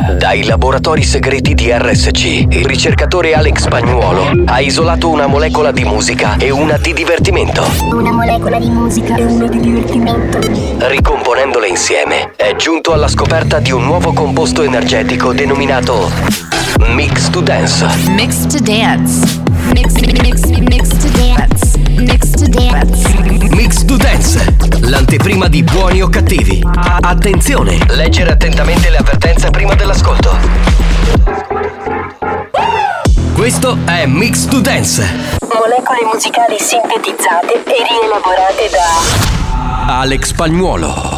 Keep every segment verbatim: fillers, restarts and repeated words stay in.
Dai laboratori segreti di R S C, il ricercatore Alex Spagnuolo ha isolato una molecola di musica e una di divertimento. Una molecola di musica e una di divertimento. Ricomponendole insieme, è giunto alla scoperta di un nuovo composto energetico denominato Mix to Dance. Mix to Dance. Mix, mix, mix to Dance. Mix to Dance. Mix to Dance, l'anteprima di Buoni o Cattivi. Attenzione, leggere attentamente le avvertenze prima dell'ascolto. Questo è Mix to Dance. Molecole musicali sintetizzate e rielaborate da Alex Spagnuolo.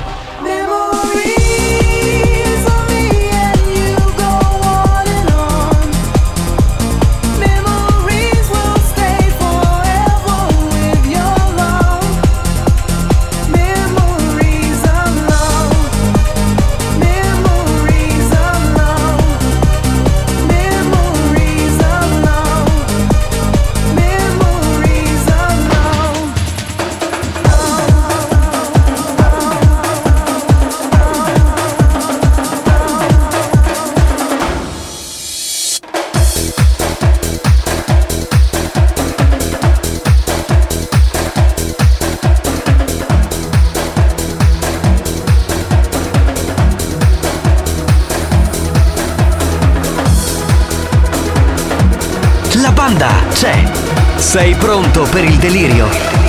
La banda c'è. Sei pronto per il delirio?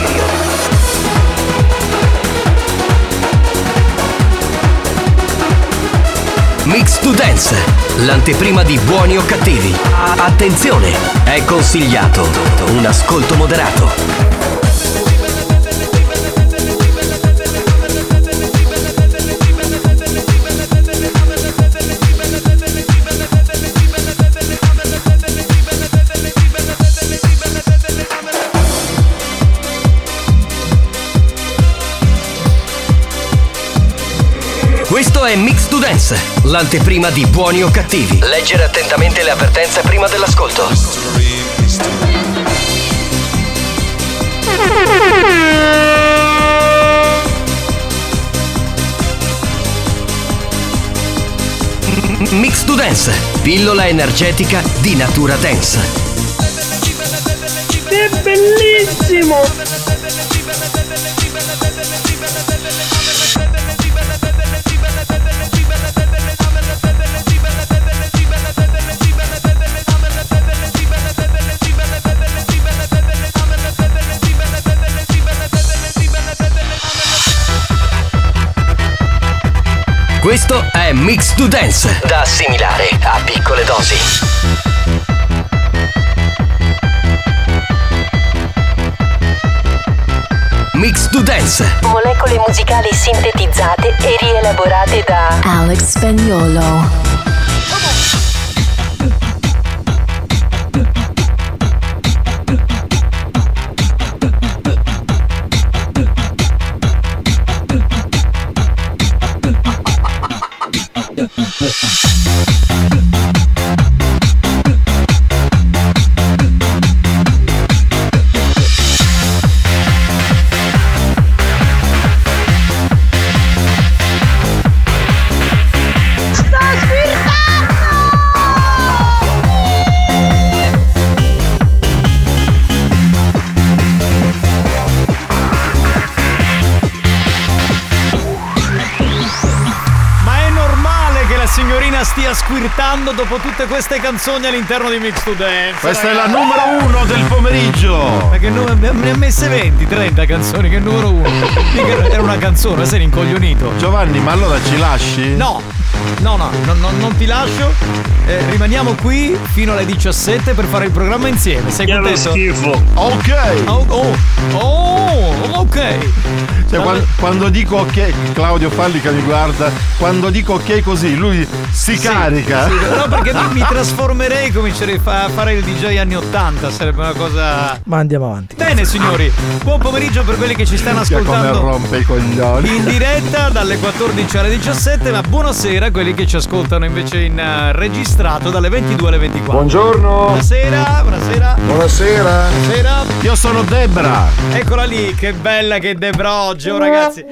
Mix to Dance, l'anteprima di Buoni o Cattivi. Attenzione, è consigliato un ascolto moderato. Questo è Mix to Dance, l'anteprima di Buoni o Cattivi. Leggere attentamente le avvertenze prima dell'ascolto. Mix to Dance, pillola energetica di natura dance. È bellissimo! Questo è Mix to Dance, da assimilare a piccole dosi. Mix to Dance. Molecole musicali sintetizzate e rielaborate da Alex Spagnuolo. Stia squirtando dopo tutte queste canzoni all'interno di Mix to Dance. Questa ragazzi. È la numero uno del pomeriggio. Ma che numero? Ne ha messe venti, trenta canzoni, che numero uno. Mica era una canzone, sei rincoglionito. Giovanni, ma allora ci lasci? No, no, no, no, no non ti lascio. Eh, rimaniamo qui fino alle diciassette per fare il programma insieme. Sei che contento? schifo. Ok. Oh, oh, oh, ok. Cioè, quando, quando dico ok, Claudio Fallica mi guarda, quando dico ok così, lui si Sì, carica. sì, no, perché mi, mi trasformerei e comincerei a fare il D J anni ottanta, sarebbe una cosa. Ma andiamo avanti. Bene signori, buon pomeriggio per quelli che ci stanno ascoltando. Come rompe i coglioni. In diretta dalle quattordici alle diciassette, ma buonasera a quelli che ci ascoltano invece in uh, registrato dalle ventidue alle ventiquattro. Buongiorno. Buonasera, buonasera. Buonasera. Buonasera. Io sono Debra. Eccola lì, che bella che è Debra oggi. oggi, oh ragazzi.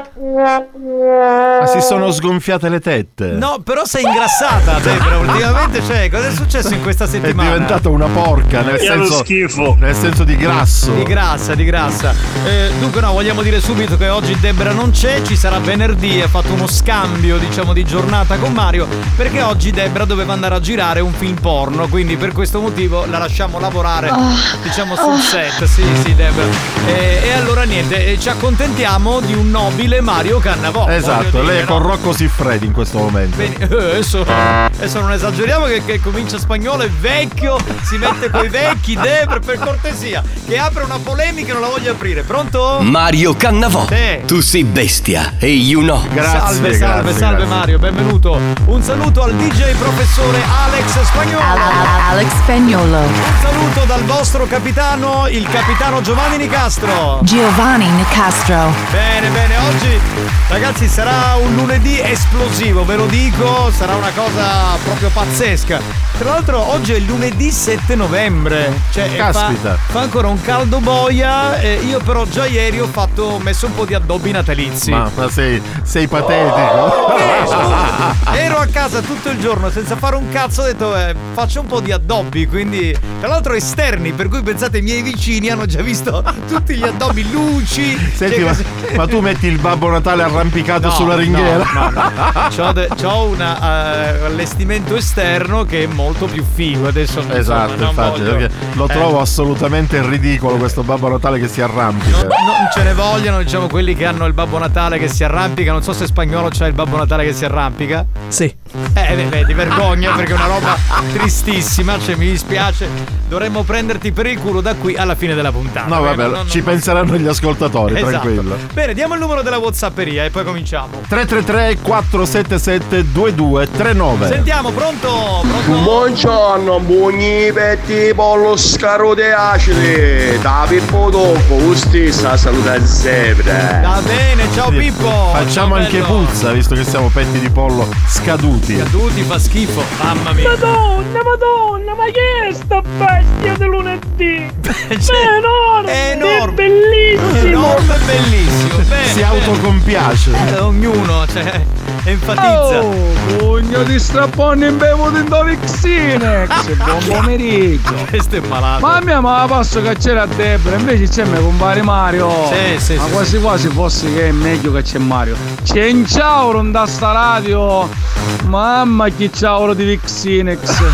Ma si sono sgonfiate le tette. No, però sei ingrassata, Debra. Ultimamente, cioè, cosa è successo in questa settimana? È diventata una porca, nel senso, schifo. nel senso di grasso. Di grassa, di grassa. Eh, dunque, no, vogliamo dire subito che oggi Debra non c'è, ci sarà venerdì. Ha fatto uno scambio, diciamo, di giornata con Mario, perché oggi Debra doveva andare a girare un film porno. Quindi, per questo motivo, la lasciamo lavorare, Oh. diciamo, sul set. Sì, sì, Debra. E, e allora, niente, ci accontentiamo di un nobile Mario Cannavò. Esatto, dire, lei è no? con Rocco Siffredi in questo momento. Bene, eh, adesso, adesso non esageriamo che, che comincia spagnolo, è vecchio, si mette coi vecchi, Debra, per cortesia, che apre una polemica e non la voglio aprire. Pronto? Mario Cannavò, Sì. tu sei bestia e io no. Grazie, salve, salve, grazie, salve grazie. Mario, benvenuto. Un saluto al D J professore Alex Spagnolo. Alex Spagnolo. Un saluto dal vostro capitano, il capitano Giovanni Nicastro. Giovanni Nicastro. Bene, bene, oggi ragazzi sarà un lunedì esplosivo, ve lo dico, sarà una cosa proprio pazzesca. Tra l'altro oggi è lunedì sette novembre, cioè Caspita. Fa, fa ancora un caldo boia, eh, io però già ieri ho fatto ho messo un po' di addobbi natalizi. Ma, ma sei, sei patetico. Eh, scusa, ero a casa tutto il giorno senza fare un cazzo, ho detto eh, faccio un po' di addobbi, quindi tra l'altro esterni, per cui pensate i miei vicini hanno già visto tutti gli addobbi, luci. Senti, cioè, ma, così- ma tu metti il Babbo Natale arrampicato No, sulla ringhiera? No, no, no. C'ho, de- c'ho un uh, allestimento esterno che è molto più figo. Adesso non Esatto, insomma, non infatti, voglio- perché lo eh, trovo assolutamente ridicolo questo Babbo Natale che si arrampica. non, non ce ne vogliono, diciamo, quelli che hanno il Babbo Natale che si arrampica. Non so se Spagnolo c'ha il Babbo Natale che si arrampica. Sì. Eh, vedi, vergogna, perché è una roba tristissima. Cioè, mi dispiace. Dovremmo prenderti per il culo da qui alla fine della puntata. No, vabbè, Non- non- ci penseranno gli ascoltatori, Esatto. tranquillo. Bene, diamo il numero della WhatsApperia e poi cominciamo. tre tre tre quattro sette sette due due tre nove. Sentiamo, pronto? Pronto? Buongiorno, buoni petti pollo scarote acidi. Da Pippo Tocco, stessa saluta sempre. Va bene, ciao Pippo. Facciamo Ciao, anche bello. puzza, visto che siamo petti di pollo scaduti. Caduti, fa schifo, mamma mia. Madonna, madonna, ma che è sta bestia di lunedì? Cioè, È enorme, è enorme. è bellissimo. Enorme e bellissimo. Bene, Si bene. autocompiace. Eh, ognuno, cioè, enfatizza. Oh, pugno di strapponi in bevuto in Dovixine. Buon pomeriggio. Questo è malato. Ma a me ma posso cacciare a Debra, invece c'è me compare Mario. Sì, sì, ma sì, quasi quasi fosse che è meglio che c'è Mario. C'è in ciauro da sta radio. Mamma che ciauro di Vixinex.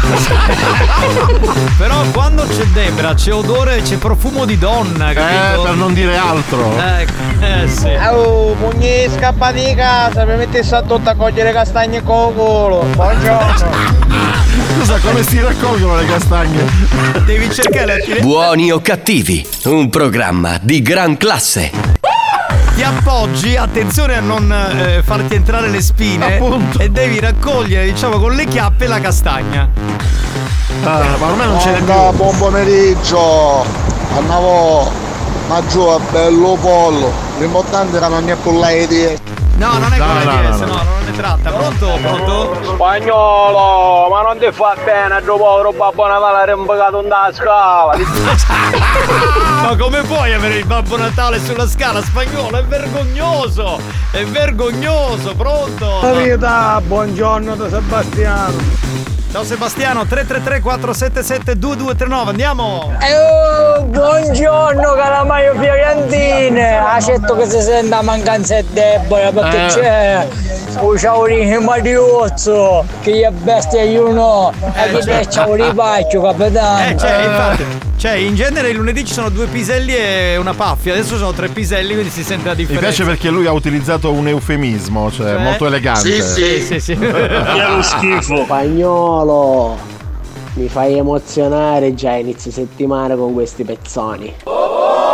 Però quando c'è Debra c'è odore, c'è profumo di donna, Eh, capito? per non dire altro. Ecco, eh sì. Oh, pugni scappati di casa, mi metti sotto a cogliere castagne con culo. Buongiorno. Scusa, come si raccolgono le castagne? Devi cercare la Buoni o cattivi, un programma di gran classe. ti appoggi, attenzione a non eh, farti entrare le spine. Appunto. E devi raccogliere, diciamo, con le chiappe la castagna. Ah, ma ormai non ce n'è Buon più. buon pomeriggio. Andavo ma giù a bello pollo. L'importante era non ne con lei di. No, non è No, quella no, di no, S, no, no. non ne tratta. Pronto? Pronto? Spagnolo, ma non ti fa bene, giù povero Babbo Natale rimpagato in da scala. Ma come puoi avere il Babbo Natale sulla scala, Spagnolo? È vergognoso! È vergognoso, pronto? Vita, buongiorno da Sebastiano. Ciao Sebastiano, tre tre tre quattro sette sette due due tre nove, andiamo! Oh, buongiorno calamaio Fiorentine, accetto che si sente la mancanza è debole perché Eh. c'è un ciaurino Mariozzo che è bestia io no e che te ciauri paccio capitano. Eh, cioè, infatti, cioè, in genere il lunedì ci sono due piselli e una paffia, adesso sono tre piselli, quindi si sente la Mi differenza. piace perché lui ha utilizzato un eufemismo, cioè Cioè? molto elegante. Sì, sì, sì. Che lo schifo. Spagnolo, mi fai emozionare già inizio settimana con questi pezzoni.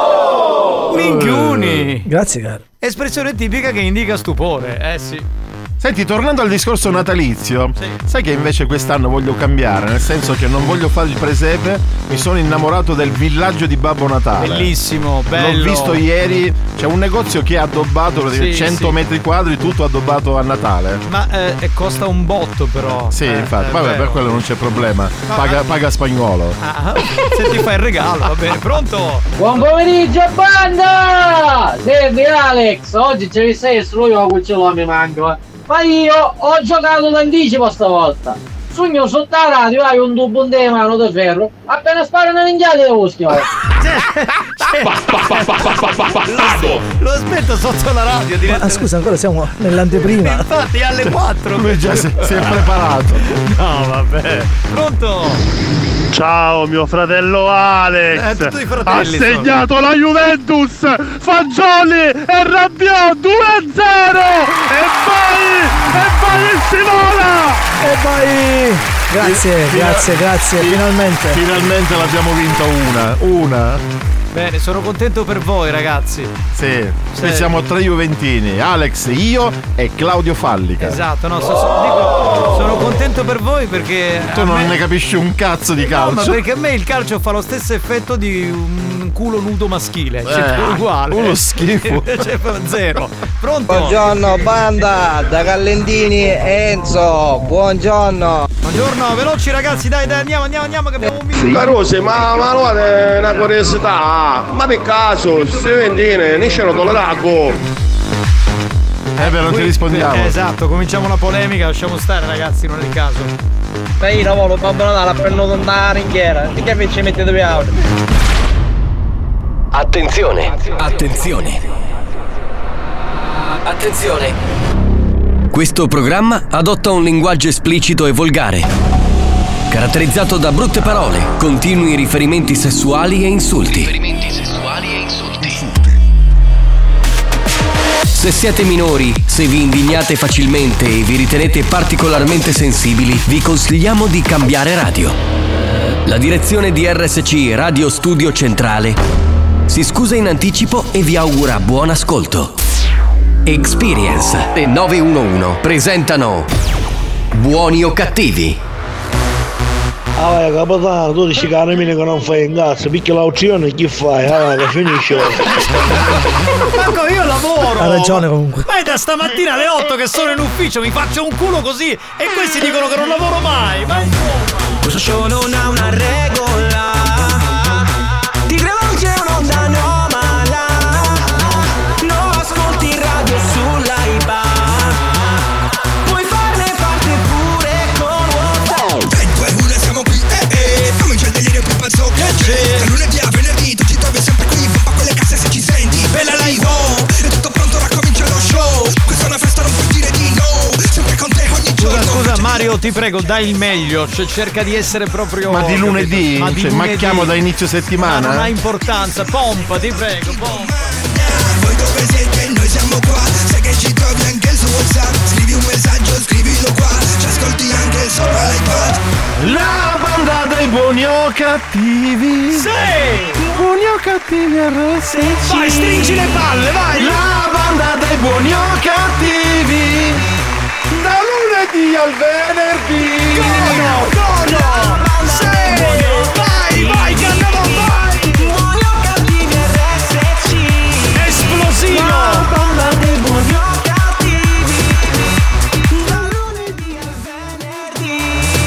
Minchioni! Grazie caro. Espressione tipica che indica stupore, eh sì. Senti, tornando al discorso natalizio, sì. Sai che invece quest'anno voglio cambiare, nel senso che non voglio fare il presepe, mi sono innamorato del villaggio di Babbo Natale. Bellissimo, bello. L'ho visto ieri, c'è un negozio che è addobbato, praticamente sì, cento sì. metri quadri, tutto addobbato a Natale. Ma eh, costa un botto però. Sì, eh, infatti, eh, vabbè, vero. per quello non c'è problema. Paga, paga spagnolo. Ah, se ti fai il regalo, va bene, pronto? Buon pomeriggio banda! Senti Alex, oggi ce li sei solo io che ce l'ho mi manco. Ma io ho giocato d'anticipo stavolta. Sogno sotto la radio hai un tubo di mano da ferro. Appena spara una minchiata lo schiavo. Lo aspetto sotto la radio Ma scusa, ancora siamo nell'anteprima. Infatti alle quattro. Lui già si, si è preparato. No, vabbè. Pronto? Ciao mio fratello Alex, Eh, tutti i ha fratelli segnato la Juventus, Fagioli e Rabiot due a zero e vai, e vai il Simola! E vai! Grazie, Fina- grazie, grazie, fi- finalmente. Finalmente l'abbiamo vinta una. Una. Bene, sono contento per voi ragazzi. Sì, qui siamo tre juventini, Alex, io e Claudio Fallica. Esatto, no, so, so- dico, sono contento per voi perché Tu a non me- ne capisci un cazzo di calcio. No, ma perché a me il calcio fa lo stesso effetto di un culo nudo maschile, cioè Eh, uguale. uno schifo. Cioè, zero. Pronto? Buongiorno banda, da Gallendini Enzo, buongiorno. Buongiorno, veloci ragazzi, dai, dai, andiamo, andiamo, andiamo che abbiamo un minuto. Carusi, ma ma no, è una curiosità. Ma per caso, se vendine, ne c'erano tollerato. Eh beh, non ti rispondiamo. Eh, esatto, cominciamo la polemica, lasciamo stare ragazzi, non è il caso. Ma io lavoro Babbo Natale a prendere una ringhiera. E che invece mettete due auto? Attenzione, attenzione. Attenzione. Questo programma adotta un linguaggio esplicito e volgare, caratterizzato da brutte parole, continui riferimenti sessuali e insulti. Riferimenti sessuali e insulti. Se siete minori, se vi indignate facilmente e vi ritenete particolarmente sensibili, vi consigliamo di cambiare radio. La direzione di R S C Radio Studio Centrale si scusa in anticipo e vi augura buon ascolto. Experience e nove uno uno presentano Buoni o Cattivi. Ah vai capitano, tu dici che la nemica che non fai in cazzo, picchia la uccisione chi fai? Ah vai, che finisce. Marco, io lavoro. Ha ragione comunque. Ma è da stamattina alle otto che sono in ufficio, mi faccio un culo così e questi dicono che non lavoro mai. Ma questo show non ha una regola. Ti credo che c'è un'onda anomala. No, ascolti radio sull'Aiba. Puoi farne parte pure con WhatsApp. tre, due, uno siamo qui, eh eh. Comincia il delirio più pazzo che c'è. Da lunedì a venerdì tu ci trovi sempre qui. Pompa quelle casse se ci senti. Bella live, oh. È tutto pronto, ora comincia lo show. Questa è una festa, non puoi dire di no. Sempre con te ogni giorno. Scusa, scusa Mario, ti prego, dai il meglio, cioè cerca di essere proprio. Ma di lunedì? Ma di Cioè, lunedì. macchiamo da inizio settimana? Ma non ha importanza, pompa, ti prego, pompa. Voi dove siete? Noi siamo qua. Sai che ci trovi anche su WhatsApp. Scrivi un messaggio, scrivilo qua. Ci ascolti anche sopra l'iPad. La banda dei buoni o cattivi. Sì! Buoni o cattivi R S C. Vai, stringi le palle, vai! La banda dei buoni o cattivi. Da lunedì al venerdì. Gono, gono! Sì! Vai, vai, che andiamo, vai! Buoni o cattivi R S C. Esplosivo! La banda dei buoni o cattivi. Da lunedì al venerdì.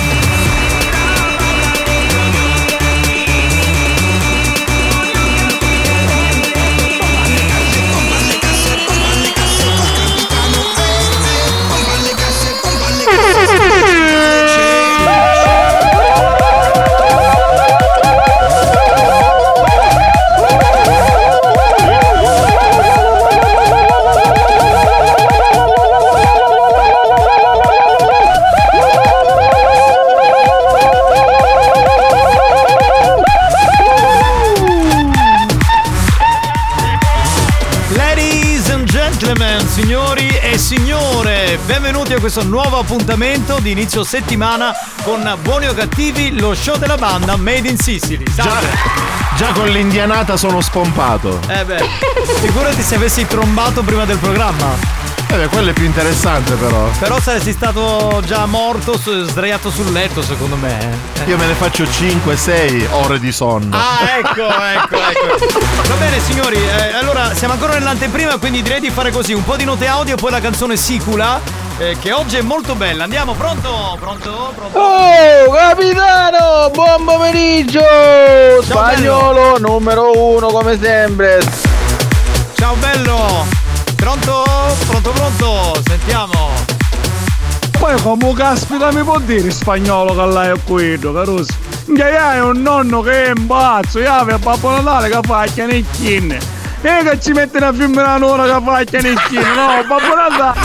Ladies and gentlemen, signori e signore, benvenuti a questo nuovo appuntamento di inizio settimana con Buoni o Cattivi, lo show della banda Made in Sicily. Già, già con l'indianata sono spompato. Eh beh, figurati se avessi trombato prima del programma. Eh beh, quello è più interessante però. Però saresti stato già morto, su- sdraiato sul letto, secondo me. eh. Io me ne faccio cinque sei ore di sonno. Ah, ecco, ecco, ecco. Va bene, signori, eh, allora siamo ancora nell'anteprima, quindi direi di fare così: un po' di note audio e poi la canzone Sicula, eh, che oggi è molto bella. Andiamo, pronto? Pronto? Pronto? Oh, capitano, buon pomeriggio! Spagnolo numero uno come sempre. Ciao bello! Pronto? Pronto, pronto? Sentiamo. Poi come caspita mi può dire in spagnolo che lei è qui, Caruso? Che hai un nonno che è imbazzo, io avevo Babbo Natale che fa chianicchine. E che ci mette una femmina un'ora che fa chianicchine, no, Babbo Natale.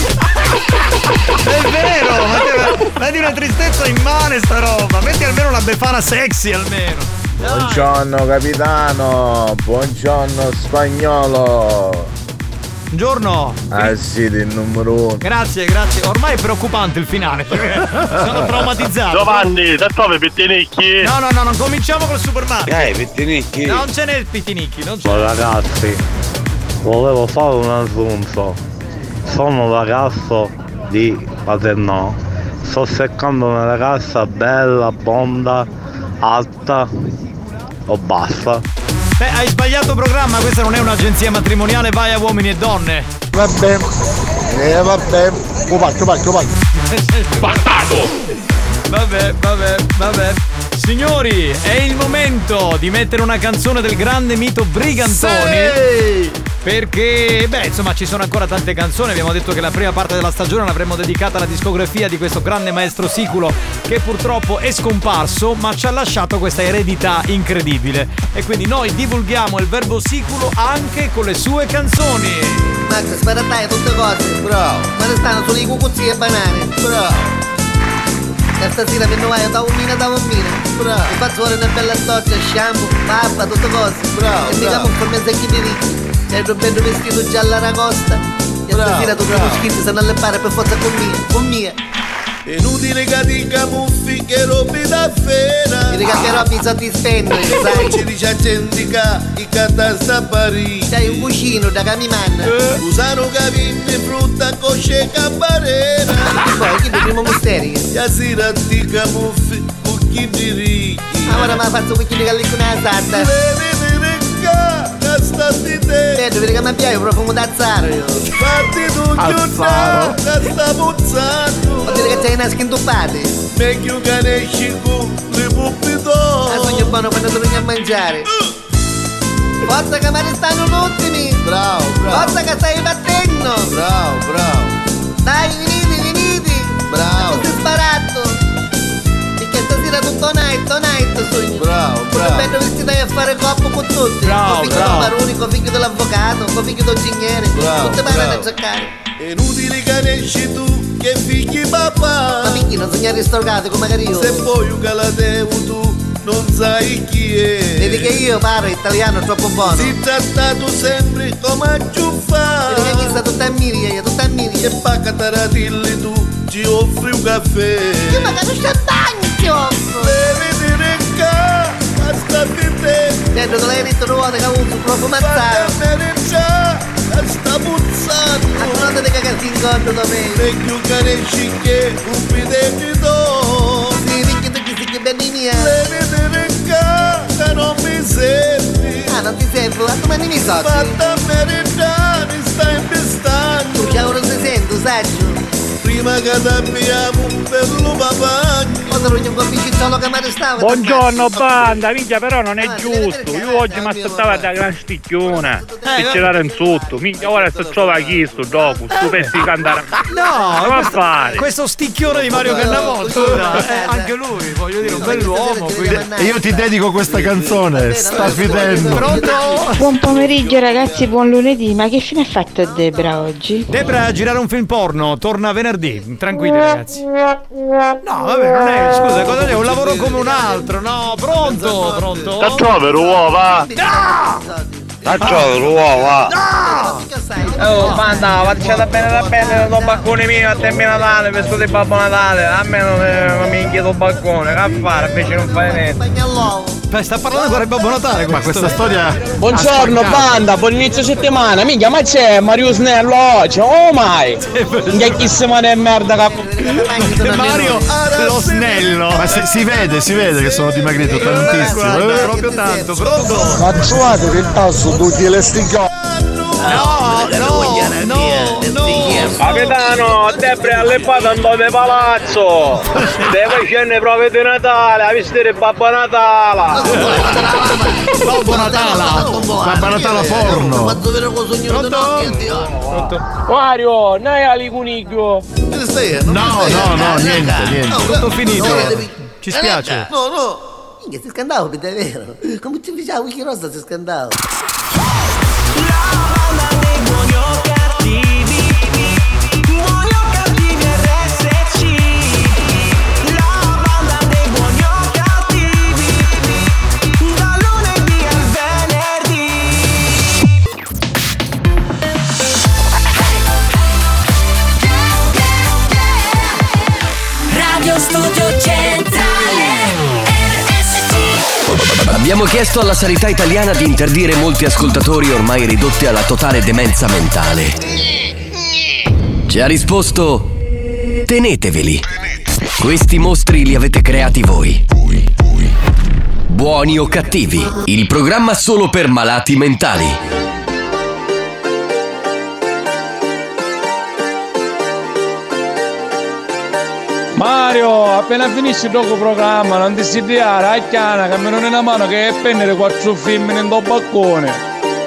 È vero, ma te- ma di una tristezza immane sta roba. Metti almeno una befana sexy almeno. Dai. Buongiorno capitano, buongiorno spagnolo. Buongiorno. Ah sì, il numero uno. Grazie, grazie. Ormai è preoccupante il finale. Sono traumatizzato. Giovanni, da dove Pettinicchi? No, no, no, non cominciamo col supermarket. Eh, Pettinicchi. Non ce n'è il Pittinicchi, non ce Ma n'è. ragazzi, volevo fare un annuncio. Sono un ragazzo di Paternò. Sto cercando una ragazza bella, bionda, alta o bassa. Beh, hai sbagliato programma, questa non è un'agenzia matrimoniale, vai a uomini e donne. Vabbè. Eh vabbè. Lo faccio, faccio, faccio. Bastardo! Vabbè, vabbè, vabbè. Signori, è il momento di mettere una canzone del grande mito Brigantoni. Sì! Perché, beh, insomma, ci sono ancora tante canzoni. Abbiamo detto che la prima parte della stagione l'avremmo dedicata alla discografia di questo grande maestro Siculo, che purtroppo è scomparso, ma ci ha lasciato questa eredità incredibile. E quindi noi divulghiamo il verbo Siculo anche con le sue canzoni. Max, sparatai tutte cose, bravo. Ma ne stanno solo i cucuzzi e banane, bravo. E stasera per noi da un mina da un mina, bravo. E faccio ora una bella doccia, shampoo, pappa, tutte cose, bravo. E mica un po' mezzo chi mi dici. C'è il bello vestito giallo aragosta. E stasera tutti i schizzi stanno alle pare per forza con mia, con mia. È inutile che ti camuffi che robi da fera. Mi dica che robi so ti spendo, E sai. poi ci dice a gente che i canta sta a Parigi. C'hai un cuscino da camimanna. Eh, usano capinne, frutta, cosce e cambarera. E poi chi è il primo mistero? E sera ti camuffi, cucchi di ricchi. Ora mi faccio un cucchino che lì con una santa. Devi dire che sta di te. Eh, devi che mi piace profumo d'azzaro io. Fatti tu chiudere che sta puzzando. Vuol dire che c'hai una skin tuppate. Meglio che ne esci con le puppito. Ah, sogno buono quando torni a mangiare. Forza che me ne stanno gli ultimi. Bravo, bravo. Forza che stai battendo. Bravo, bravo. Dai, venite, venite. Bravo. Questo è sparato. E che stasera tutto night, night sogno. Bravo, bravo. Come bello vestito a fare coppo con tutti. Bravo, Con figlio bravo. del barone, con figlio dell'avvocato, con figlio dell'ingegnere. Bravo, Tutte parate a bravo. giocare. È inutile che ne esci tu che figli papà. Ma picchi non sognare ristorgato come magari io. Se poi un calatevo tu non sai chi è. Vedi che io parlo italiano troppo buono. Si trattato sempre come a giuffare. Vedi che chi sta tutta a miriglia, tutta a miriglia. E pacca taratilli tu ci offri un caffè. Io magari non champagne ti offro. Devi dire che basta di te. Dentro te l'hai detto ruote che ho avuto proprio mazzato. Fatemi già, sta puzzando. Ma tu non ti cagati in conto da me. Meglio che ne esci che un pidetito. Sì, perché tu chi si che bevi mia. Devi dire che non mi servi. Ah, non ti servo, a domani mi soci. Fatta meritare, mi stai impestando. Tu che ora si sento, saggio. Prima che t'abbiamo per lo papagno. Quando ero un compicciolo che mi arrestava. Buongiorno banda, minchia però non è giusto. Io oggi mi aspettavo da gran sticchiona e ce l'era in sotto. Minchia ora si trova chi sto dopo, stu pezzi di cantare. No, come a questo, fare? questo sticchione di Mario Cannavò, scusa, eh, anche lui, voglio dire, un bell'uomo. Quindi... E io ti dedico questa canzone, sta fidendo. Pronto? Buon pomeriggio ragazzi, buon lunedì. Ma che fine ha fatto Debra oggi? Debra a girare un film porno, torna venerdì, tranquilli ragazzi. No, vabbè, non è, scusa, cosa è? Un lavoro come un altro, no, pronto, pronto. Da dove uova? No! Da dove uova? No! Oh, banda, facciate bene da bene, da balcone mio a tempo Natale, vestito di Babbo Natale, a me non, non mi inchiedo il balcone, che a fare, invece non fai niente. Beh, sta parlando ancora di Babbo Natale. Ma questa storia. Buongiorno banda, buon inizio settimana. Minchia, ma c'è Mario Snello oggi? Oh mai! Minchia chissima di merda che. Mario lo snello. Ma si, si vede, si vede che sono dimagrito tantissimo. Guarda, proprio tanto, pronto? Ma trovate che il tasso tutti le stigò. No, no, no, no. Capitano, a te è all'empato andò di palazzo. Deve scendere proprio di Natale, a vestire Babbo Natale. Babbo Natale. Babbo Natale porno. Pronto? Mario, noi ali coniglio. No, no, no, niente, niente. Tutto finito. Ci spiace. No, no. Minchia, si scandavo, è vero. Come ti diciamo, chi rosa si scandavo. Buoni o cattivi, buoni o cattivi R S C, la banda dei buoni o cattivi, dal lunedì al venerdì. Radio Studio Centrale R S C. Abbiamo chiesto alla sanità italiana di interdire molti ascoltatori ormai ridotti alla totale demenza mentale. Ci ha risposto: teneteveli. Questi mostri li avete creati voi. Buoni o cattivi, il programma solo per malati mentali. Mario, appena finisci il tuo programma, non ti si diare a chiana che mi non è una mano che è prendere quattro film nel tuo balcone.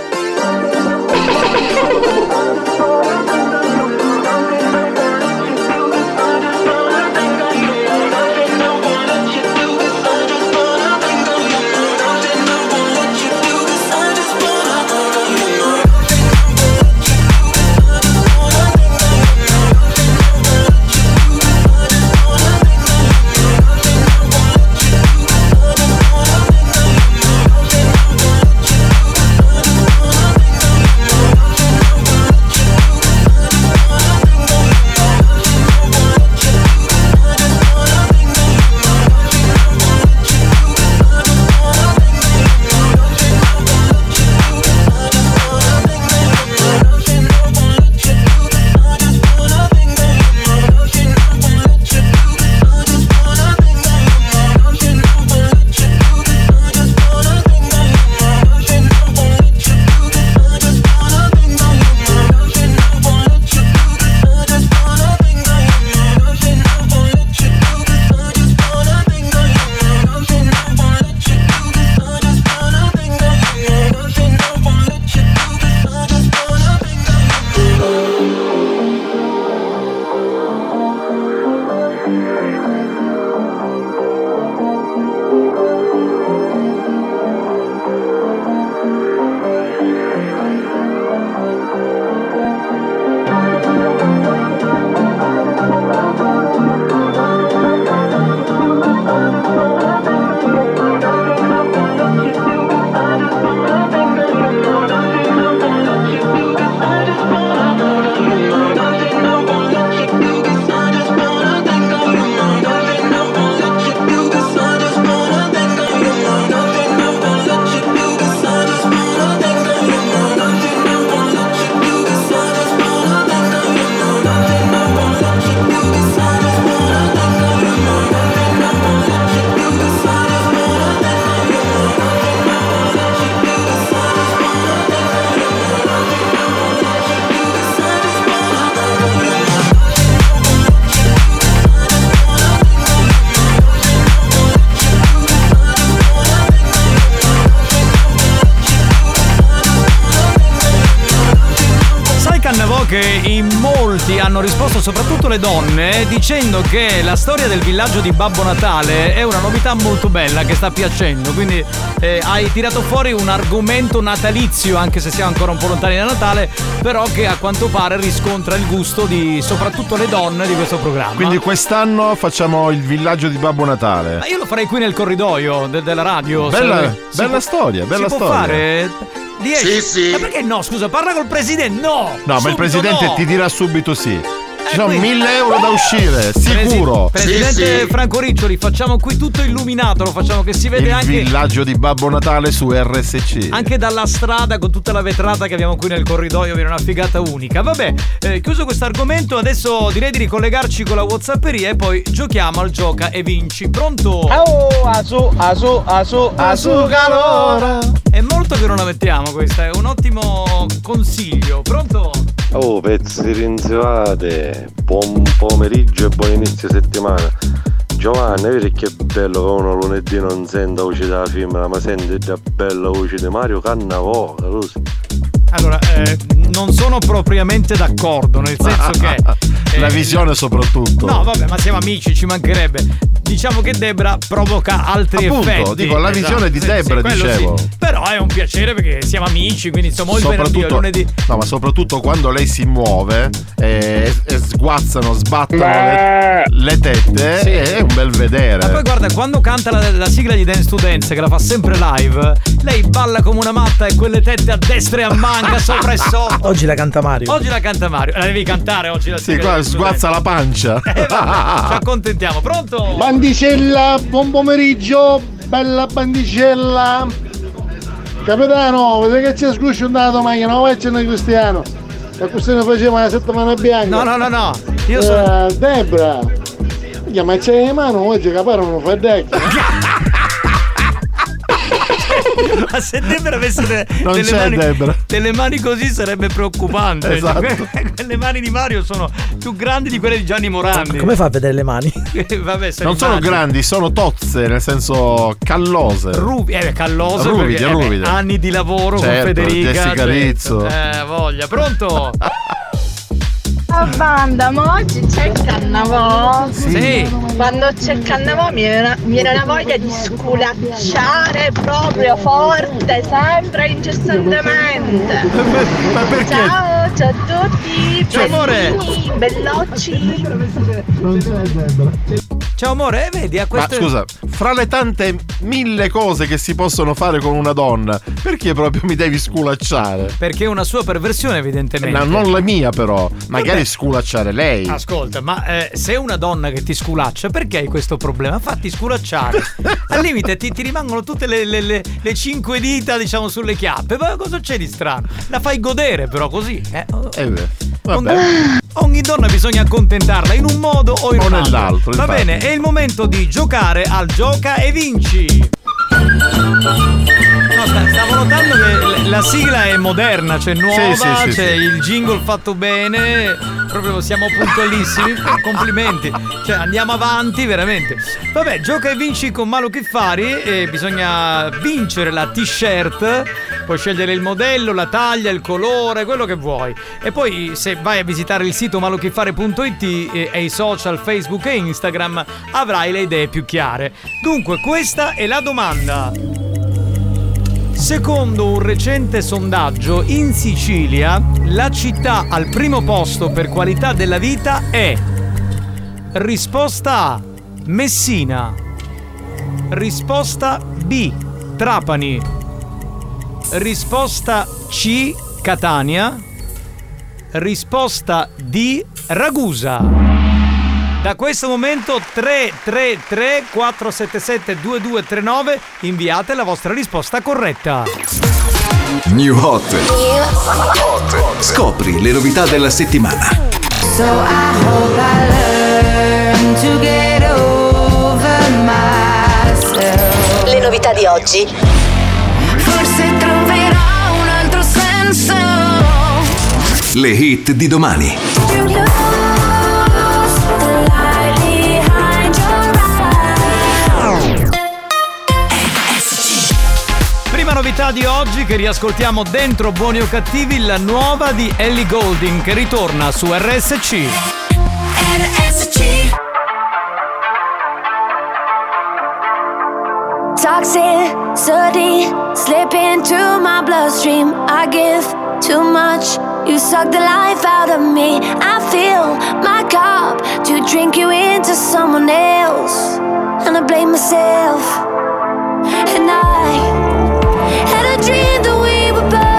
Che in molti hanno risposto, soprattutto le donne, dicendo che la storia del villaggio di Babbo Natale è una novità molto bella che sta piacendo. Quindi eh, hai tirato fuori un argomento natalizio, anche se siamo ancora un po' lontani da Natale, però che a quanto pare riscontra il gusto di soprattutto le donne di questo programma. Quindi quest'anno facciamo il villaggio di Babbo Natale. Ma io lo farei qui nel corridoio de- della radio. Bella, se... bella si storia, può, bella si storia. Può fare? Riesci? Sì, sì. Ma perché no? Scusa, parla col presidente. No! No, ma il Subito presidente no. ti dirà subito sì. Ci sono quindi- mille euro da uscire, sicuro. Presi- Presidente Franco Riccioli, facciamo qui tutto illuminato, lo facciamo che si vede Il anche, villaggio di Babbo Natale su R S C. anche dalla strada con tutta la vetrata che abbiamo qui nel corridoio, viene una figata unica. Vabbè, eh, chiuso questo argomento, adesso direi di ricollegarci con la WhatsApperia e poi giochiamo al Gioca e Vinci. Pronto? Oh, asu, asu, asu, asu calora. È molto che non la mettiamo questa, è un ottimo consiglio. Pronto? Oh, pezzi rinzivate, buon pomeriggio e buon inizio settimana. Giovanni, vedi che bello che uno lunedì non sente la voce della femmina, ma sente già bella voce di Mario Cannavò, lo sai. Allora, eh, non sono propriamente d'accordo, nel senso che eh, La visione soprattutto. No, vabbè, ma siamo amici, ci mancherebbe. Diciamo che Debra provoca altri Appunto, effetti. dico, la visione di Sì, Debra, sì, quello dicevo. sì. Però è un piacere perché siamo amici, quindi insomma il venerdì o il Soprattutto, lunedì. no, ma soprattutto quando lei si muove e, e sguazzano, sbattono le, le tette, Sì. è un bel vedere. Ma poi guarda, quando canta la, la sigla di Dance to Dance, che la fa sempre live, lei balla come una matta e quelle tette a destra e a manca, sopra e sotto. Oggi la canta Mario. Oggi la canta Mario. La devi cantare oggi la Sì, sigla qua di Dance to sguazza la pancia. Dance. Eh, vabbè, ci accontentiamo. Pronto? Bandicella, buon pomeriggio, bella bandicella. Capitano, vedete che c'è sgusciato macchina, non vai c'è cristiano. E questo ne faceva la settimana bianca. No, no, no, no. Io sono. Eh, Debra. Minchia, ma c'è le mani, oggi caparo non fa decchio. Ma se Debra avesse de- Non delle, c'è mani, Debra. delle mani così sarebbe preoccupante. Esatto. Cioè, quelle mani di Mario sono più grandi di quelle di Gianni Morandi. Come fa a vedere le mani? Vabbè, se Non sono immagini. grandi, sono tozze, nel senso callose. Ruvi, eh, callose Ruvide, perché, eh, beh, ruvide. anni di lavoro Certo, con Federica. Jessica certo. Rizzo. Eh, voglia. Pronto? Oh banda, ma oggi c'è il carnavò. Sì. Quando c'è il carnavò mi viene una, mi viene una voglia di sculacciare proprio forte, sempre incessantemente. Ma perché? Ciao, ciao a tutti, Ciao, amore. bellini, bellocci. Ciao amore, eh, vedi a Ma questo. scusa, fra le tante mille cose che si possono fare con una donna, perché proprio mi devi sculacciare? Perché è una sua perversione, evidentemente. No, non la mia però, magari Vabbè. sculacciare lei. Ascolta, ma eh, se è una donna che ti sculaccia, perché hai questo problema? Fatti sculacciare. Al limite ti, ti rimangono tutte le, le, le, le cinque dita, diciamo, sulle chiappe. Ma cosa c'è di strano? La fai godere, però così. Eh, Eh beh, Ogni, vabbè. ogni donna bisogna accontentarla in un modo o in O un altro. nell'altro, Va infatti. bene, è il momento di giocare al Gioca e Vinci. No, sta- stavo notando che l- la sigla è moderna, cioè nuova, Sì, sì, sì, c'è sì. il jingle fatto bene, proprio siamo puntualissimi, complimenti, cioè andiamo avanti veramente. Vabbè, Gioca e Vinci con Malu Chiffari e bisogna vincere la t-shirt, puoi scegliere il modello, la taglia, il colore, quello che vuoi. E poi se vai a visitare il sito maluchiffare punto it e, e i social Facebook e Instagram avrai le idee più chiare. Dunque, questa è la domanda. Secondo un recente sondaggio, in Sicilia la città al primo posto per qualità della vita è: risposta A, Messina; risposta B, Trapani; risposta C, Catania; risposta D, Ragusa. Da questo momento tre tre tre quattro sette sette due due tre nove inviate la vostra risposta corretta. New Hot. Scopri le novità della settimana. So I hope I learn to get over myself. Le novità di oggi. Forse troverò un altro senso. Le hit di domani. Prima novità di oggi che riascoltiamo dentro Buoni o Cattivi, la nuova di Ellie Goulding che ritorna su R S C. R S C. Toxicity slip into my bloodstream. I give too much. You suck the life out of me. I fill my cup to drink you into someone else, and I blame myself. And I had a dream that we were both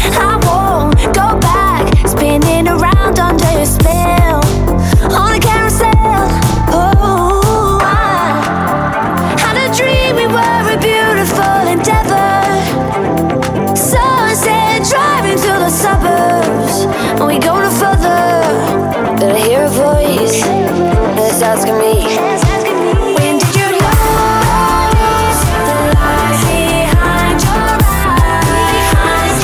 I won't go back, spinning around under your spell, on a carousel. Oh, I had a dream we were a beautiful endeavor. Sunset driving through the suburbs, and we go no further. But I hear a voice that's asking me, when did you lose the lies behind your eyes?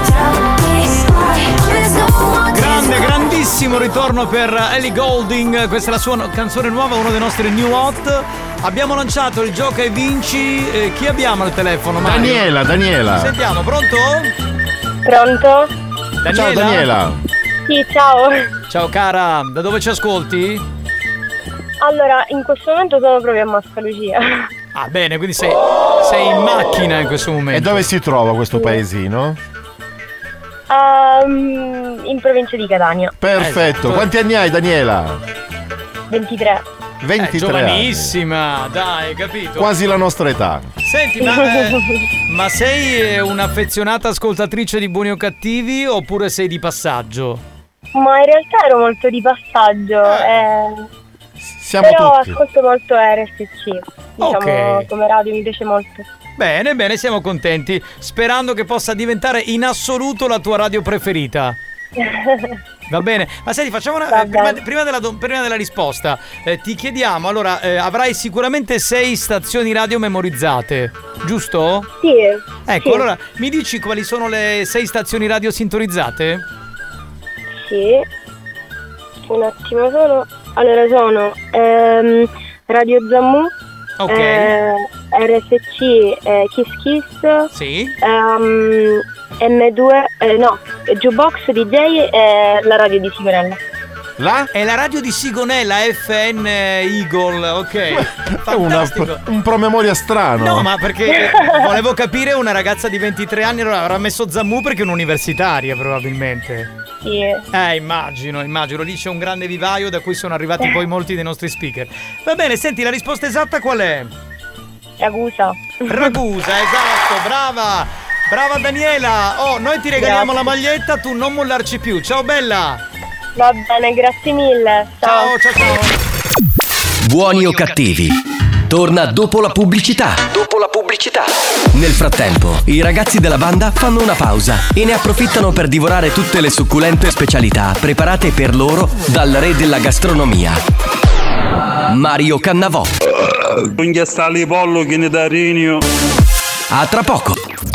There's no one. Grande, grandissimo ritorno per Ellie Goulding. Questa è la sua canzone nuova, uno dei nostri new hot. Abbiamo lanciato il gioca e vinci. Eh, chi abbiamo al telefono, Mario? Daniela, Daniela. Sentiamo, pronto? Pronto? Daniela? Ciao Daniela. Sì, ciao. Ciao cara, da dove ci ascolti? Allora, in questo momento sono proprio a Mascalucia. Ah, bene, quindi sei, sei in macchina in questo momento. E dove si trova questo paesino? Um, in provincia di Catania. Perfetto. Esatto. Quanti anni hai Daniela? ventitré. ventitré eh, giovanissima, anni. dai, capito? Quasi la nostra età. Senti, ma, eh, ma sei un'affezionata ascoltatrice di Buoni o Cattivi oppure sei di passaggio? Ma in realtà ero molto di passaggio. Eh, Siamo però tutti. ascolto molto R S C. Diciamo, Ok. come radio mi piace molto. Bene, bene, siamo contenti. Sperando che possa diventare in assoluto la tua radio preferita. Va bene, ma senti, facciamo una. Eh, prima, prima, della, prima della risposta, eh, ti chiediamo: allora, eh, avrai sicuramente sei stazioni radio memorizzate, giusto? Sì. Ecco, sì. allora, mi dici quali sono le sei stazioni radio sintonizzate? Sì. Un attimo solo. Allora sono ehm, Radio Zammu. Ok. eh, R S C, eh, Kiss Kiss. Sì. ehm, M due, eh, no, Jukebox D J e la radio di Sigonella. La? È la radio di Sigonella, F N Eagle, ok. È una, un promemoria strano. No, ma perché volevo capire, una ragazza di ventitré anni avrà messo Zammu perché è un'universitaria probabilmente. Sì. Eh, immagino, immagino. Lì c'è un grande vivaio da cui sono arrivati poi molti dei nostri speaker. Va bene, senti, la risposta esatta qual è? Ragusa. Ragusa, esatto, brava. Brava Daniela. Oh, noi ti regaliamo la maglietta, tu non mollarci più. Ciao bella. Va bene, grazie mille. Ciao, ciao, ciao. Buoni o cattivi? Torna dopo la pubblicità. Dopo la pubblicità. Nel frattempo, i ragazzi della banda fanno una pausa e ne approfittano per divorare tutte le succulente specialità preparate per loro dal re della gastronomia, Mario Cannavò. Non sta lì pollo che ne da Rinio. A tra poco.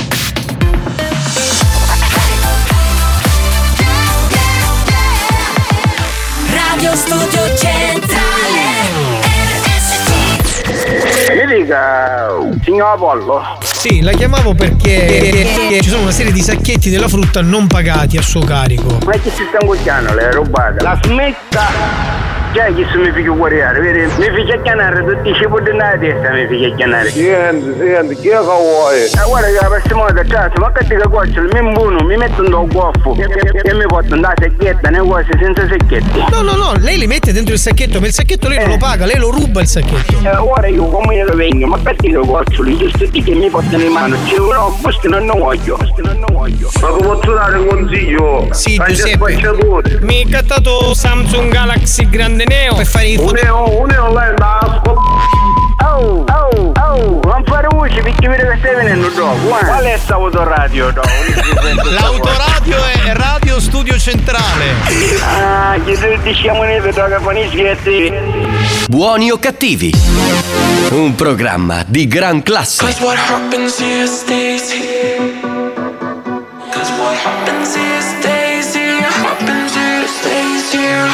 Radio Studio Centrale R S C. Che dica, signor Apollo? Sì, la chiamavo perché ci sono una serie di sacchetti della frutta non pagati a suo carico. Ma che si sta ingogliando, le rubate? La smetta! Già che se mi figlio guardare, vedi? Mi figlio chiamare, tutti i cipolle nella testa mi figlio chiamare. Senti, senti, chi è che vuoi? Eh, guarda che la prossima volta, cazzo, ma che dica cuocciolo, mi imbuno, mi metto in un goffo e, e, e mi porto in da secchietta, nei cose senza secchetti. No, no, no, lei li mette dentro il sacchetto, ma il sacchetto lei non lo paga, lei lo ruba il sacchetto. Eh, ora io come io vengo, ma perché che cuoccioli, giusto di che mi portano in mano? Cioè, no, questo non ne voglio, questo non ne voglio. Ma come posso dare un consiglio? Sì, Giuseppe, mi hai cattato Samsung Galaxy Grande Neo per fare il un neo, un neo là da oh, oh, oh, non fare voce perché vedo che stai venendo dopo. Qual è sta autoradio dopo? L'autoradio è Radio Studio Centrale. Ah, che se diciamo ne vedo che fanno i scherzi. Buoni o cattivi? Un programma di gran classe. Cause what happens here stays here. Cause what happens here stays here. Happens here stays here.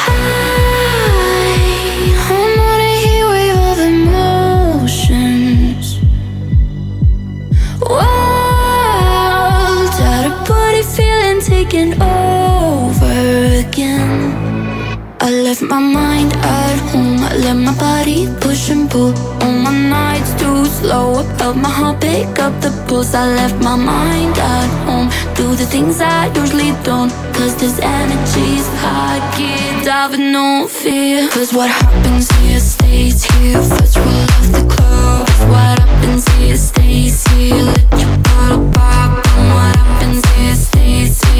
I'm not a heat-wave of emotions. Wild, out of body feeling taken over again. I left my mind at home, I let my body push and pull. On my nights too slow, I felt my heart pick up the pulse. I left my mind at home, do the things I usually don't. Cause this energy's high, get out with no fear. Cause what happens here stays here. First rule of the club, what happens here stays here. Let your bottle pop, and what happens here stays here.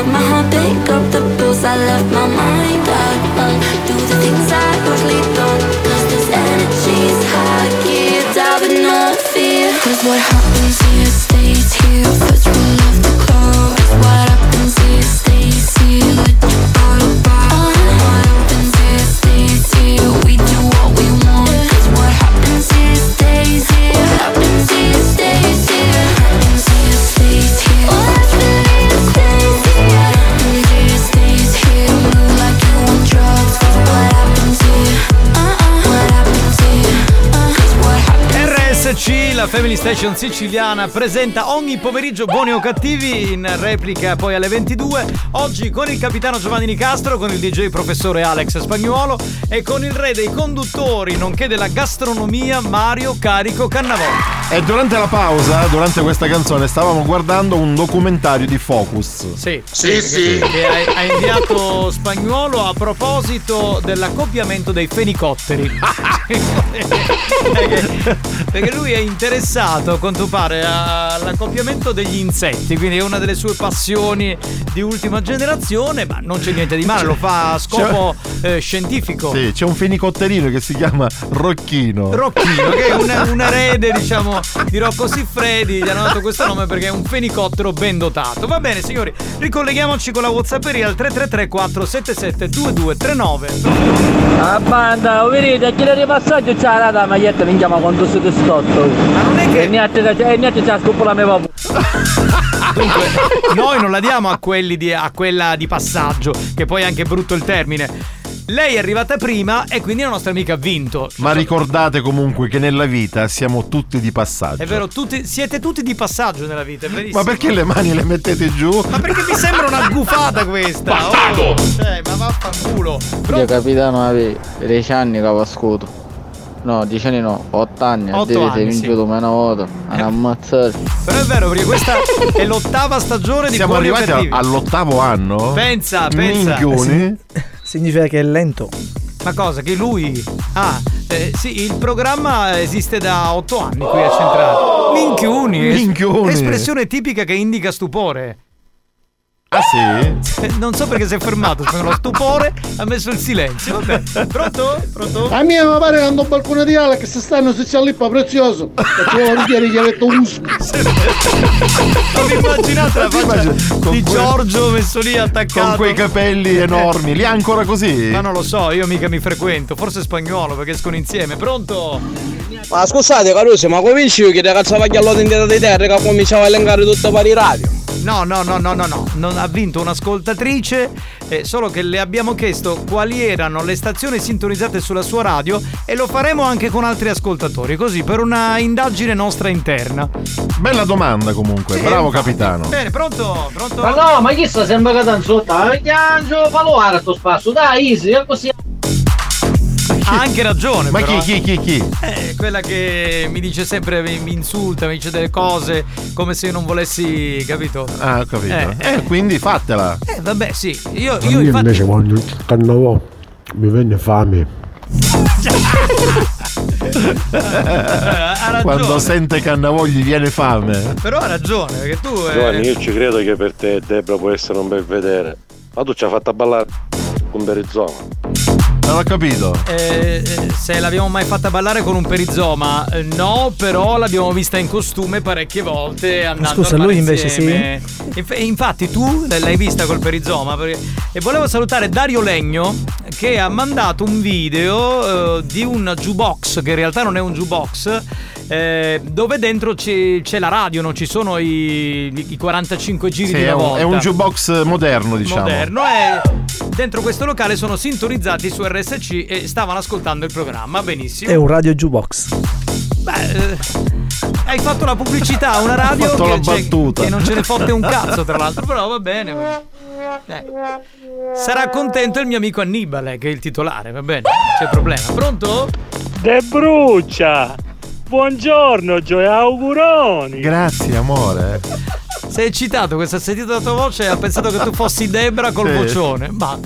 love my heart, pick up the bills. I left my mind out, uh, do the things I usually don't. Cause this energy's high, geared out with no fear. Cause what happens here stays here. First rule of the club. What happens here stays here. Let your bottle pop. What happens here stays here. We do what we want. Cause what happens here stays here. What happens here stays here. Happens here stays here. What happens here stays here. Happens here stays here. Move like you on drugs. Cause what happens here. Uh-uh. What happens here. Uh, cause what happens R S C, la Family Station siciliana, presenta ogni pomeriggio Buoni o Cattivi, in replica poi alle ventidue. Oggi con il capitano Giovanni Nicastro, con il D J professore Alex Spagnuolo e con il re dei conduttori nonché della gastronomia Mario Carico Cannavò. E durante la pausa, durante questa canzone, stavamo guardando un documentario di Focus. Sì, sì, sì. Che ha, ha inviato Spagnuolo a proposito dell'accoppiamento dei fenicotteri. perché, perché lui è interessato, a quanto pare, all'accoppiamento degli insetti, quindi è una delle sue passioni di ultima generazione, ma non c'è niente di male, lo fa a scopo eh, scientifico. Sì, c'è un fenicotterino che si chiama Rocchino. Rocchino, che è un, un erede, diciamo, di Rocco Siffredi, gli hanno dato questo nome perché è un fenicottero ben dotato. Va bene, signori, ricolleghiamoci con la WhatsApperia al tre tre tre quattro sette sette due due tre nove. Ah banda, vedete, chi di passaggio c'ha la data maglietta, mi chiama quando siete stotto. Ma non è che e niente, e niente c'ha scopo la mia papà. Dunque, noi non la diamo a quelli di, a quella di passaggio, che poi è anche brutto il termine. Lei è arrivata prima e quindi la nostra amica ha vinto. Ma ricordate comunque che nella vita siamo tutti di passaggio. È vero, tutti, siete tutti di passaggio nella vita, è verissimo. Ma perché le mani le mettete giù? Ma perché mi sembra una gufata questa? Bastardo! Oh, cioè, ma vaffanculo. Io capitano avevi dieci anni che va scudo. No, dieci anni no, otto anni. Otto anni, sei vinto una volta. Una ammazzare. Però è vero, perché questa è l'ottava stagione di Siamo Buoni o arrivati Cattivi. all'ottavo anno? Pensa, pensa. Minchioni. Significa che è lento. Ma cosa? Che lui... Ah, eh, sì, il programma esiste da otto anni qui a Centrale. Minchioni. Minchioni. Espressione tipica che indica stupore. Ah sì? Non so perché si è fermato, con lo stupore ha messo il silenzio. Vabbè. Pronto? Pronto? A mia mi pare che andò un balcone di ala che se stanno se c'è lippa prezioso. Facevo vedere che avete un uso. Ho immaginato la faccia di Giorgio messo lì attaccato con quei capelli enormi. Li ha ancora così? Ma non lo so, io mica mi frequento. Forse Spagnuolo perché escono insieme. Pronto? Ma scusate Caruso, ma come vinci che ragazza va chiallotta in terra di terra che cominciava a elencare tutto pari radio? No, no, no, no, no, no, non ha vinto un'ascoltatrice, eh, solo che le abbiamo chiesto quali erano le stazioni sintonizzate sulla sua radio e lo faremo anche con altri ascoltatori, così per una indagine nostra interna. Bella domanda comunque, Sì, bravo infatti. capitano. Bene, pronto? Pronto? Ma no, ma chi sta sempre catanzotta? Piango, fallo a sto spasso, dai, easy, è così. Ha anche ragione. Ma però, chi, chi, chi, chi? Eh, quella che mi dice sempre, mi, mi insulta, mi dice delle cose come se io non volessi, capito? Ah, ho capito. Eh, Eh, quindi fatela. Eh, vabbè, sì. Io, Ma io io infatti. invece quando il cannavò mi venne fame. ha ragione. Quando sente Cannavò gli viene fame. Però ha ragione, perché tu. Eh... Giovanni, io ci credo che per te Debra può essere un bel vedere. Ma tu ci hai fatta ballare con Berizoma. Non ho capito. Eh, eh, se l'abbiamo mai fatta ballare con un perizoma, eh, no, però l'abbiamo vista in costume parecchie volte andando scusa, al mare lui invece insieme. Inf- infatti tu l'hai vista col perizoma perché... E volevo salutare Dario Legno che ha mandato un video eh, di un jukebox che in realtà non è un jukebox. Eh, dove dentro c'è, c'è la radio, non ci sono i, i quarantacinque giri Sì, di una è un, volta. è un jukebox moderno, diciamo. Moderno e dentro questo locale sono sintonizzati su R S C e stavano ascoltando il programma. Benissimo. È un radio jukebox. Beh, eh, hai fatto la pubblicità a una radio fatto che, la c'è- battuta. che non ce ne fotte un cazzo, tra l'altro, però va bene. Eh. Sarà contento il mio amico Annibale, che è il titolare, va bene, c'è problema. Pronto? De Brucia! Buongiorno, Gioia, auguroni! Grazie, amore. Sei eccitato, questa ha sentito la tua voce e ha pensato che tu fossi Debra col Sì. vocione. Ma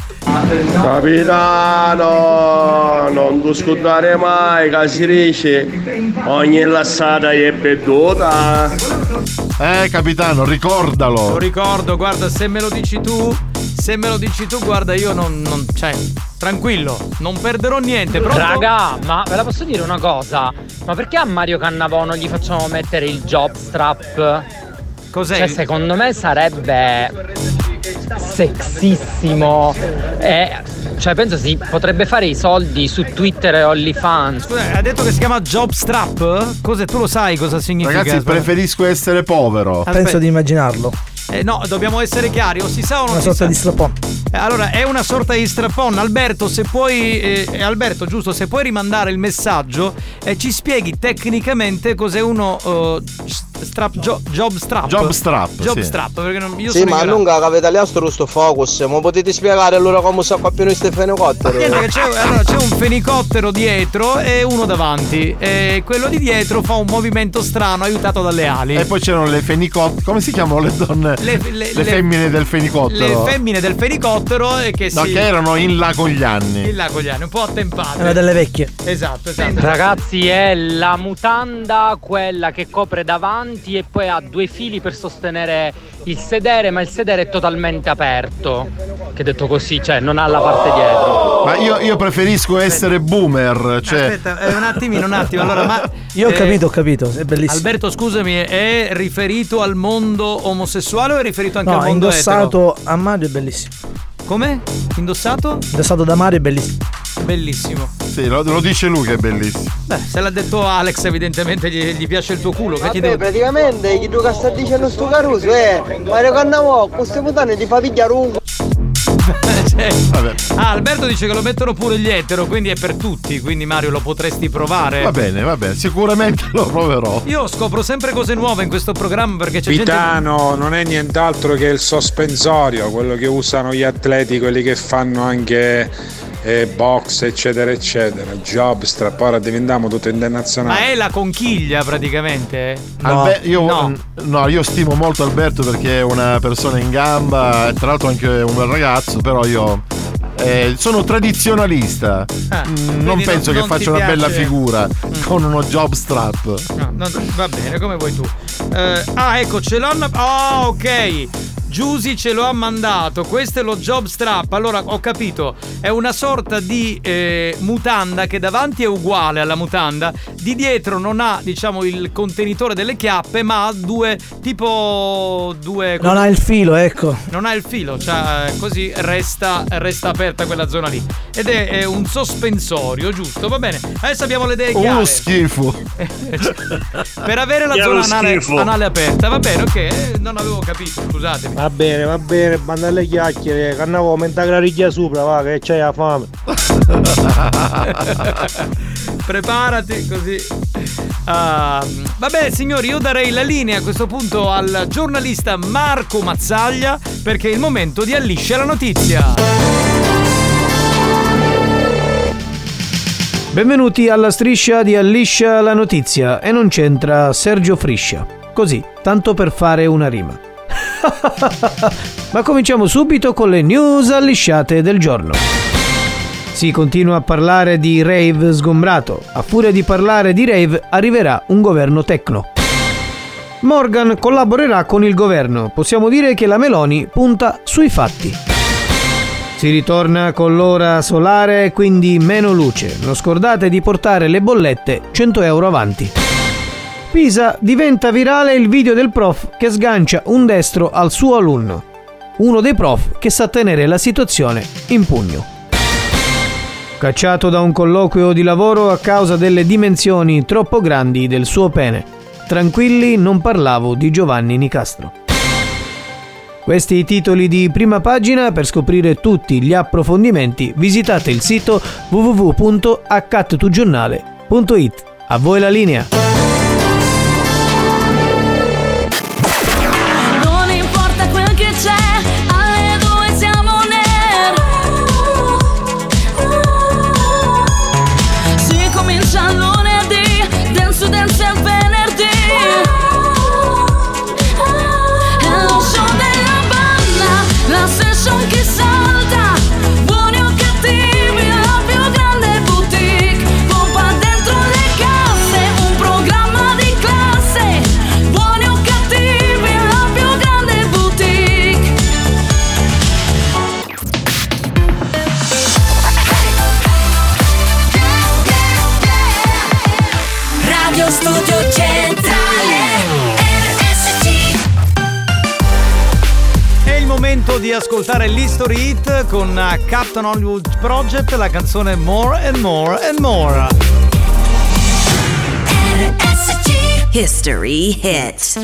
Capitano, non ti scordare mai che si dice ogni lassata è perduta. Eh, capitano, ricordalo. Lo ricordo, guarda, se me lo dici tu, se me lo dici tu, guarda, io non, non cioè, tranquillo, non perderò niente. Pronto? Raga, ma ve la posso dire una cosa? Ma perché a Mario Cannavò non gli facciamo mettere il job strap? Cos'è? Cioè, secondo me sarebbe sexissimo. E, cioè, penso si potrebbe fare i soldi su Twitter e OnlyFans. Scusa, ha detto che si chiama job strap? Cos'è? Tu lo sai cosa significa? Ragazzi, preferisco essere povero. Penso Aspetta. di immaginarlo. Eh, no, dobbiamo essere chiari, o si sa o non Una si sorta sa. di strap-on. Eh, Allora, è una sorta di strap-on. Alberto, se puoi eh, è Alberto, giusto, se puoi rimandare il messaggio e ci spieghi tecnicamente cos'è uno uh, strap jo- job strap. Job strap, Job sì. strap, perché non, io Sì, sono ma ignorante. lunga che avete all'estero sto focus, ma potete spiegare allora come si accoppiano queste fenocottere? Niente, che c'è, allora, c'è un fenicottero dietro e uno davanti, e quello di dietro fa un movimento strano aiutato dalle ali. E poi c'erano le fenicottero. Come si chiamano le donne? Le, le- Le le- femmine del fenicottero. Le femmine del fenicottero e che No, si che erano in là con gli anni. in là con gli anni, un po' attempate. Erano delle vecchie. Esatto, esatto. Ragazzi, è la mutanda quella che copre davanti e poi ha due fili per sostenere il sedere, ma il sedere è totalmente aperto. Che detto così, cioè non ha la parte dietro. Ma io, io preferisco essere boomer. Cioè... Aspetta, eh, un attimino, un attimo. Allora, ma Io ho eh, capito, ho capito, è bellissimo. Alberto, scusami, è riferito al mondo omosessuale o è riferito anche No, al mondo indossato a Mario è bellissimo. etero? Come? Indossato? Indossato da Mario è bellissimo. Bellissimo. Sì, lo, lo dice lui che è bellissimo. Beh, se l'ha detto Alex, evidentemente gli, gli piace il tuo culo. Che ti Vabbè, devo... praticamente chi tu che sta dicendo sto Caruso è Mario Cannavò, queste mutande ti fa pigliare un Cioè, ah, Alberto dice che lo mettono pure gli etero, quindi è per tutti. Quindi Mario lo potresti provare. Va bene, va bene, sicuramente lo proverò. Io scopro sempre cose nuove in questo programma perché c'è Pitano non è nient'altro che il sospensorio, quello che usano gli atleti, quelli che fanno anche eh, box eccetera eccetera. Job strap, ora diventiamo tutto gente. internazionale. Ma è la conchiglia praticamente? Albe- io, No. no, io stimo molto Alberto perché è una persona in gamba, tra l'altro anche un bel ragazzo, però io eh, sono tradizionalista. Ah, Mm, quindi non penso non- che non faccia ti una bella piace? figura con uno job strap. No, no, va bene, come vuoi tu. Eh, ah, ecco, ce l'hanno. Oh, ok. Giusy ce lo ha mandato. Questo è lo job strap. Allora, ho capito. È una sorta di eh, mutanda che davanti è uguale alla mutanda. Di dietro non ha, diciamo, il contenitore delle chiappe, ma ha due. Tipo. Due. Non ha il filo, ecco. Non ha il filo, cioè così resta, resta aperta quella zona lì. Ed è, è un sospensorio, giusto? Va bene. Adesso abbiamo le idee chiare. Uno schifo. Per avere la Che è zona uno anale, schifo. anale aperta, va bene, ok, eh, non avevo capito, scusatemi. Va bene, va bene, banda le chiacchiere, Cannavò, aumenta la riglia sopra, va, che c'hai la fame. Preparati così. Ah, vabbè, signori, io darei la linea a questo punto al giornalista Marco Mazzaglia perché è il momento di Alliscia la notizia. Benvenuti alla striscia di Alliscia la notizia e non c'entra Sergio Friscia. Così, tanto per fare una rima. Ma cominciamo subito con le news allisciate del giorno. Si continua a parlare di rave sgombrato. A furia di parlare di rave arriverà un governo tecno. Morgan collaborerà con il governo. Possiamo dire che la Meloni punta sui fatti. Si ritorna con l'ora solare e quindi meno luce. Non scordate di portare le bollette cento euro avanti. Pisa diventa virale il video del prof che sgancia un destro al suo alunno. Uno dei prof che sa tenere la situazione in pugno. Cacciato da un colloquio di lavoro a causa delle dimensioni troppo grandi del suo pene. Tranquilli, non parlavo di Giovanni Nicastro. Questi i titoli di prima pagina. Per scoprire tutti gli approfondimenti visitate il sito w w w punto accattugiornale punto it. A voi la linea. Non importa quel che c'è, alle due siamo nerd. Si comincia lunedì, dance dance è venerdì. È lo show della banda, la session che salta. Buoni o cattivi, la più grande boutique. Pompa dentro le casse, un programma Centrale R S C. È il momento di ascoltare l'History Hit con Captain Hollywood Project, la canzone More and More and More. R S C History Hit.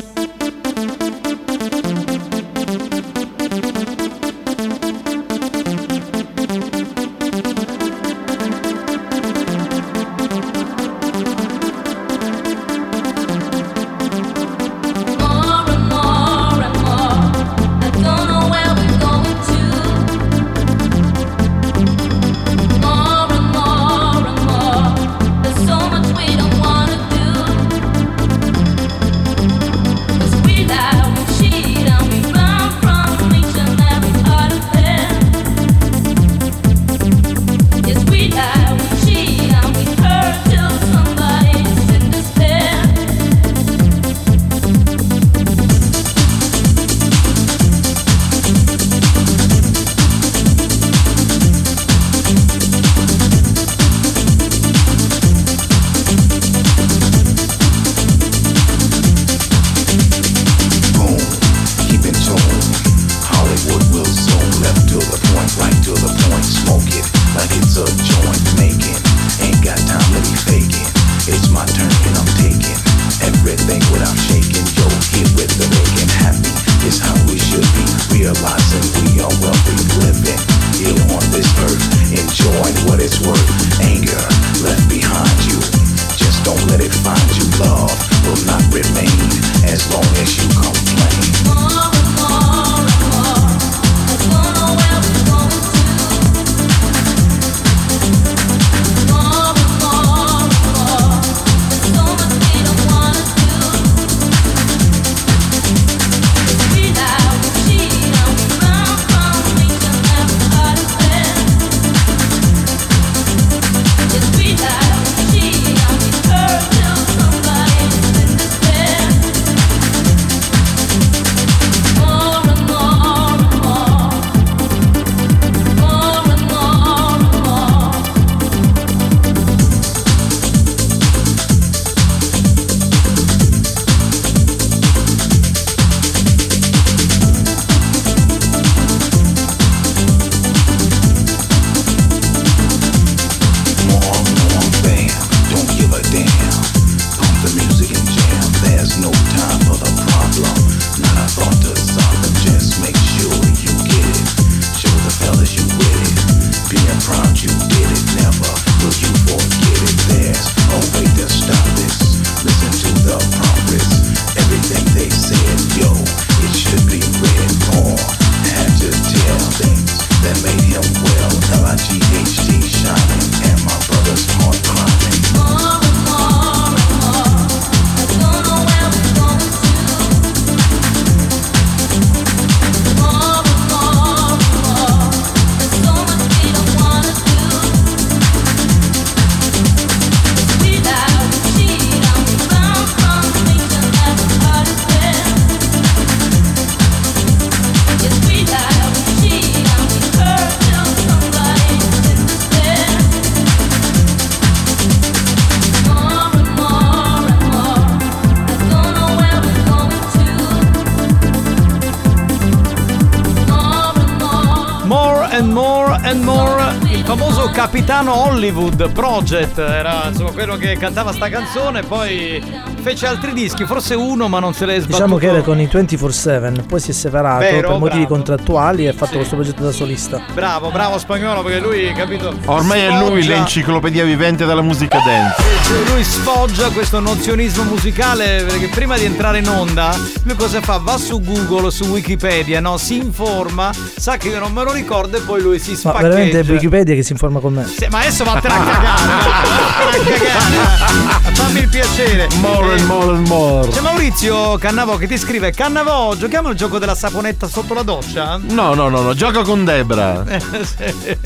and More and More, il famoso Capitano Hollywood Project, era insomma quello che cantava sta canzone, poi fece altri dischi, forse uno ma non se l'è sbattuto. Diciamo che era con i ventiquattro sette, poi si è separato Vero, per motivi bravo. contrattuali e ha fatto Sì. questo progetto da solista. Bravo, bravo Spagnolo, perché lui, capito, Ormai è lui sfoggia- l'enciclopedia vivente della musica dance. Lui sfoggia questo nozionismo musicale, perché prima di entrare in onda lui cosa fa? Va su Google, su Wikipedia, no? Si informa, sa che io non me lo ricordo e poi lui si Ma spaccheggia. veramente è Wikipedia che si informa con me. Sì, ma adesso vattene a cagare, vattene a cagare. Fammi il piacere. More and more and more. C'è Maurizio Cannavò che ti scrive: Cannavò, giochiamo il gioco della saponetta sotto la doccia? No, no, no, no, gioco con Debra. Eh, sì.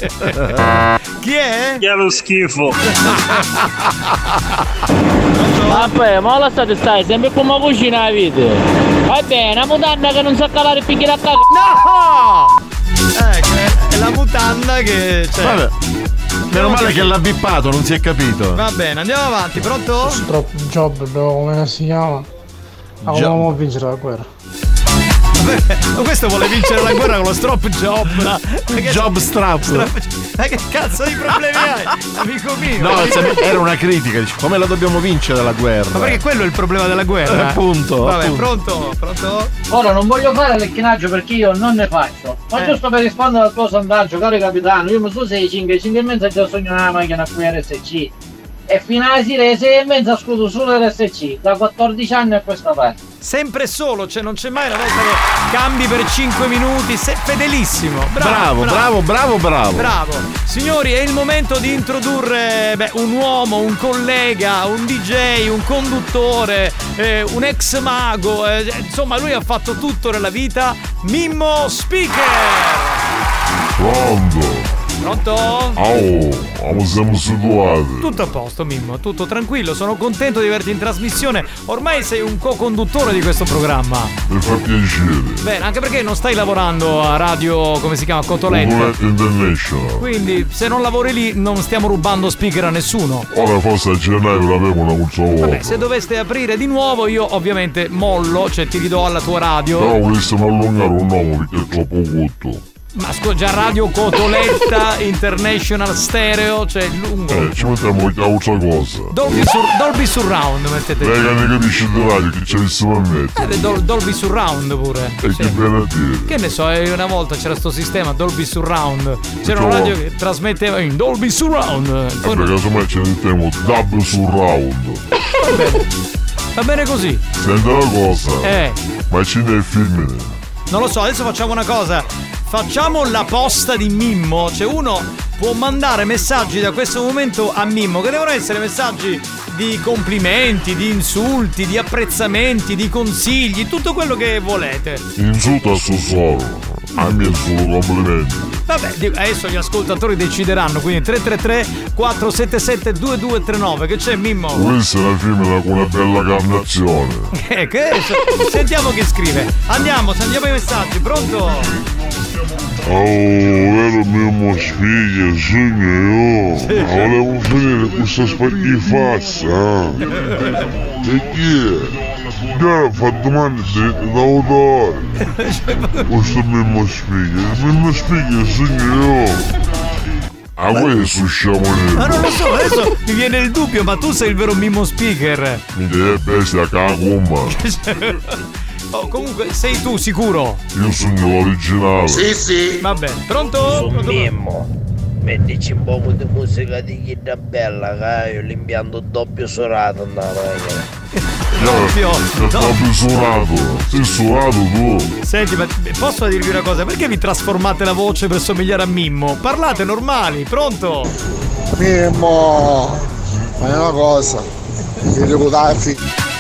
Chi è? Che è lo schifo. Vabbè, ma la state stai sempre come cucina la vita. Va bene, una mutanda che non sa calare il picchiere a cagare. No! Eh, che è la mutanda che. Cioè, Vabbè. Meno male che l'ha bippato, non si è capito. Va bene, andiamo avanti, pronto? Stop job, bro, come si chiama? Ma come vuoi vincere la guerra? Vabbè, ma questo vuole vincere la guerra con lo strop job. Job strap. strap. Ma che cazzo di problemi hai, amico mio? No, era una critica, dice, come la dobbiamo vincere la guerra? Ma perché quello è il problema della guerra? Eh, appunto. Vabbè, appunto. pronto? Pronto? Ora non voglio fare l'ecchinaggio perché io non ne faccio. Ma Eh. giusto per rispondere al tuo sondaggio, caro capitano, io mi sono sei cinque, cinque e mezza già sogno una macchina qui R S C. E fino alla sera alle sei e mezza scudo solo R S C, da quattordici anni a questa parte. Sempre solo, cioè non c'è mai una volta che cambi per cinque minuti, sei fedelissimo. Bravo, Bravo, bravo, bravo, bravo. Bravo. Signori, è il momento di introdurre beh, un uomo, un collega, un D J, un conduttore, eh, un ex mago, eh, insomma lui ha fatto tutto nella vita. Mimmo Speaker. Pronto? Pronto? Oh, come siamo situati? Tutto a posto, Mimmo, tutto tranquillo, sono contento di averti in trasmissione. Ormai sei un co-conduttore di questo programma. Mi fa piacere. Bene, anche perché non stai lavorando a radio, come si chiama, Cotoletta. Cotoletta International. Quindi se non lavori lì non stiamo rubando speaker a nessuno. Ora forse a gennaio l'avevo una ultra volta. Vabbè, se doveste aprire di nuovo io ovviamente mollo, cioè ti ridò alla tua radio. Però volessimo allungare un nome perché è troppo corto. Ma scusa, già Radio Cotoletta International Stereo, cioè lungo. Eh, ci mettiamo anche altra cosa. Dolby, sur- Dolby Surround mettete. Lei che ne capisce di radio che ce ne si permette. Eh, Dol- Dolby Surround pure. E che bene a dire. Che ne so, eh, una volta c'era sto sistema Dolby Surround. C'era una Ciao. radio che trasmetteva in Dolby Surround. Poi E per caso mai ce ne mettiamo Dub Surround. va bene. Va bene così. Senta una cosa. Eh. Ma ci dei film. Non lo so, adesso facciamo una cosa. Facciamo la posta di Mimmo. Cioè uno può mandare messaggi da questo momento a Mimmo, che devono essere messaggi di complimenti, di insulti, di apprezzamenti, di consigli, tutto quello che volete. Insulta a suo solo. A me solo complimenti. Vabbè, di- adesso gli ascoltatori decideranno, quindi tre tre tre quattro sette sette due due tre nove. Che c'è, Mimmo? Questa è una femmina con una bella carnazione. Che, che? Sentiamo chi scrive. Andiamo, sentiamo i messaggi, pronto? Oh, vero mio spiglia, sogno io. Volevo finire questa schifazza. Eh? E chi è? Già ho fatto domande d'autore. Questo mio spiglia, il mio spiglia, sogno io. Ah, questo usciamo nero. Ma non lo so, adesso mi viene il dubbio, ma tu sei il vero Mimmo Speaker. Mi deve bestia cagumma. Oh, comunque sei tu sicuro? Io sono l'originale. Sì, sì. Va bene, pronto? Mimmo, mettici un po' di musica di Chida Bella, che io l'impianto doppio surato nella macchina. Doppio, È proprio surato. Sei surato tu. Senti, ma posso dirvi una cosa? Perché vi trasformate la voce per somigliare a Mimmo? Parlate normali, pronto? Mimmo, fai una cosa. Mi ricordavi.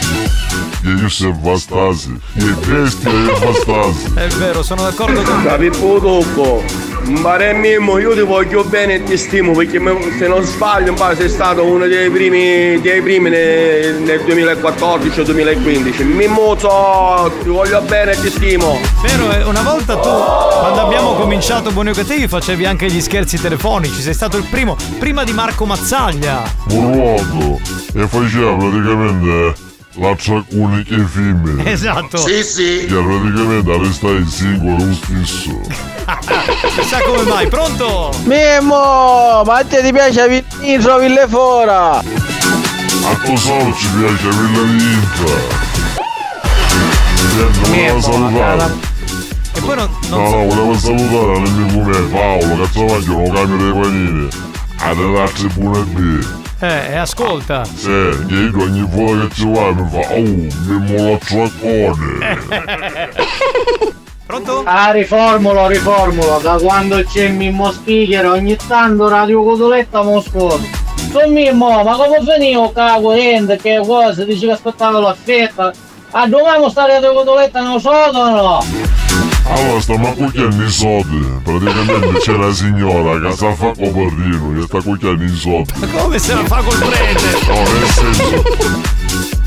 Io sei bastasi. Io bestia e bastasi. È vero, sono d'accordo con te. Capito tocco. Mbare Mimmo, io ti voglio bene e ti stimo perché me- se non sbaglio mbare, sei stato uno dei primi dei primi nel, nel duemilaquattordici o duemilaquindici. Mimmoso, ti voglio bene e ti stimo. Vero, eh, una volta tu, quando abbiamo cominciato Buoni Cattivi, facevi anche gli scherzi telefonici, sei stato il primo, prima di Marco Mazzaglia. Buono. E faceva praticamente la unica femmina. Esatto. Sì, sì. Che praticamente arrestai singolo lo stesso. Chissà come mai, pronto? Mimmo, ma a te ti piace l'intro Ville Fora? A tuo solo ci piace quella vinta. Volevo salutare. E poi non, non No, so. no, volevo salutare l'amico mio Paolo, che travaglio lo cambio dei panini. A della tribuna B. Eh, e ascolta. Sì, io ogni volta che ci vai mi fa, oh, mi mola traccone. Pronto? Ah, riformulo, riformulo. Da quando c'è Mimmo Speaker ogni tanto Radio Cotoletta mo scordo. Sono Mimmo, ma come finivo cago niente, che cosa? Dici che aspettavo la fetta? Ah, dovevamo stare a Radio Cotoletta non so o no? Allora stiamo cucchiando i soldi. Praticamente c'è una signora che sta a fare copertino, che sta cucchiando i soldi. Ma come se la fa col prete? No, nel senso,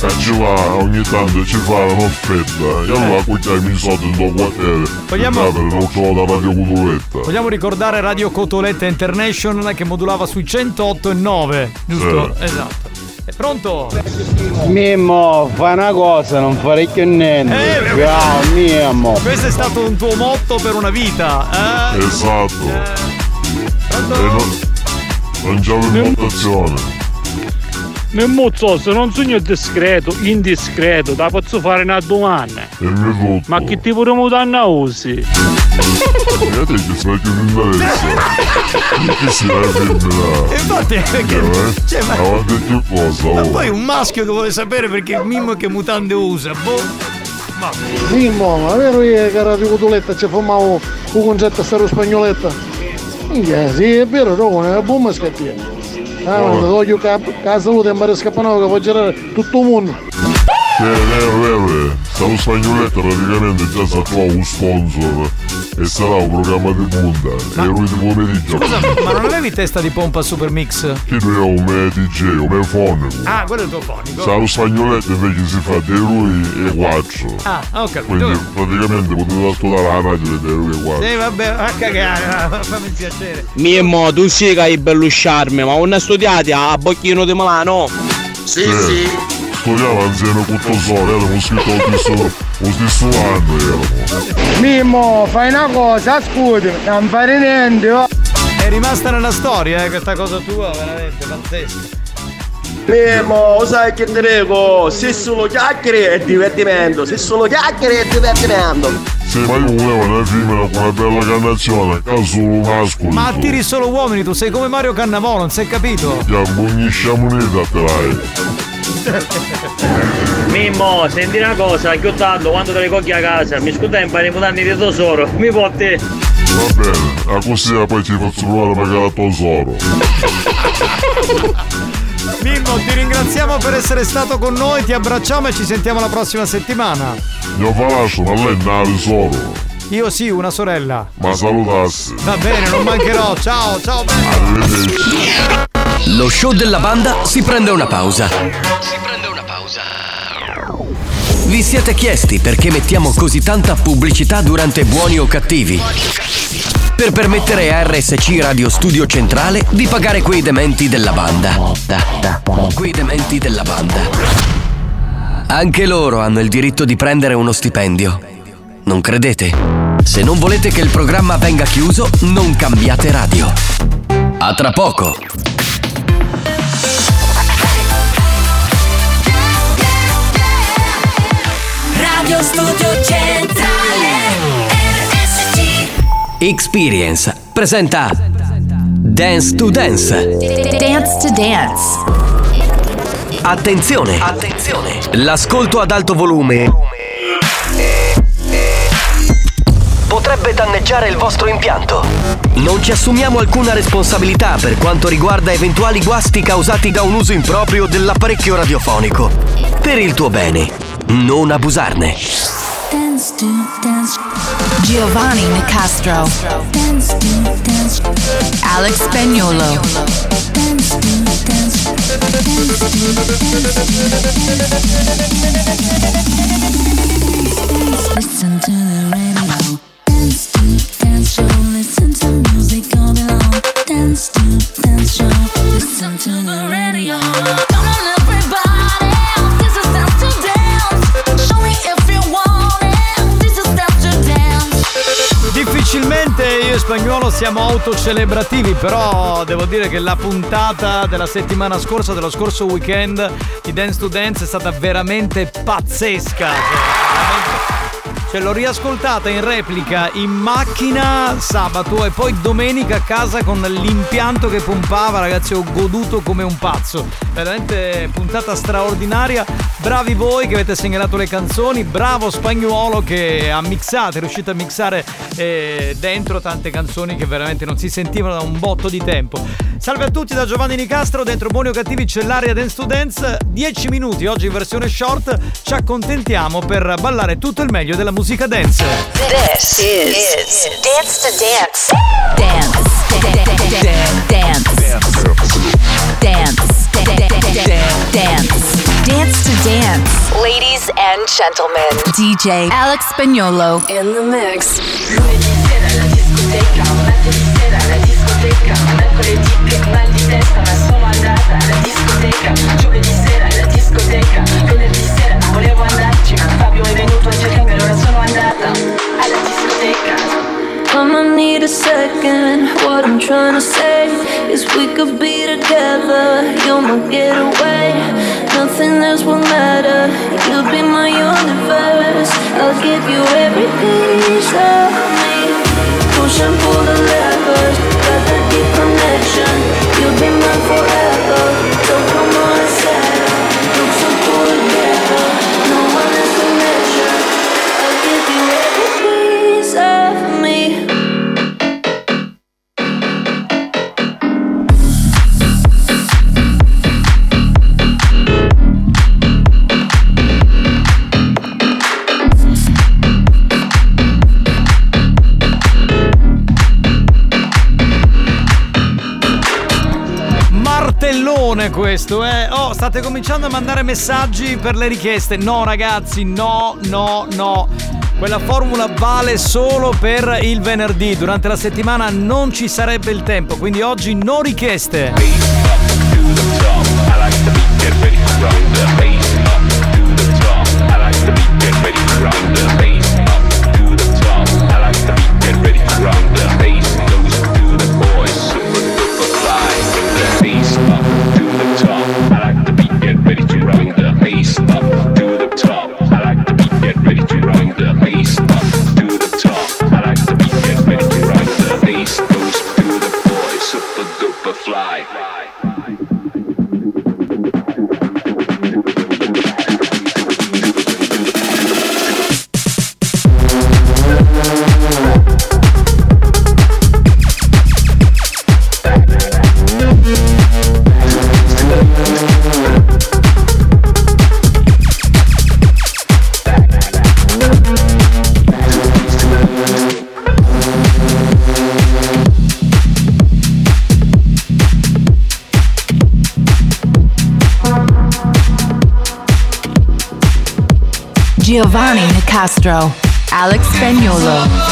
e ci va ogni tanto ci fa un'offerta e allora cucchiamo i soldi in tuo quartiere. Vogliamo- non trovo da Radio Cotoletta. Vogliamo ricordare Radio Cotoletta International che modulava sui centootto e nove, giusto? Sì. Esatto. È pronto? Mimmo, fai una cosa, non fare più niente. Eh, Ciao, Mimmo. Questo è stato un tuo motto per una vita, eh? Esatto. E non, non c'è un'impostazione. Mi mozzo, se non sogno discreto, indiscreto, da posso fare una domanda. E mi tutto. Ma che tipo di mutanna usi? Io te che sai che mi interessa. Che si è femmina. E infatti perché. Cioè, ma, Avanti che cosa? ma oh. poi un maschio che vuole sapere perché Mimmo che mutande usa, boh. Ma. Mimmo, ma vero io che Radio Cotoletta ci fumavo un concetto a stare spagnoletta? Minchia, sì, è vero, no, è una bomba scattina. Ah, ma voglio che la salute è un scappano che può girare tutto il mondo. Sì, è vero, vero. Stavo spagnoletta praticamente già sa trovare un sponsor e sarà un programma di punta. E lui di pomeriggio. Scusa, ma non avevi testa di pompa Super Mix? Che lui è un me D J, un me fonico. Ah, quello è il tuo fonico. Stavo spagnoletta invece si fa dei lui e quattro. Ah, ho capito. Quindi praticamente potete ascoltare la radio dei lui e quattro. Sì, vabbè, a cagare, fammi piacere. Mimmo, tu sì che hai bello charme, ma non hai studiato a Bocchino di Milano? Sì, sì. Studiavo insieme con Tosoro, eravamo scritto lo stesso, lo stesso anno eravamo. Mimmo, fai una cosa, scusi, non fare niente, oh. È rimasta nella storia, eh, questa cosa tua, veramente pazzesca. Mimmo, sai che ti dico? Se solo chiacchiere è divertimento, se solo chiacchiere è divertimento. Sì, ma io volevo una femmina con una bella cannazione, caso solo mascolo. Ma attiri solo uomini, tu sei come Mario Cannavolo, non sei capito? Che abbugnisciamo unita te l'hai. Mimmo, senti una cosa, che tanto quando te le cocchi a casa, mi scusa un paio di mutanti di tesoro, mi porti? Va bene, a così poi ci faccio provare magari a Tosoro. Mimmo, ti ringraziamo per essere stato con noi, ti abbracciamo e ci sentiamo la prossima settimana. Io falascio, ma lei non ha tesoro. Io sì, una sorella. Ma salutassi. Va bene, non mancherò, ciao, ciao. Arrivederci. Lo show della banda si prende una pausa. Si prende una pausa. Vi siete chiesti perché mettiamo così tanta pubblicità durante Buoni o Cattivi? Per permettere a R S C Radio Studio Centrale di pagare quei dementi della banda. Quei dementi della banda. Anche loro hanno il diritto di prendere uno stipendio. Non credete? Se non volete che il programma venga chiuso, non cambiate radio. A tra poco. Radio Studio Centrale R S C. Experience presenta Dance to Dance. Dance to Dance. Attenzione! Attenzione! L'ascolto ad alto volume potrebbe danneggiare il vostro impianto. Non ci assumiamo alcuna responsabilità per quanto riguarda eventuali guasti causati da un uso improprio dell'apparecchio radiofonico. Per il tuo bene, non abusarne. Dance to dance. Giovanni Nicastro. Dance to dance. Alex Spagnuolo. Dance to dance. Dance to listen to the radio. Dance to dance show. Listen to music all day long. Dance to dance show. Listen to the radio. Come on everybody. This is dance to dance. Show me if you want it. This is dance to dance. Difficilmente io e Spagnuolo siamo autocelebrativi, però devo dire che la puntata della settimana scorsa, dello scorso weekend di Dance to Dance è stata veramente pazzesca. Cioè, l'ho riascoltata in replica in macchina sabato e poi domenica a casa con l'impianto che pompava, ragazzi, ho goduto come un pazzo. Veramente puntata straordinaria. Bravi voi che avete segnalato le canzoni, bravo Spagnuolo che ha mixato, è riuscito a mixare eh, dentro tante canzoni che veramente non si sentivano da un botto di tempo. Salve a tutti da Giovanni Nicastro, dentro Buoni o Cattivi c'è l'area Dance to Dance, dieci minuti oggi in versione short, ci accontentiamo per ballare tutto il meglio della musica dance. This is, is Dance to Dance. Dance. Dance. Dance. Dance. Dance. Dance to dance. Ladies and gentlemen, D J Alex Spagnolo in the mix. Lunedì sera alla discoteca, martedì sera alla discoteca, mercoledì che mal di testa ma sono andata alla discoteca, giovedì sera alla discoteca, venerdì sera volevo andarci ma Fabio è venuto a cercarmi e allora sono andata alla discoteca. I'ma need a second. What I'm trying to say is we could be together. You're my getaway. Nothing else will matter. You'll be my universe. I'll give you every piece of me. Push and pull the levers. Got that deep connection. You'll be mine forever. So come on and settle. Look so cool together. No one else can measure. I'll give you every piece of me. Martellone questo, eh. Oh, state cominciando a mandare messaggi per le richieste. No ragazzi, no, no, no. Quella formula vale solo per il venerdì. Durante la settimana non ci sarebbe il tempo, quindi oggi no richieste. Giovanni Nicastro, Alex Spagnolo.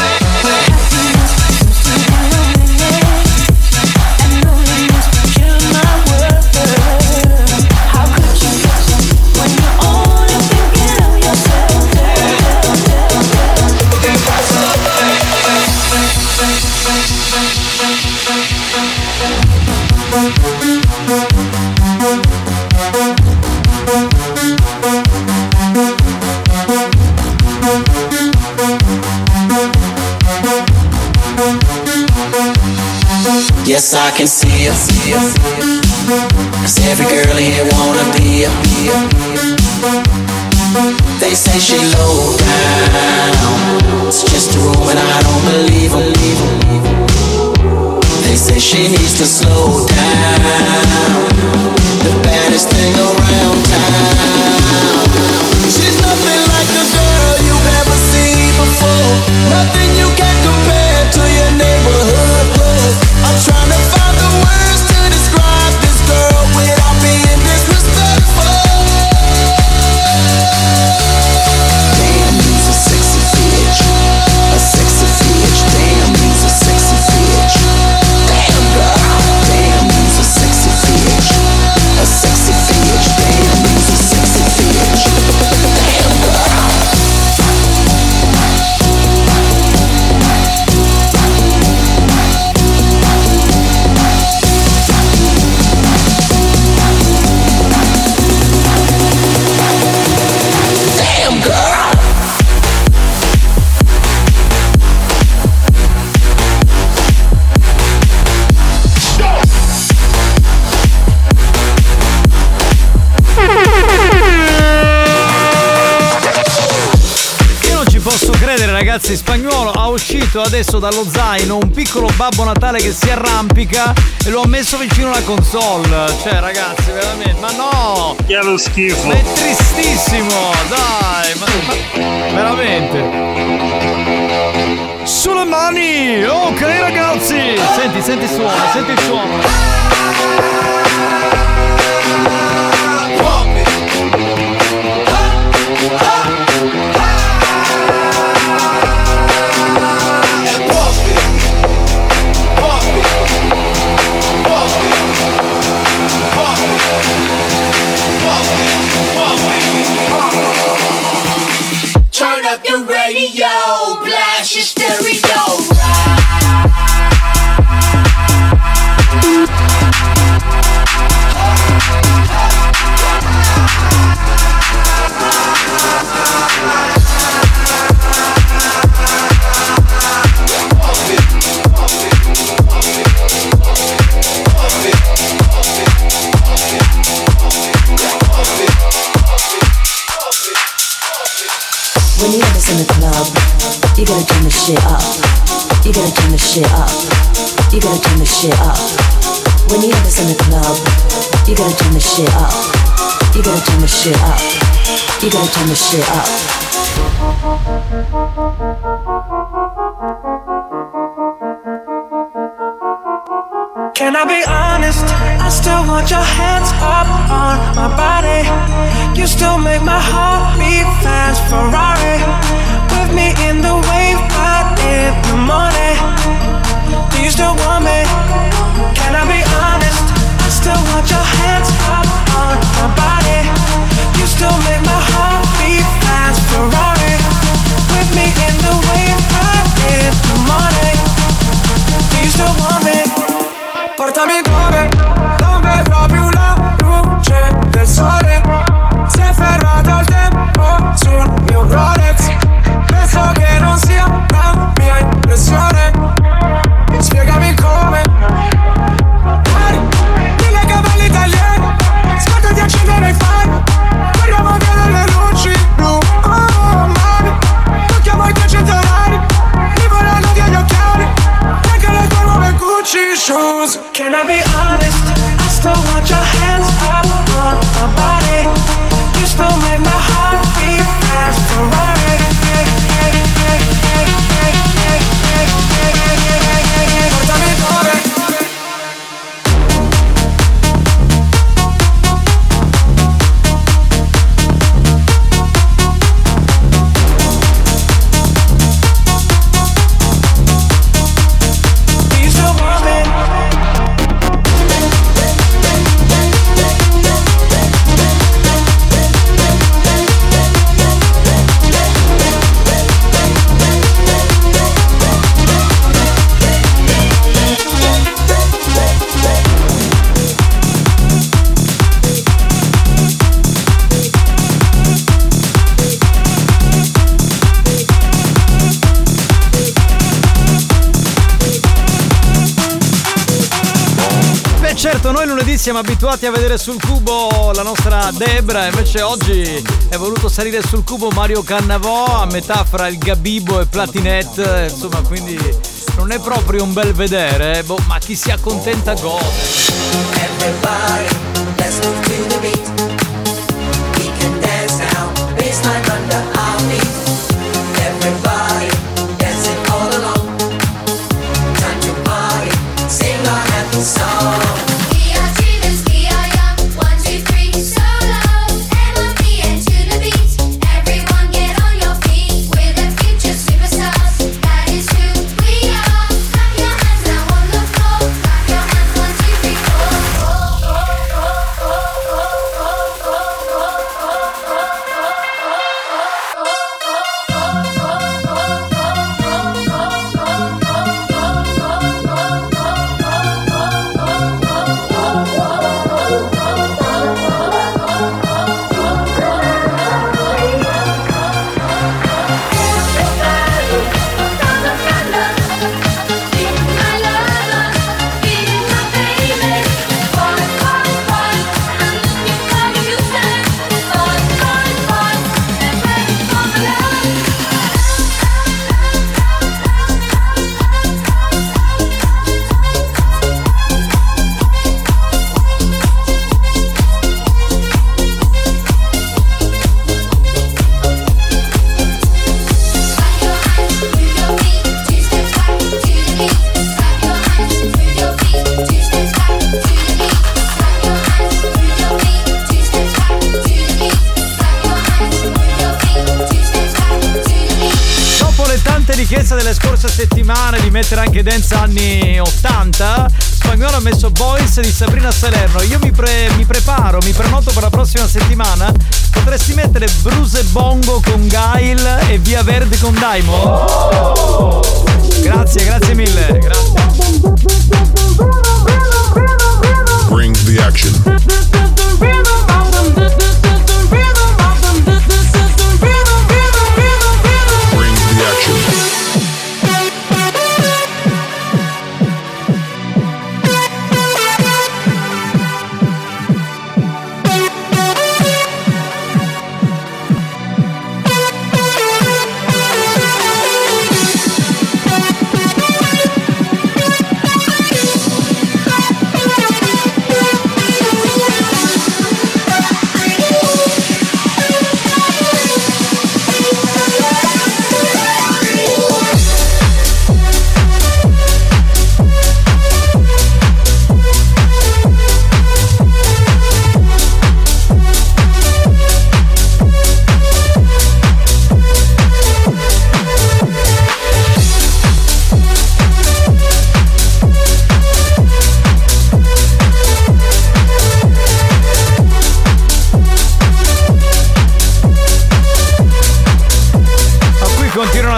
Yes, I can see her, see her, cause every girl here wanna be her. They say she low down, it's just a rumor and I don't believe her. They say she needs to slow down, the baddest thing around town. She's nothing like a girl you've ever seen before, nothing you can compare to your neighborhood buzz. I'm trying to find the words to describe this girl without being disrespectful. Damn, you's a sexy bitch, a sexy bitch. Damn, you's a sexy bitch. Damn, girl. Damn, you's a sexy bitch, a sexy bitch. Damn, you's a sexy bitch. Damn, girl. Ragazzi, Spagnolo ha uscito adesso dallo zaino un piccolo Babbo Natale che si arrampica e lo ha messo vicino alla console. Cioè ragazzi, veramente, ma no! Che è lo schifo! Ma è tristissimo, dai, ma, ma veramente. Sulle mani! Ok ragazzi! Senti, senti il suono, senti il suono. shit up. You gotta turn the shit up. When you have this in the club, you gotta turn the shit up. You gotta turn the shit up. You gotta turn the shit up. Can I be honest? I still want your hands up on my body. You still make my heart beat fast. Ferrari with me in the wave, but in the morning. Do you still want me? Can I be honest? I still want your hands up on my body. You still make my heart beat fast. Ferrari with me in the wave, but in the morning. Do you still want me? Portami dove, dove proprio la luce del sole. Si è fermato il tempo sul mio Rolex. Penso che non sia la mia impressione. Spiegami come. Dai, mille cavalli italiani. Scorda di accendere i fari. Guardiamo via dalle luci blu. Oh mami, tocchiamo i trecento orari. Mi volano via gli occhiali. Anche le tue nuove Gucci shoes. Can I be honest? I still want your hands up on my body. You still make my heart beat fast. Ferrari. Portami dove. Certo, noi lunedì siamo abituati a vedere sul cubo la nostra Debra, invece oggi è voluto salire sul cubo Mario Cannavò, a metà fra il Gabibbo e Platinette, insomma, quindi non è proprio un bel vedere, eh? Boh, ma chi si accontenta gode. Everybody, let's move to the beat. We can dance now, baseline under our feet. Everybody, dancing all along. Time to party, sing our happy song. Delle scorse settimane di mettere anche dance anni ottanta, Spagnolo ha messo Boys di Sabrina Salerno. Io mi, pre- mi preparo, mi prenoto per la prossima settimana. Potresti mettere Bruce e Bongo con Gail e Via Verde con Diamond? Oh! Grazie, grazie mille. Grazie. Bring the action.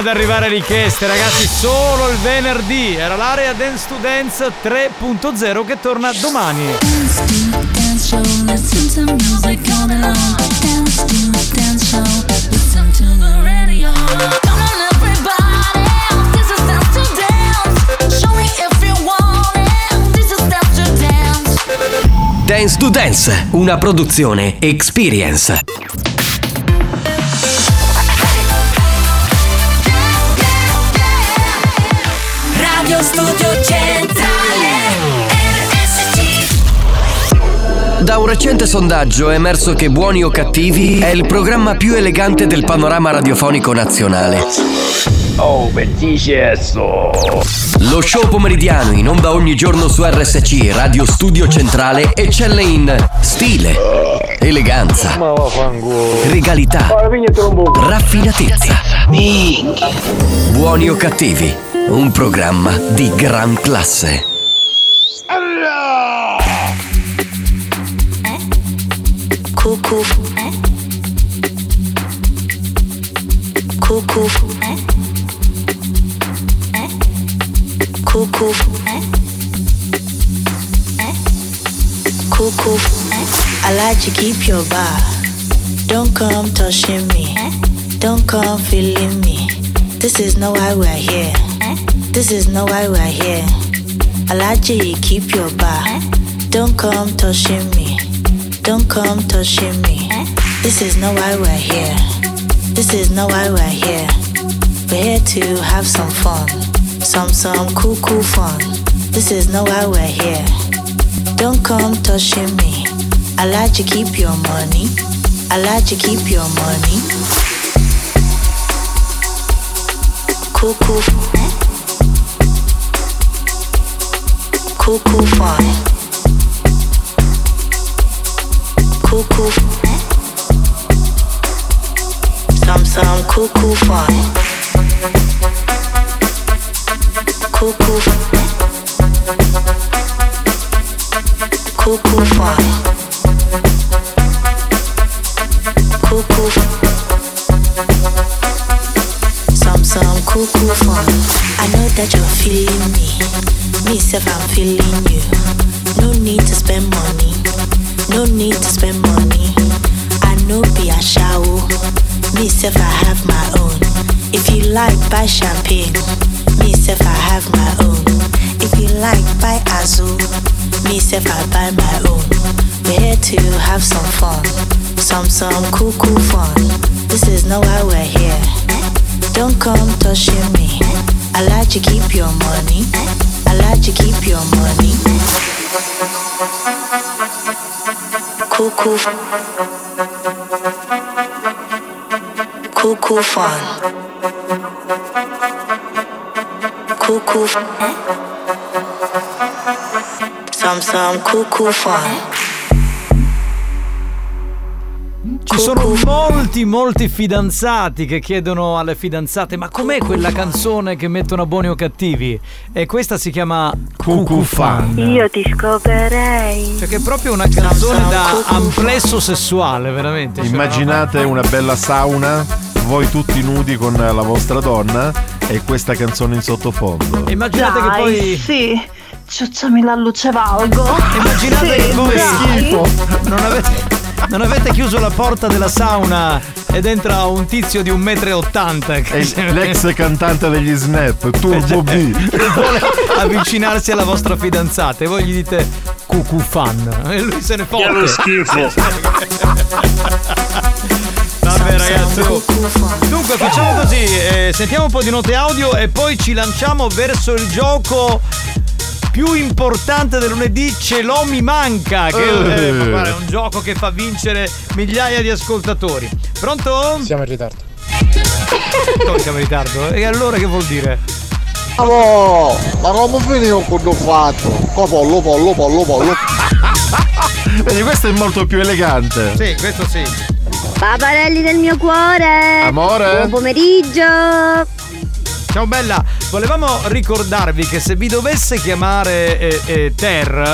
ad arrivare richieste, ragazzi, solo il venerdì. Era l'area Dance to Dance tre punto zero che torna domani. Dance to Dance, una produzione Experience. Radio Studio Centrale R S C. Da un recente sondaggio è emerso che Buoni o Cattivi è il programma più elegante del panorama radiofonico nazionale. Oh, bellissimo! Lo show pomeridiano in onda ogni giorno su R S C Radio Studio Centrale eccelle in stile, eleganza, regalità, raffinatezza. Buoni o Cattivi, un programma di gran classe. Cucù. Cucù. Cuckoo, cuckoo, I like to keep your bar. Don't come touching me, don't come feeling me. This is not why we're here, this is not why we're here. I like to keep your bar. Don't come touching me, don't come touching me. This is not why we're here, this is not why we're here. We're here to have some fun. Some, some cool, cool fun. This is not why we're here. Don't come touching me. I like to keep your money. I like to keep your money. Cool, cool. Cool, cool fun. Cool, cool. Some, some cool, cool fun. Cuckoo, cuckoo fun, cuckoo, some some cuckoo fun. I know that you're feeling me, me self I'm feeling you. No need to spend money, no need to spend money. I know be a shower, me self I have my own. If you like, buy champagne. Me self I have my own. If you like, buy Azul. Me self I buy my own. We're here to have some fun. Some some cool cool fun. This is not why we're here. Don't come touching me. I like to keep your money. I like to keep your money. Cool cool. Cool cool fun. Cuckoo, some some cuckoo fun. Ci sono molti molti fidanzati che chiedono alle fidanzate: ma com'è quella canzone che mettono a Buoni o Cattivi? E questa si chiama Cuckoo Fun. Io ti scoprirei. Cioè che è proprio una canzone da amplesso sessuale, veramente. Immaginate una bella sauna, voi tutti nudi con la vostra donna e questa canzone in sottofondo. Immaginate Dai, che poi sì, ciucciami la luce valgo. Immaginate sì, che poi schifo. Non avete Non avete chiuso la porta della sauna ed entra un tizio di un metro e ottanta che è l'ex cantante degli Snap, Turbo B, che vuole avvicinarsi alla vostra fidanzata e voi gli dite Cucù Fan e lui se ne fotte. Che lo schifo. Vabbè ragazzi, oh. Dunque facciamo così, eh, sentiamo un po' di note audio e poi ci lanciamo verso il gioco più importante del lunedì, Ce l'ho mi manca, che eh. Eh, è un gioco che fa vincere migliaia di ascoltatori. Pronto? Siamo in ritardo. Come siamo in ritardo? E allora che vuol dire? Oh, ma come finito quando ho fatto? Pollo, pollo, pollo, pollo. Vedi, questo è molto più elegante. Sì, questo sì. Paparelli del mio cuore. Amore. Buon pomeriggio. Ciao bella, volevamo ricordarvi che se vi dovesse chiamare eh, eh, Ter,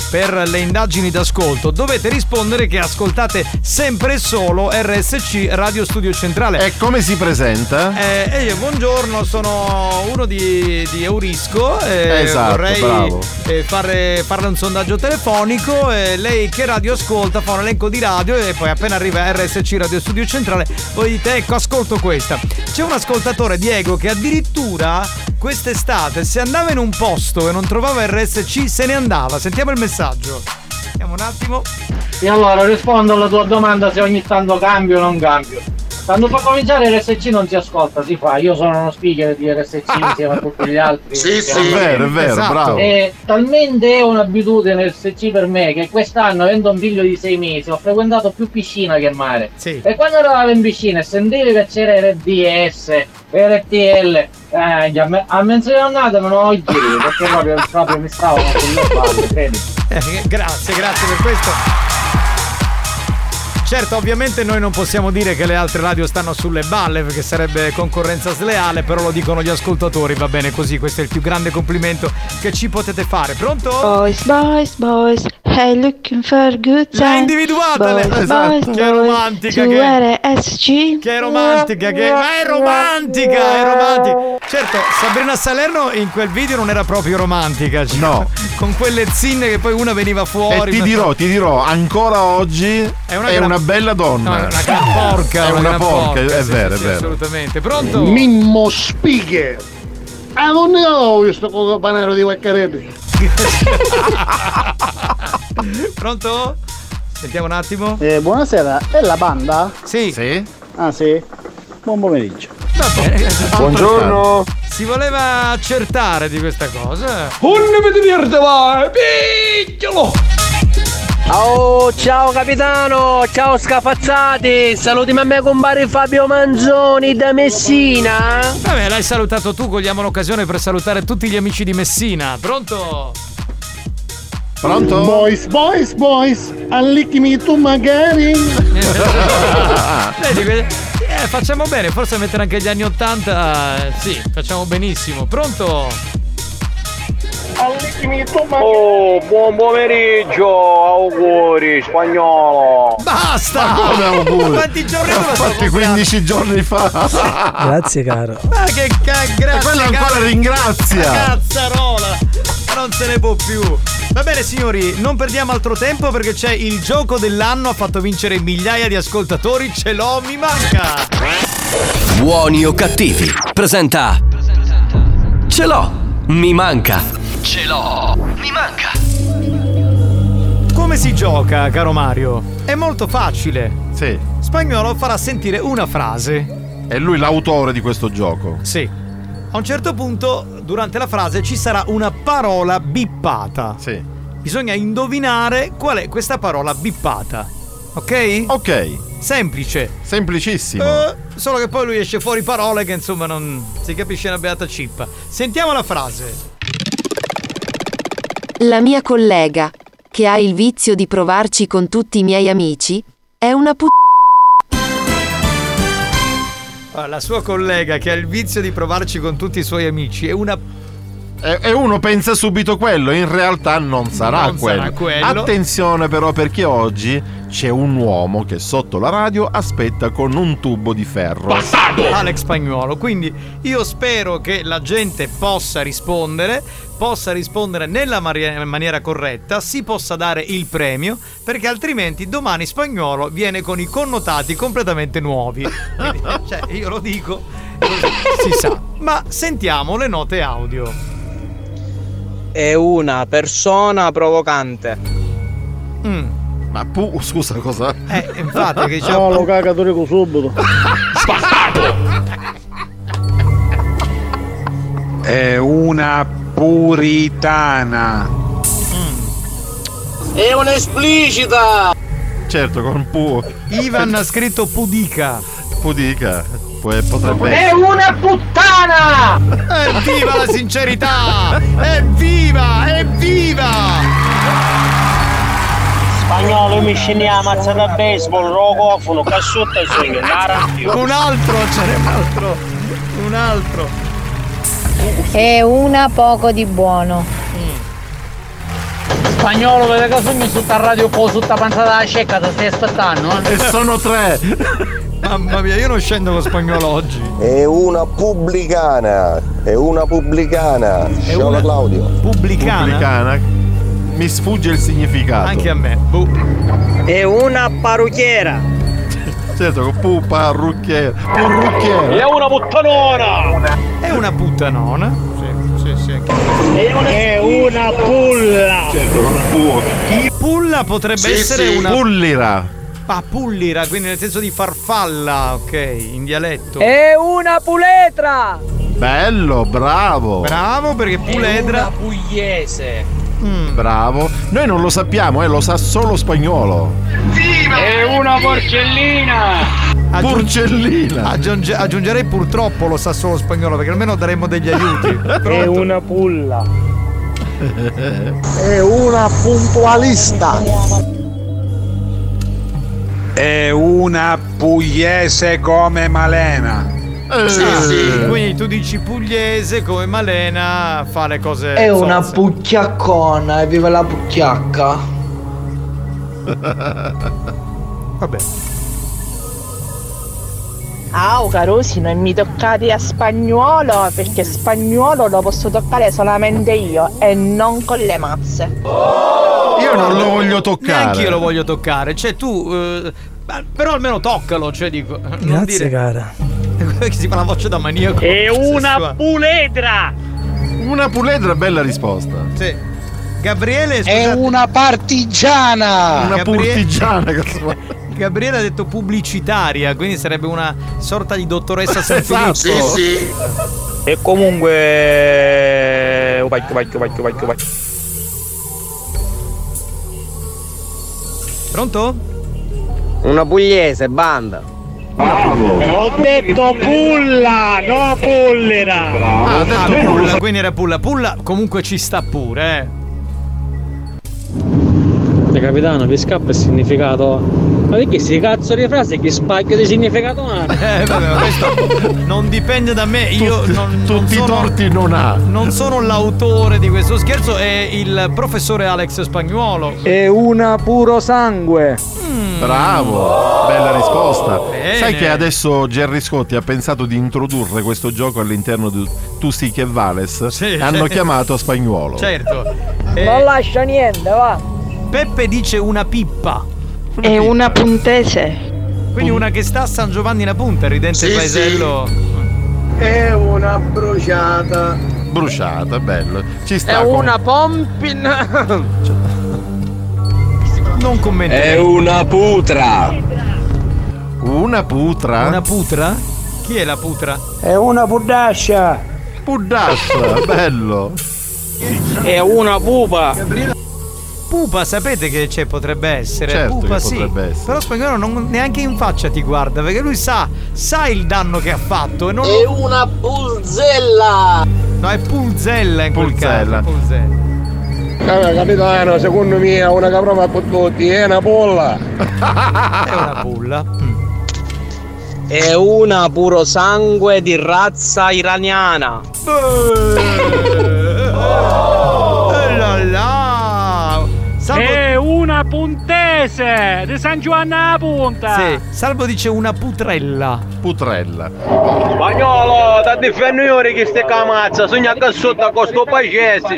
per le indagini d'ascolto, dovete rispondere che ascoltate sempre e solo R S C Radio Studio Centrale. E come si presenta? Eh, e io, buongiorno, sono uno di, di Eurisco. Eh, esatto, vorrei bravo. eh, fare, farle un sondaggio telefonico. Eh, lei che radio ascolta? Fa un elenco di radio e poi appena arriva R S C Radio Studio Centrale voi dite ecco, ascolto questa. C'è un ascoltatore, Diego, che addirittura quest'estate se andava in un posto e non trovava R S C se ne andava. Sentiamo il messaggio. Vediamo un attimo. E allora rispondo alla tua domanda se ogni tanto cambio o non cambio. Quando fa cominciare R S C non si ascolta, si fa. Io sono uno speaker di R S C insieme a tutti gli altri. Sì, sì, è vero, è vero, esatto. Bravo. E talmente è un'abitudine R S C per me che quest'anno, avendo un figlio di sei mesi, ho frequentato più piscina che mare. Sì. E quando eravamo in piscina e sentivi che c'era R D S, R T L, eh, a, me, a menzionata me lo ho girato perché proprio, proprio mi stavano sulle palle, credi. Eh, grazie, grazie per questo. Certo, ovviamente noi non possiamo dire che le altre radio stanno sulle balle perché sarebbe concorrenza sleale, però lo dicono gli ascoltatori, va bene così, questo è il più grande complimento che ci potete fare. Pronto? Boys, boys, boys, hey, looking for good time. L'hai individuata lei? Esatto. Che romantica che è. R S C. Che romantica che ma è romantica, è romantica. Certo, Sabrina Salerno in quel video non era proprio romantica, cioè, no. Con quelle zinne che poi una veniva fuori. E ti dirò, ti dirò, ancora oggi è una, è gran... una bella donna. No, è una gran porca. È una, una gran porca, porca, è sì, vero, sì, è vero. Assolutamente. Pronto? Mimmo Spighe. Ah, non ne ho visto cosa panero di Vaccaretti. Pronto? Sentiamo un attimo. Eh, buonasera, è la banda? Sì. Sì. Ah sì? Buon pomeriggio. Va bene. Buongiorno. Si voleva accertare di questa cosa. Un di merda va, picchiolo! Oh, ciao capitano, ciao scafazzati, salutami a me compare Fabio Manzoni da Messina. Vabbè, l'hai salutato tu, cogliamo l'occasione per salutare tutti gli amici di Messina. Pronto? Pronto? Boys, boys, boys, allicchimi tu magari. Vedi, eh, facciamo bene, forse mettere anche gli anni ottanta, eh, sì, facciamo benissimo. Pronto? Oh, buon pomeriggio, auguri, spagnolo. Basta! Ma come auguri? Quanti giorni l'ho fatti quindici giorni fa. Grazie caro. Ma che cazzo, grazie. E quello ancora caro. ringrazia. Cazzarola, non se ne può più. Va bene signori, non perdiamo altro tempo perché c'è il gioco dell'anno, ha fatto vincere migliaia di ascoltatori, ce l'ho, mi manca. Buoni o cattivi, presenta Ce l'ho, mi manca. Ce l'ho, mi manca. Come si gioca, caro Mario? È molto facile. Sì. Spagnolo farà sentire una frase. È lui l'autore di questo gioco. Sì. A un certo punto, durante la frase, ci sarà una parola bippata. Sì. Bisogna indovinare qual è questa parola bippata. Ok? Ok. Semplice. Semplicissimo. Eh, solo che poi lui esce fuori parole che insomma non si capisce una beata cippa. Sentiamo la frase. La mia collega, che ha il vizio di provarci con tutti i miei amici, è una put... La sua collega che ha il vizio di provarci con tutti i suoi amici è una... E uno pensa subito quello, in realtà non sarà, non quello. sarà quello. Attenzione però, perché oggi c'è un uomo che sotto la radio aspetta con un tubo di ferro. Bastardo! Alex Spagnuolo. Quindi io spero che la gente possa rispondere, possa rispondere nella mari- maniera corretta, si possa dare il premio, perché altrimenti domani Spagnuolo viene con i connotati completamente nuovi. Quindi, cioè, io lo dico, si sa. Ma sentiamo le note audio. È una persona provocante. Mm. Ma pu- scusa cosa? Eh, infatti che diciamo... No, lo caga tu dico subito. È una puritana. Mm. È un'esplicita. Certo, con pu. Ivan ha scritto pudica. Pudica. Poi potrebbe... È una puttana! Evviva la sincerità! Evviva! Evviva! Spagnolo, mi scendi a mazza da baseball, rogofono, casciotto e sogno, un altro, c'era un altro, un altro. È una poco di buono. Spagnolo, vede che sogno sotto a radio un po' sotto la panza della cecca, ti stai aspettando, eh? E sono tre! Mamma mia, io non scendo con Spagnolo oggi. È una pubblicana, è una pubblicana. È Ciao una Claudio. Pubblicana? Pubblicana. Mi sfugge il significato. Anche a me. Boh. È una parrucchiera. Certo, con pu parrucchiera. Parrucchiera. È una puttanona. È una puttanona? Sì, sì, sì. Anche è una pulla. Pulla potrebbe Sì, essere sì. una. Pullira. Ah, pullira, quindi nel senso di farfalla, ok, in dialetto. È una puletra. Bello, bravo. Bravo, perché puledra. È una pugliese. Mm. Bravo. Noi non lo sappiamo, eh, lo sa solo Spagnolo. È una porcellina. Aggiung- Porcellina. Aggiunge- aggiungerei purtroppo lo sa solo Spagnolo, perché almeno daremmo degli aiuti. È una pulla. È una puntualista. È una pugliese come Malena. Eh, Sì, sì. Quindi tu dici pugliese come Malena fa le cose. È una sozze. pucchiaccona e vive la pucchiacca. Vabbè. Ah, carosi, non mi toccate a Spagnolo, perché Spagnolo lo posso toccare solamente io e non con le mazze. Io non lo voglio toccare. Neanche io lo voglio toccare. Cioè tu eh, però almeno toccalo, cioè dico. Non Grazie, dire cara. che si fa la voce da maniaco. È una sessuale. puledra. Una puledra, bella risposta. Sì. Gabriele, È scusate, una partigiana. Una Gabriele- purtigiana, cazzo. Gabriele ha detto pubblicitaria, quindi sarebbe una sorta di dottoressa senza Esatto. sì. E comunque. Vai, vai, vai, vai, vai. Pronto? Una pugliese, banda. Ho detto pulla, no pullera. Ah, ha detto pulla, quindi era pulla. Pulla comunque ci sta pure, eh. Capitano, vi scappa il significato. Ma perché sti cazzo di frase che spacchio di significato hanno? Eh, vabbè, ma questo non dipende da me. Io Tutti- non, non tutti i sono, torti non ha. non sono l'autore di questo scherzo, è il professore Alex Spagnuolo. È una puro sangue. Bravo, bella risposta. Bene. Sai che adesso Gerry Scotti ha pensato di introdurre questo gioco all'interno di Tu sì che vales? Sì. E hanno chiamato Spagnuolo. Certo. Non Eh, lascia niente, va. Peppe dice una pippa. È una puntese. Quindi una che sta a San Giovanni la Punta, il ridente Sì, paesello. È una bruciata. Bruciata, bello. Ci sta. È con- una pompina. Non commenterei. È una putra. Una putra. Una putra? Chi è la putra? È una puddascia. Puddascia, bello. È una pupa. Pupa, sapete che c'è, potrebbe essere. Certo Pupa, che sì. potrebbe essere. Però Spagnolo non, neanche in faccia ti guarda, perché lui sa, sa il danno che ha fatto e non È una pulzella. No, è pulzella in quel Pulzella. caso. Pulzella. Capitano, secondo me una caprova per tutti, è una polla. È una pulla. Mm. È una puro sangue di razza iraniana. Oh là là. Salvo, È una puntese di San Giovanna Punta. sì, Salvo dice una putrella. Putrella. Spagnolo, da difendere che ste camazza, sogna che sotto con sto pagese,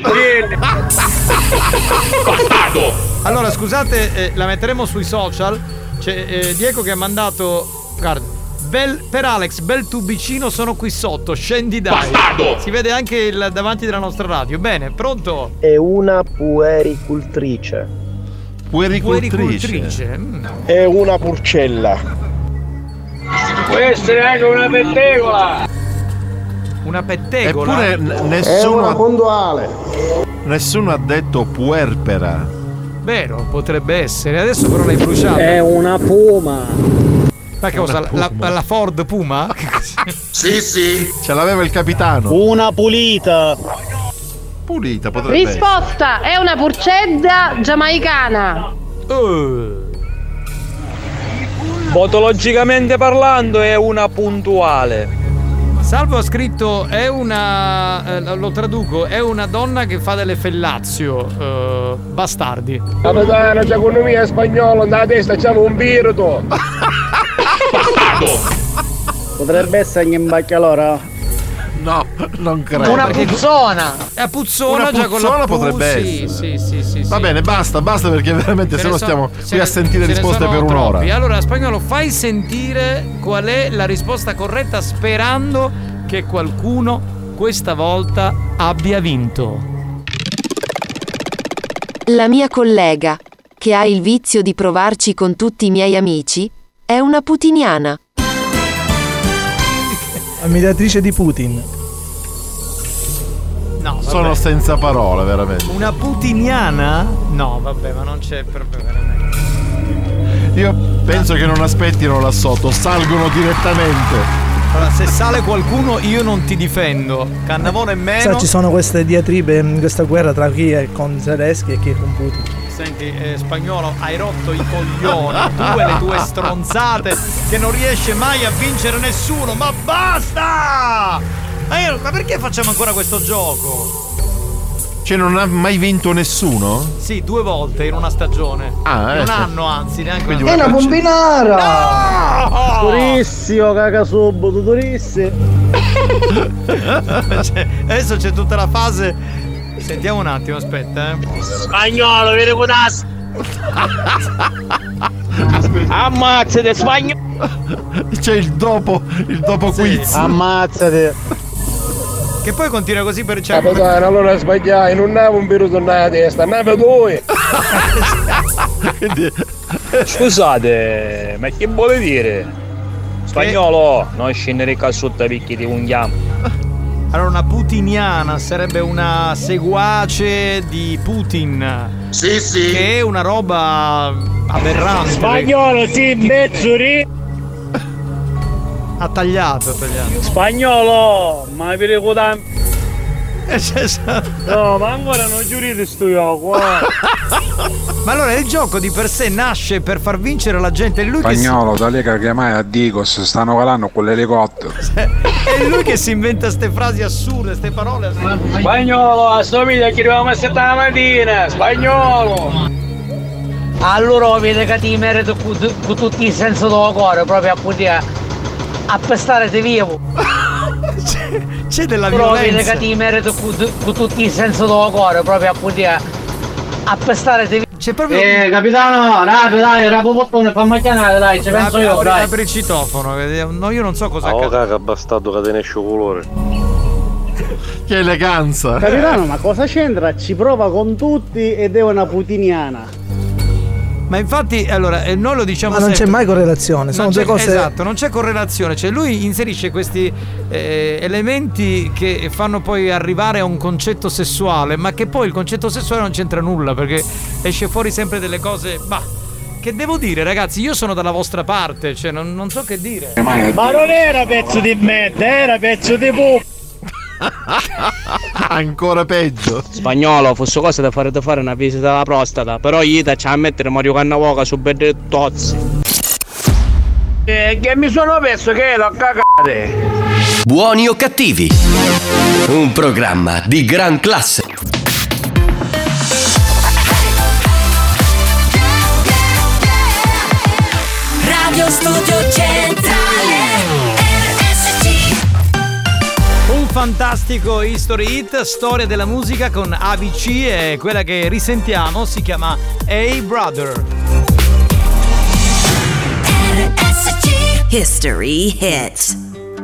Allora, scusate, eh, la metteremo sui social. C'è eh, Diego che ha mandato. Guarda, bel, per Alex, bel tubicino, sono qui sotto. Scendi dai. Bastardo! Si vede anche il davanti della nostra radio. Bene, pronto? È una puericultrice. Puericultrice. Puericultrice. Mm. È una purcella. Può essere anche una pettegola. Una pettegola. Eppure n- nessuno, ha, puntuale. nessuno ha detto puerpera. Vero, potrebbe essere. Adesso però l'hai bruciata. È una puma. Ma che cosa? La, Puma. la Ford Puma? Che cos'è? Sì, sì. Ce l'aveva il capitano. Una pulita. Pulita potrebbe essere. Risposta, è una purcedda giamaicana. Oh. Botologicamente parlando è una puntuale. Salvo ha scritto è una eh, lo traduco, è una donna che fa delle fellazio eh, bastardi. Capitano, secondo me è spagnolo, nella testa c'è un virto. Potrebbe essere in baccalora? No, non credo. Una puzzona. È puzzona, Una già con la puzzona pu- potrebbe sì, essere. sì, sì, sì, Va sì. bene, basta, basta perché veramente se no stiamo qui a sentire ce ne risposte sono per un'ora. troppi. Allora, Spagnolo, fai sentire qual è la risposta corretta sperando che qualcuno questa volta abbia vinto. La mia collega, che ha il vizio di provarci con tutti i miei amici, è una putiniana. Ammiratrice di Putin. No, vabbè. Sono senza parole, veramente. Una putiniana? No, vabbè, ma non c'è proprio veramente. Io penso che non aspettino là sotto, salgono direttamente. Allora, se sale qualcuno io non ti difendo. Cannavone e meno. Sai, ci sono queste diatribe in questa guerra tra chi è con Zelensky e chi è con Putin. Senti, eh, Spagnolo, hai rotto i coglioni, tu e le tue stronzate, che non riesce mai a vincere nessuno, ma basta! Ma, io, ma perché facciamo ancora questo gioco? Cioè non ha mai vinto nessuno? Sì, due volte in una stagione. Ah, in un ecco. anno anzi, neanche Quindi una È una pompinara! No! Turissimo, caga subito, turissimo. Cioè, adesso c'è tutta la fase. Sentiamo un attimo, aspetta, eh. Spagnolo, vedi codas. Ammazzate spagnolo. C'è il dopo, il dopo Sì. quiz. Ammazzate. Che poi continua così per cioè, Capitano, allora sbagliai, non avevo un virus nella testa, ne avevo due. Scusate, ma che vuole dire? Spagnolo, non scendere qua sotto perché ti unghiamo. Allora, una putiniana sarebbe una seguace di Putin. Sì, sì. Che è una roba aberrante. Spagnolo, sì, mezzuri. Ha tagliato, ha tagliato. Spagnolo, ma vi ricordate? Eh, cioè, No, ma ancora non giurite sto gioco. Ma allora il gioco di per sé nasce per far vincere la gente. È lui che si... Spagnolo, da lì che chiamai a Digos, stanno calando con l'elicottero. È lui che si inventa ste frasi assurde, ste parole. Spagnolo, assomiglia a chi dovevamo essere stamattina. Spagnolo. Allora vede che ti merito con, con tutti i sensi del cuore, proprio a poter a pestare te vivo. C'è, c'è della Però violenza. vede che ti merito con, con tutti i sensi del cuore, proprio a poter a pestare te vivo. C'è proprio. Eh, capitano, rapido, dai, rapopottone, fammi chiamare, dai, ci penso io, apri, dai. apri il citofono. No, io non so cosa Oh, accade. caga, bastardo che te ne esce colore. Che eleganza. Capitano, ma cosa c'entra? Ci prova con tutti ed è una putiniana. Ma infatti, allora, eh, noi lo diciamo Ma non sempre. c'è mai correlazione, sono Non due c'è- cose. Esatto, non c'è correlazione. Cioè, lui inserisce questi eh, elementi che fanno poi arrivare a un concetto sessuale, ma che poi il concetto sessuale non c'entra nulla, perché esce fuori sempre delle cose. Bah, che devo dire, ragazzi? Io sono dalla vostra parte, cioè, non, non so che dire. Ma non era pezzo di merda, era pezzo di pu. Ancora peggio. Spagnolo, fosse cosa da fare da fare una visita alla prostata, però gli c'ha a mettere Mario Cannavoca su belle tozzi. Eh, che mi sono perso che l'ho cagate. Buoni o cattivi? Un programma di gran classe. Radio Studio Centrale R S C. Un fantastico history hit, storia della musica con A B C, e quella che risentiamo si chiama Hey Brother. R S C History Hits.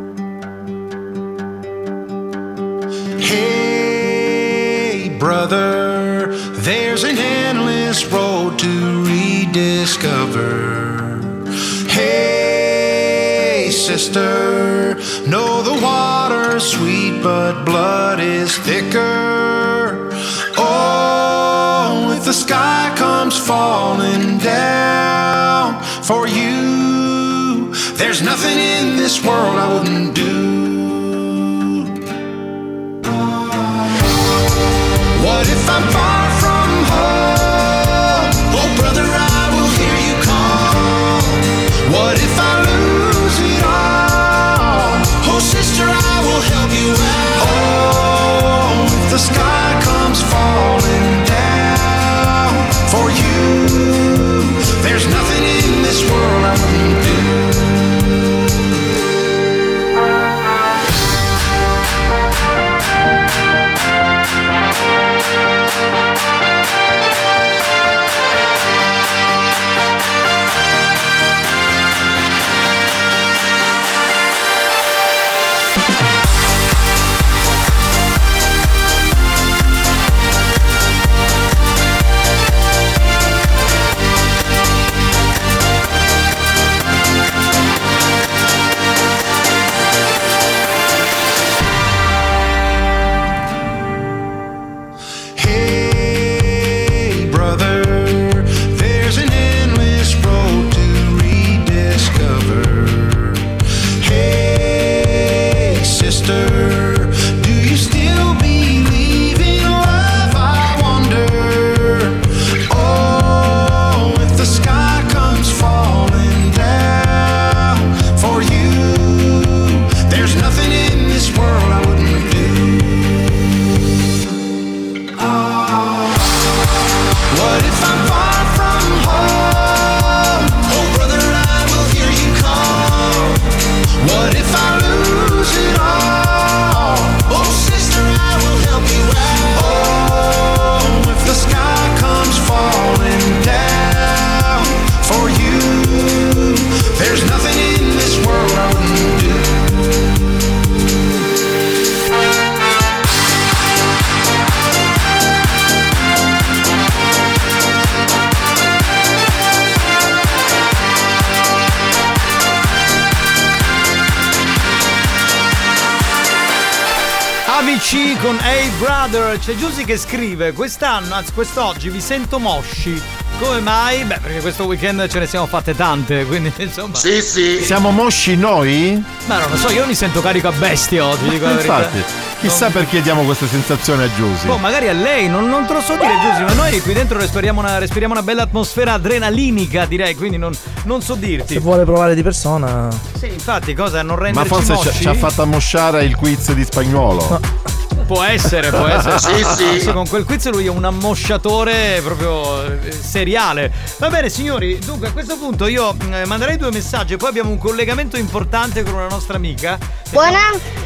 Hey, brother, there's an endless road to rediscover. Hey, sister, know the water's sweet, but blood is thicker. Oh, if the sky comes falling down for you, there's nothing in this world I wouldn't do. What if I'm far from home? Oh, brother, I will hear you call. What if I lose it all? Oh, sister, I C con Hey Brother. C'è Giusy che scrive: quest'anno, anzi quest'oggi vi sento mosci. Come mai? Beh, perché questo weekend ce ne siamo fatte tante, quindi insomma. Sì, sì. Siamo mosci noi? Ma non lo so, io mi sento carico a bestia oggi, dico la verità. Infatti, chissà non... perché diamo questa sensazione a Giusy. Oh, magari a lei, non, non te lo so dire Giusy, ma noi qui dentro respiriamo una, respiriamo una bella atmosfera adrenalinica, direi, quindi non, non so dirti. Se vuole provare di persona. Sì, infatti, cosa? Non renderci Ma forse mosci? ci ha fatto ammosciare il quiz di spagnolo. No. Può essere, può essere. Sì, sì. sì. Con quel quiz lui è un ammosciatore proprio seriale. Va bene, signori, dunque a questo punto io eh, manderei due messaggi e poi abbiamo un collegamento importante con una nostra amica. Buonasera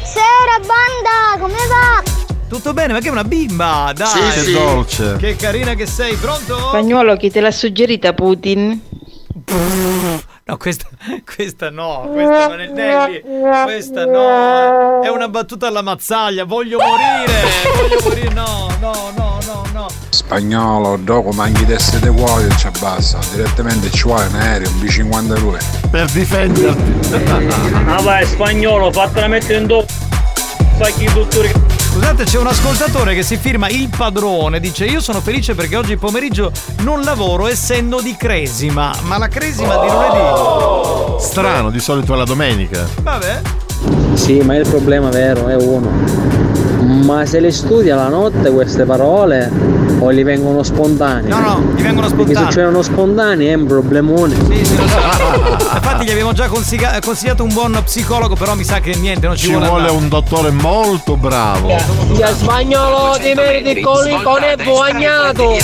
banda, come va? Tutto bene, ma che è una bimba, dai. Sì, sì. Che dolce. Che carina che sei, pronto? Spagnolo, chi te l'ha suggerita Putin? No, questa, questa no, questa non è Nelly, questa no, è una battuta alla mazzaglia, voglio morire, voglio morire, no, no, no, no, no. Spagnolo, dopo manchi teste di cuoio e ci abbassa, direttamente ci vuole un aereo, un B cinquantadue. Per difenderti. Ma vai, spagnolo, fatela mettere in do... Fai tutto. Scusate, c'è un ascoltatore che si firma Il Padrone, dice: io sono felice perché oggi pomeriggio non lavoro essendo di Cresima. Ma la Cresima di lunedì? Strano, di solito è la domenica. Vabbè. Sì, ma il problema vero è uno. Ma se le studia la notte queste parole o gli vengono spontanee? No, no, gli vengono spontanee. Perché se c'erano spontanei è un problemone. Sì, sì, lo so. Infatti gli abbiamo già consiglia- consigliato un buon psicologo, però mi sa che niente, non ci, ci vuole vuole andare. Un dottore molto bravo. Ya spagnolo ti meriti con il conevo bagnato.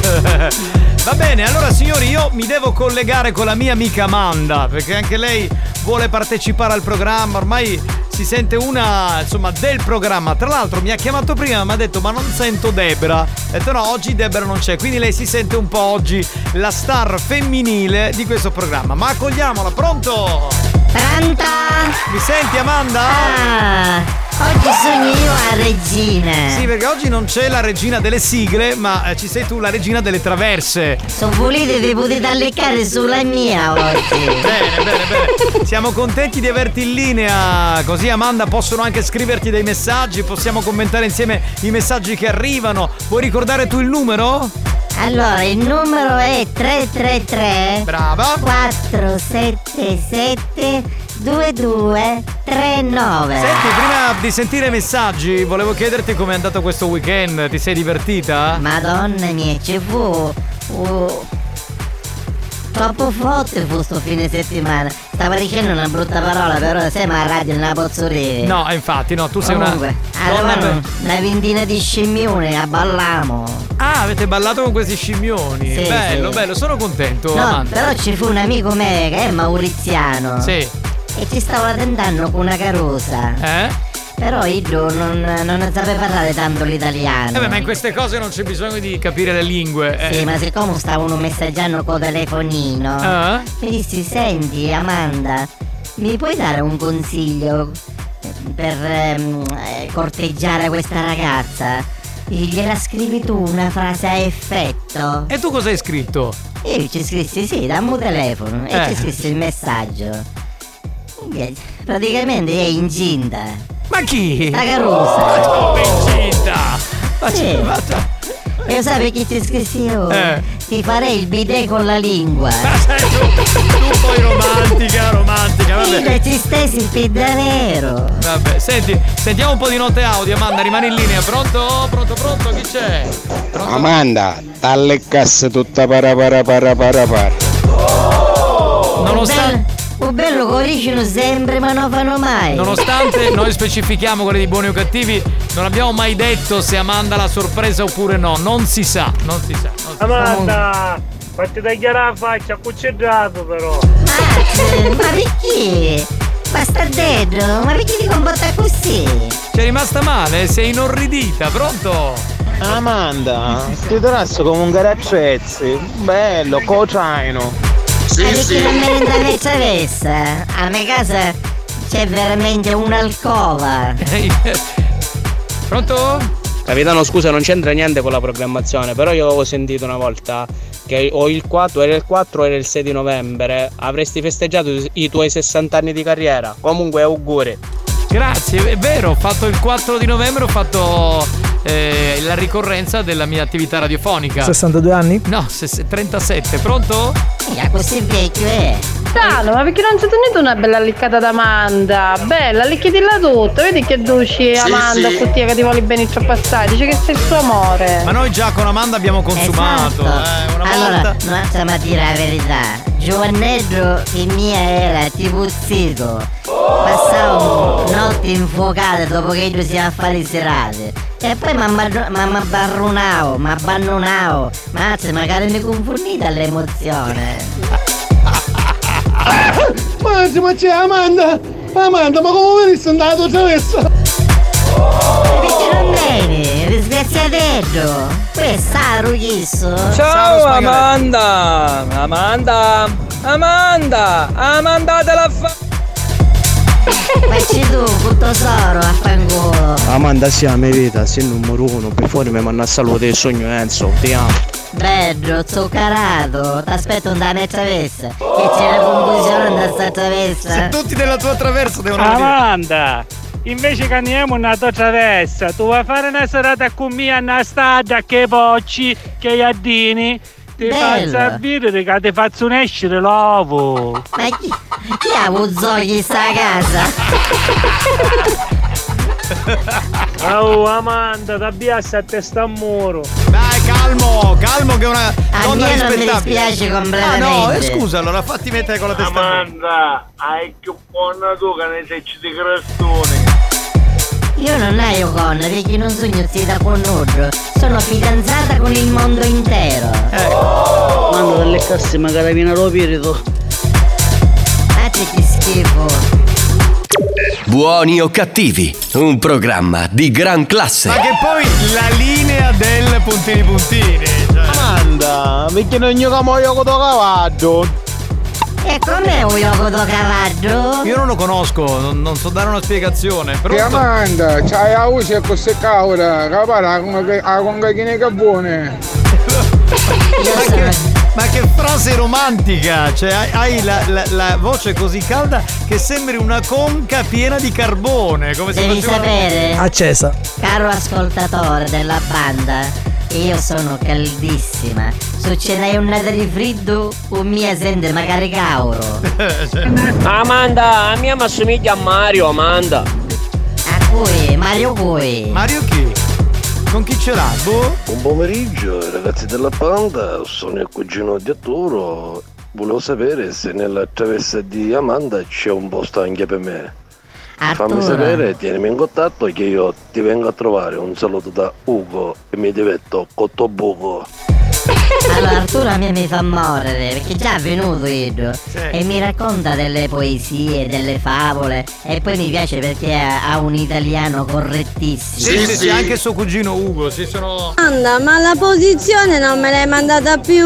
Va bene, allora signori, io mi devo collegare con la mia amica Amanda, perché anche lei vuole partecipare al programma, ormai si sente una, insomma, del programma. Tra l'altro mi ha chiamato prima e mi ha detto: ma non sento Debra. Ho detto no, oggi Debra non c'è, quindi lei si sente un po' oggi la star femminile di questo programma. Ma accogliamola, pronto? Pronto? Mi senti Amanda? Ah, oggi sono io la regina. Sì, perché oggi non c'è la regina delle sigle, ma eh, ci sei tu, la regina delle traverse. Se volete vi potete alleccare sulla mia oggi. Bene, bene, bene. Siamo contenti di averti in linea. Così Amanda possono anche scriverti dei messaggi, possiamo commentare insieme i messaggi che arrivano. Vuoi ricordare tu il numero? Allora, il numero è tre tre tre Brava quattro sette sette due due tre nove. Senti, prima di sentire i messaggi volevo chiederti com'è andato questo weekend. Ti sei divertita? Madonna mia, ci fu uh, troppo forte fu sto fine settimana. Stava dicendo una brutta parola, però se ma a radio non la posso dire. No, infatti no, tu sei Comunque, una allora donna... una ventina di scimmioni a ballamo. Ah, avete ballato con questi scimmioni. Sì, bello, sì. bello, sono contento. No, Amanda. però ci fu un amico me che è mauriziano. Sì. E ci stava tentando con una carosa. Eh? Però io non, non sapevo parlare tanto l'italiano. Eh beh, ma in queste cose non c'è bisogno di capire le lingue. Eh. Sì, ma siccome stavano messaggiando col telefonino, ah? mi dissi: senti Amanda, mi puoi dare un consiglio per ehm, corteggiare questa ragazza? Gliela scrivi tu una frase a effetto. E tu cosa hai scritto? Io ci scrissi sì, dammi un telefono eh. e ci scrissi il messaggio. Praticamente è incinta. Ma chi? La Carusa. Come incinta? Ma sì. C'è... E lo sai perché ti scrissi io? Eh. Ti farei il bidet con la lingua. Ma sei tu, tu poi romantica, romantica, vabbè. Sì, ci stessi il pidda nero. Vabbè, senti, sentiamo un po' di note audio, Amanda, rimani in linea. Pronto? Pronto, pronto, chi c'è? Pronto? Amanda, talle casse tutta para para para para para. Nonostante... Un bello coricino sempre ma non fanno mai. Nonostante noi specifichiamo quelli di buoni o cattivi, non abbiamo mai detto se Amanda l'ha sorpresa oppure no. Non si sa, non si sa. Non si Amanda, fatti tagliare la faccia, cuccedrato però. Ma, ma perché? Basta dentro, ma perché ti comporta così? C'è rimasta male? Sei inorridita, pronto? Amanda, ti trasso come un garaccezzi. Bello, cotraino. Sì, ma sì. Non me ne interessa vessa. A mia casa c'è veramente un'alcova. Pronto? Capitano, scusa, non c'entra niente con la programmazione, però io avevo sentito una volta che o il quattro, era il quattro o era il sei di novembre, avresti festeggiato i tuoi sessanta anni di carriera. Comunque auguri. Grazie, è vero, ho fatto il quattro di novembre, ho fatto eh, la ricorrenza della mia attività radiofonica. sessantadue anni? No, se- trentasette, pronto? Mica così vecchio è. Tano, ma perché non si è tenuto una bella leccata d'Amanda? Bella, lecchiatela tutta, vedi che dolci Amanda, sì. Cottia che ti vuole bene troppo assai, dice che sei il suo amore. Ma noi già con Amanda abbiamo consumato, Esatto. eh, una Allora, volta. no, stiamo a dire la verità. Giovannello che mia era tipo zitto. Passavo notti infuocate dopo che io siamo a fare le serate. E poi mi abbarrunavo, mi abbandonavo. Ma anzi, magari mi confondite all'emozione. Ma, ma c'è Amanda! Amanda, ma come vedi sei andato attraverso? Perché non vedi? Disgraziatello! Questo è Ruchisso! Ciao Amanda! Amanda! Amanda! Amandatela a fa... Facci tu, tutto soro, a fangolo! Amanda, sia mia vita, sei il numero uno. Per fuori mi manda a salute il sogno Enzo, ti amo. Bello, zuccarato, t'aspetto da mia traversa. Che c'è la confusione da sta traversa. Se tutti nella tua traversa devono venire. Amanda! Invece che andiamo una tua traversa, tu vuoi fare una serata con me a strada, che pocci, che iardini? Ti Bello. faccio a birra che ti faccio un escere l'uovo. Ma chi, chi ha avuto in sta casa? Oh Amanda, ti abbiassi a testa a muro. Dai, calmo, calmo che è una A donna me non mi rispettabile. dispiace Ah completamente. no, eh, scusa, allora fatti mettere con la testa. Amanda, hai più buona tu che ne sei di crestone. Io non ho con, perché non sono zita con nudo. Sono fidanzata con il mondo intero. Oh! Mando delle casse ma carabina lo pirito. Ma che schifo. Buoni o cattivi, un programma di gran classe. Ma che poi la linea del puntini puntini. Cioè. Amanda, perché non giochiamo io con cavallo? E com'è un gioco da cavallo? Io non lo conosco, non, non so dare una spiegazione. Che Pronto? Amanda, c'hai la voce e queste cavole, capara con che è buone. Ma che, ma che frase romantica! Cioè hai, hai la, la, la voce così calda che sembri una conca piena di carbone. Come se Devi faceva- sapere, Accesa. caro ascoltatore della banda, io sono caldissima. Succede un di freddo, un mio sente magari cauro. Amanda, a mia mi assomiglia a Mario, Amanda. A cui? Mario cui? Mario chi? Con chi ce l'ha? Boh? Buon pomeriggio ragazzi della banda, sono il cugino di Arturo. Volevo sapere se nella traversa di Amanda c'è un posto anche per me. Fammi Arturo. sapere, tienimi in contatto che io ti vengo a trovare. Un saluto da Ugo e mi diverto Cottobuco. Allora Arturo a me mi fa morire perché già è venuto io e mi racconta delle poesie, delle favole e poi mi piace perché ha, ha un italiano correttissimo. Sì, sì, sì, anche suo cugino Ugo, si sono. Anda, ma la posizione non me l'hai mandata più.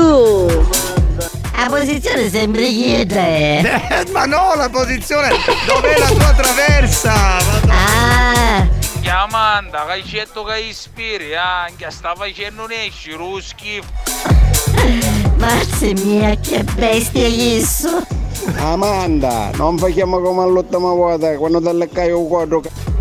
La posizione sembra chiede. Eh, ma no, la posizione dov'è la tua traversa? Ah, Amanda, che hai detto che ispiri, anche sta facendo un esci, lo schifo. mazza mia, che bestia isso. Amanda, non facciamo come all'ultima volta quando te le cai un quadro.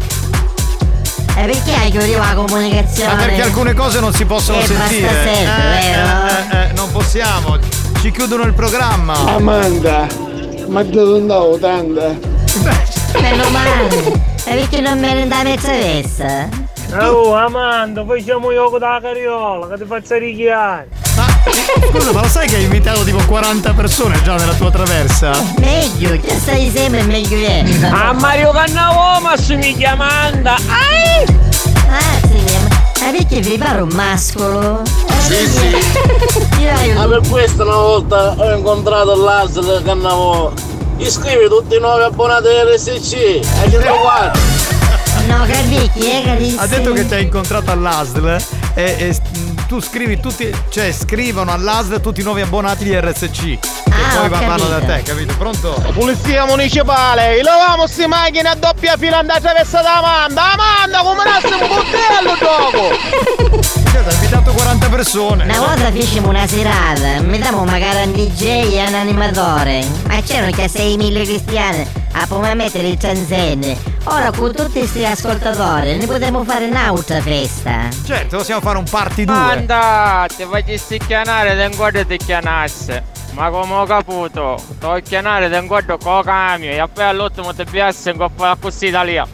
E perché hai chiuso la comunicazione? Ma perché alcune cose non si possono Eh, sentire. basta sempre, vero? eh, eh, non possiamo. Ci chiudono il programma. Amanda, ma dove andavo tanta? Meno male. E perché non me ne dai mezza vessa? Oh Amanda, facciamo io con la carriola, che ti faccio richiare. Scusa, ma lo sai che hai invitato tipo quaranta persone già nella tua traversa? Meglio, che stai sempre meglio è. A Mario Cannavò mi assomiglia Amanda. Ai! Ah, sì, ma perché vi pare un mascolo? Sì, sì. Io Ma per questo una volta ho incontrato l'Asl Cannavò. Iscrivi tutti i nuovi abbonati R S C ai centoquattro. No, Carvicchi, eh, carissimo. Ha detto che ti ha incontrato all'A S L e, e tu scrivi tutti, cioè scrivono all'A S L tutti i nuovi abbonati di R S C. Ah, ah, poi vanno capito. da te, capito? Pronto? Polizia municipale, elavamo sti macchine a doppia fila andare attraverso da Amanda. Amanda, come nasce un bordello dopo! Cioè, hai invitato quaranta persone. Una volta facciamo una serata, mettiamo magari un D J e un animatore. Ma c'erano che seimila cristiani a poi mettere il Tanzene. Ora con tutti questi ascoltatori ne potremmo fare un'altra festa. Certo, possiamo fare un party due. Andate, facessi chianare da inguardo ti chianasse. Ma come ho capito, devo chianare da inguardo con lo cambio e poi all'ultimo ti piace in coppa così da lì.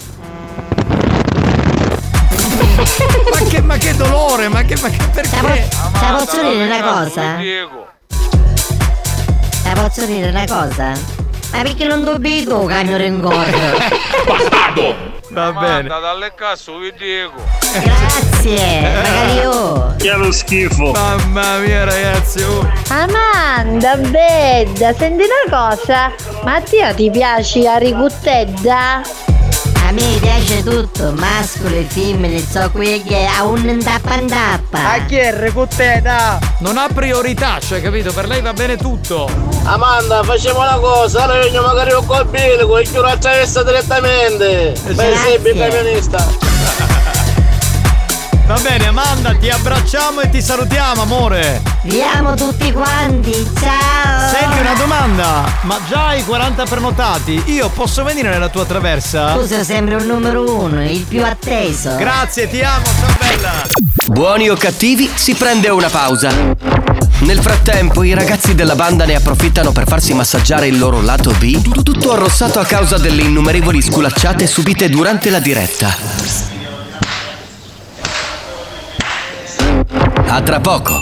ma, che, ma che dolore, ma che, ma che perché? Ti posso dire una cosa? Ti posso dire una cosa? Ma perché non dobbi tu cambio ringordo? Bastardo! Va bene. dalle casse vi dico. Grazie, magari io. Che lo schifo. Mamma mia ragazzi, oh. Amanda, bella, senti una cosa? Ma a te ti piace la ricuttedda? A me piace tutto, mascolo e femmine, so qui che ha un tappa tappa. A chi è ricutteda? Non ha priorità, cioè, capito? Per lei va bene tutto. Amanda, facciamo una cosa, allora io magari ho col bilico e chiudo la testa direttamente. Beh, sei il camionista. Va bene, Amanda, ti abbracciamo e ti salutiamo, amore. Vi amo tutti quanti, ciao. Senti, una domanda, ma già hai quaranta prenotati? Io posso venire nella tua traversa? Tu sei sempre un numero uno, il più atteso. Grazie, ti amo, ciao bella. Buoni o cattivi, si prende una pausa. Nel frattempo i ragazzi della banda ne approfittano per farsi massaggiare il loro lato B, tutto arrossato a causa delle innumerevoli sculacciate subite durante la diretta. A tra poco.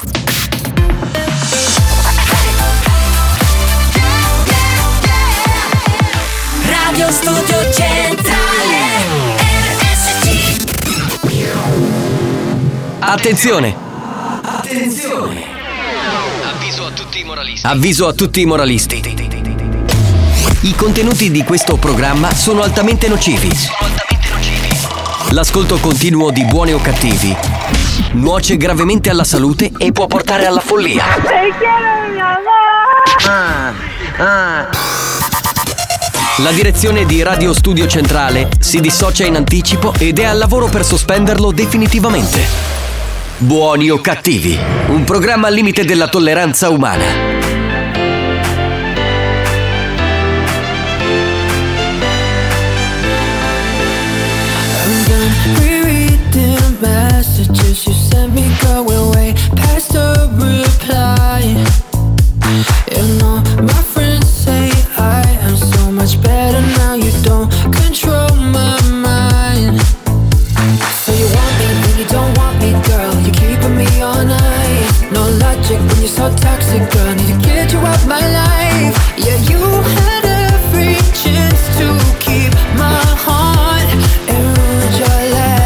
Radio Studio Centrale R S C. Attenzione! Attenzione! Avviso a tutti i moralisti. Avviso a tutti i moralisti. I contenuti di questo programma sono altamente nocivi. L'ascolto continuo di Buoni o Cattivi nuoce gravemente alla salute e può portare alla follia. Ah, ah. La direzione di Radio Studio Centrale si dissocia in anticipo ed è al lavoro per sospenderlo definitivamente. Buoni o Cattivi, un programma al limite della tolleranza umana. Messages you sent me going way past the reply. You know, my friends say I am so much better now. You don't control my mind. So you want me, then you don't want me, girl. You're keeping me all night. No logic when you're so toxic, girl. Need to get you out my life. Yeah, you had every chance to keep my heart and ruin your life.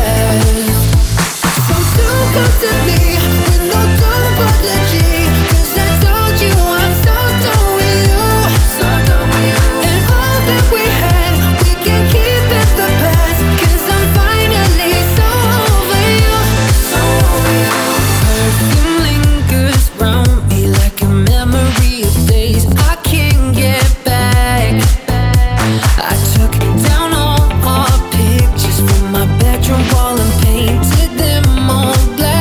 Come to me with no apology, 'cause I told you I'm so done with you, so done with you. And all that we had, we can keep in the past, 'cause I'm finally so over you, so over you. Perfume lingers round me like a memory of days I can't get back. I took down all our pictures from my bedroom wall and painted them all.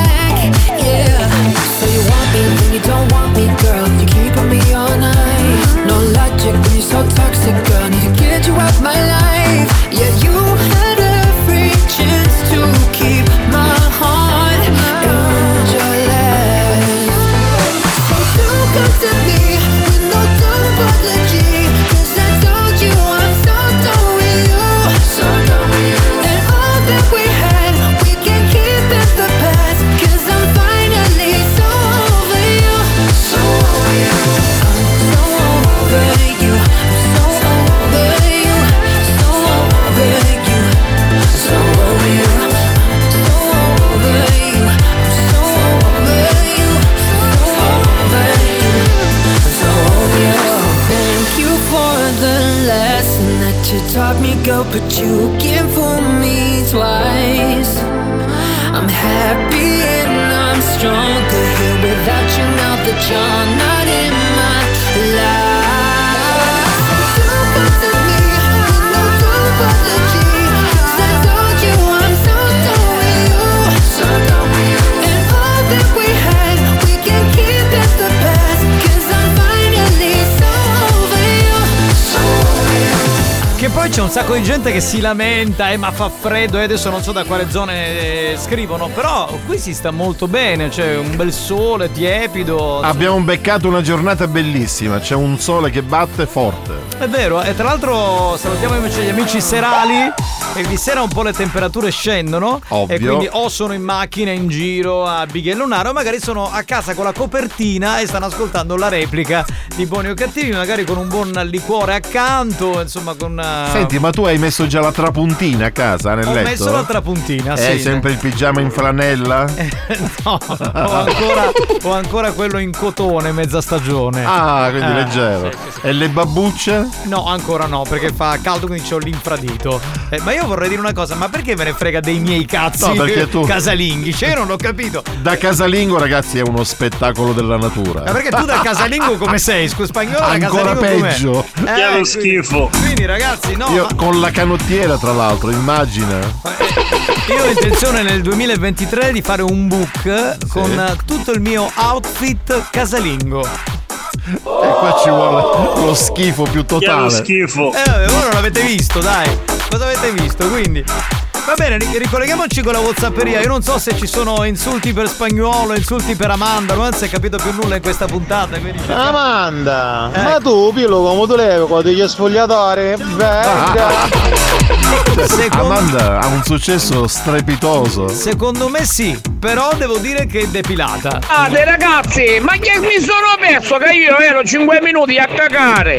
You don't want me, girl, you're keeping me all night. No logic when you're so toxic, girl. Need to get you out my life. Yeah, you had every chance to keep my heart and ruin your life. So don't come to me with no apology, 'cause I told you I'm so done with you, so done with you. And all that we had, we can keep in the past, 'cause I'm finally so over you. So over you, I'm so over you, I'm so over you, so over you, so over you, so over you, so over you, so over you, so over you. Thank you for the lesson that you taught me, girl, but you can't fool me twice. I'm happy and I'm stronger here without you now that you're not in my poi c'è un sacco di gente che si lamenta, eh, ma fa freddo, e adesso non so da quale zone eh, scrivono, però qui si sta molto bene, c'è un bel sole tiepido. Abbiamo beccato una giornata bellissima, c'è un sole che batte forte. È vero, e tra l'altro salutiamo invece gli amici serali, e di sera un po' le temperature scendono. Ovvio. E quindi o sono in macchina in giro a Bighe e Lunaro, o magari sono a casa con la copertina e stanno ascoltando la replica di Buoni o Cattivi, magari con un buon liquore accanto, insomma con... Uh... Senti, ma tu hai messo già la trapuntina a casa nel Ho letto? Ho messo la trapuntina, sì. Hai sempre il pigiama in flanella? No, ho ancora, ho ancora quello in cotone, mezza stagione. Ah, quindi eh, leggero. Sì, sì, sì. E le babbucce? No, ancora no, perché fa caldo, quindi c'ho l'infradito. Eh, ma io vorrei dire una cosa, ma perché me ne frega dei miei cazzi? No, perché tu casalinghi, cioè io non ho capito. Da casalingo, ragazzi, è uno spettacolo della natura. Ma perché tu da casalingo come sei? Scusa, spagnolo, ancora peggio. Com'è? Che è Eh, lo schifo. Quindi ragazzi, no. Io ma... con la canottiera, tra l'altro, immagina. Io ho intenzione nel duemilaventitré di fare un book sì. con tutto il mio outfit casalingo. E qua ci vuole lo schifo più totale. Che è lo schifo. Eh vabbè, voi non l'avete visto, dai. Cosa avete visto? Quindi va bene, ricolleghiamoci con la WhatsApperia. Io non so se ci sono insulti per Spagnuolo, insulti per Amanda. Non si è capito più nulla in questa puntata. Quindi cerchiamo... Amanda, eh. ma tu pillo come tu levi con degli sfogliatori? Venga. Secondo... Amanda ha un successo strepitoso. Secondo me sì, però devo dire che è depilata. Ah, dei ragazzi, ma che mi sono perso che io ero cinque minuti a cagare.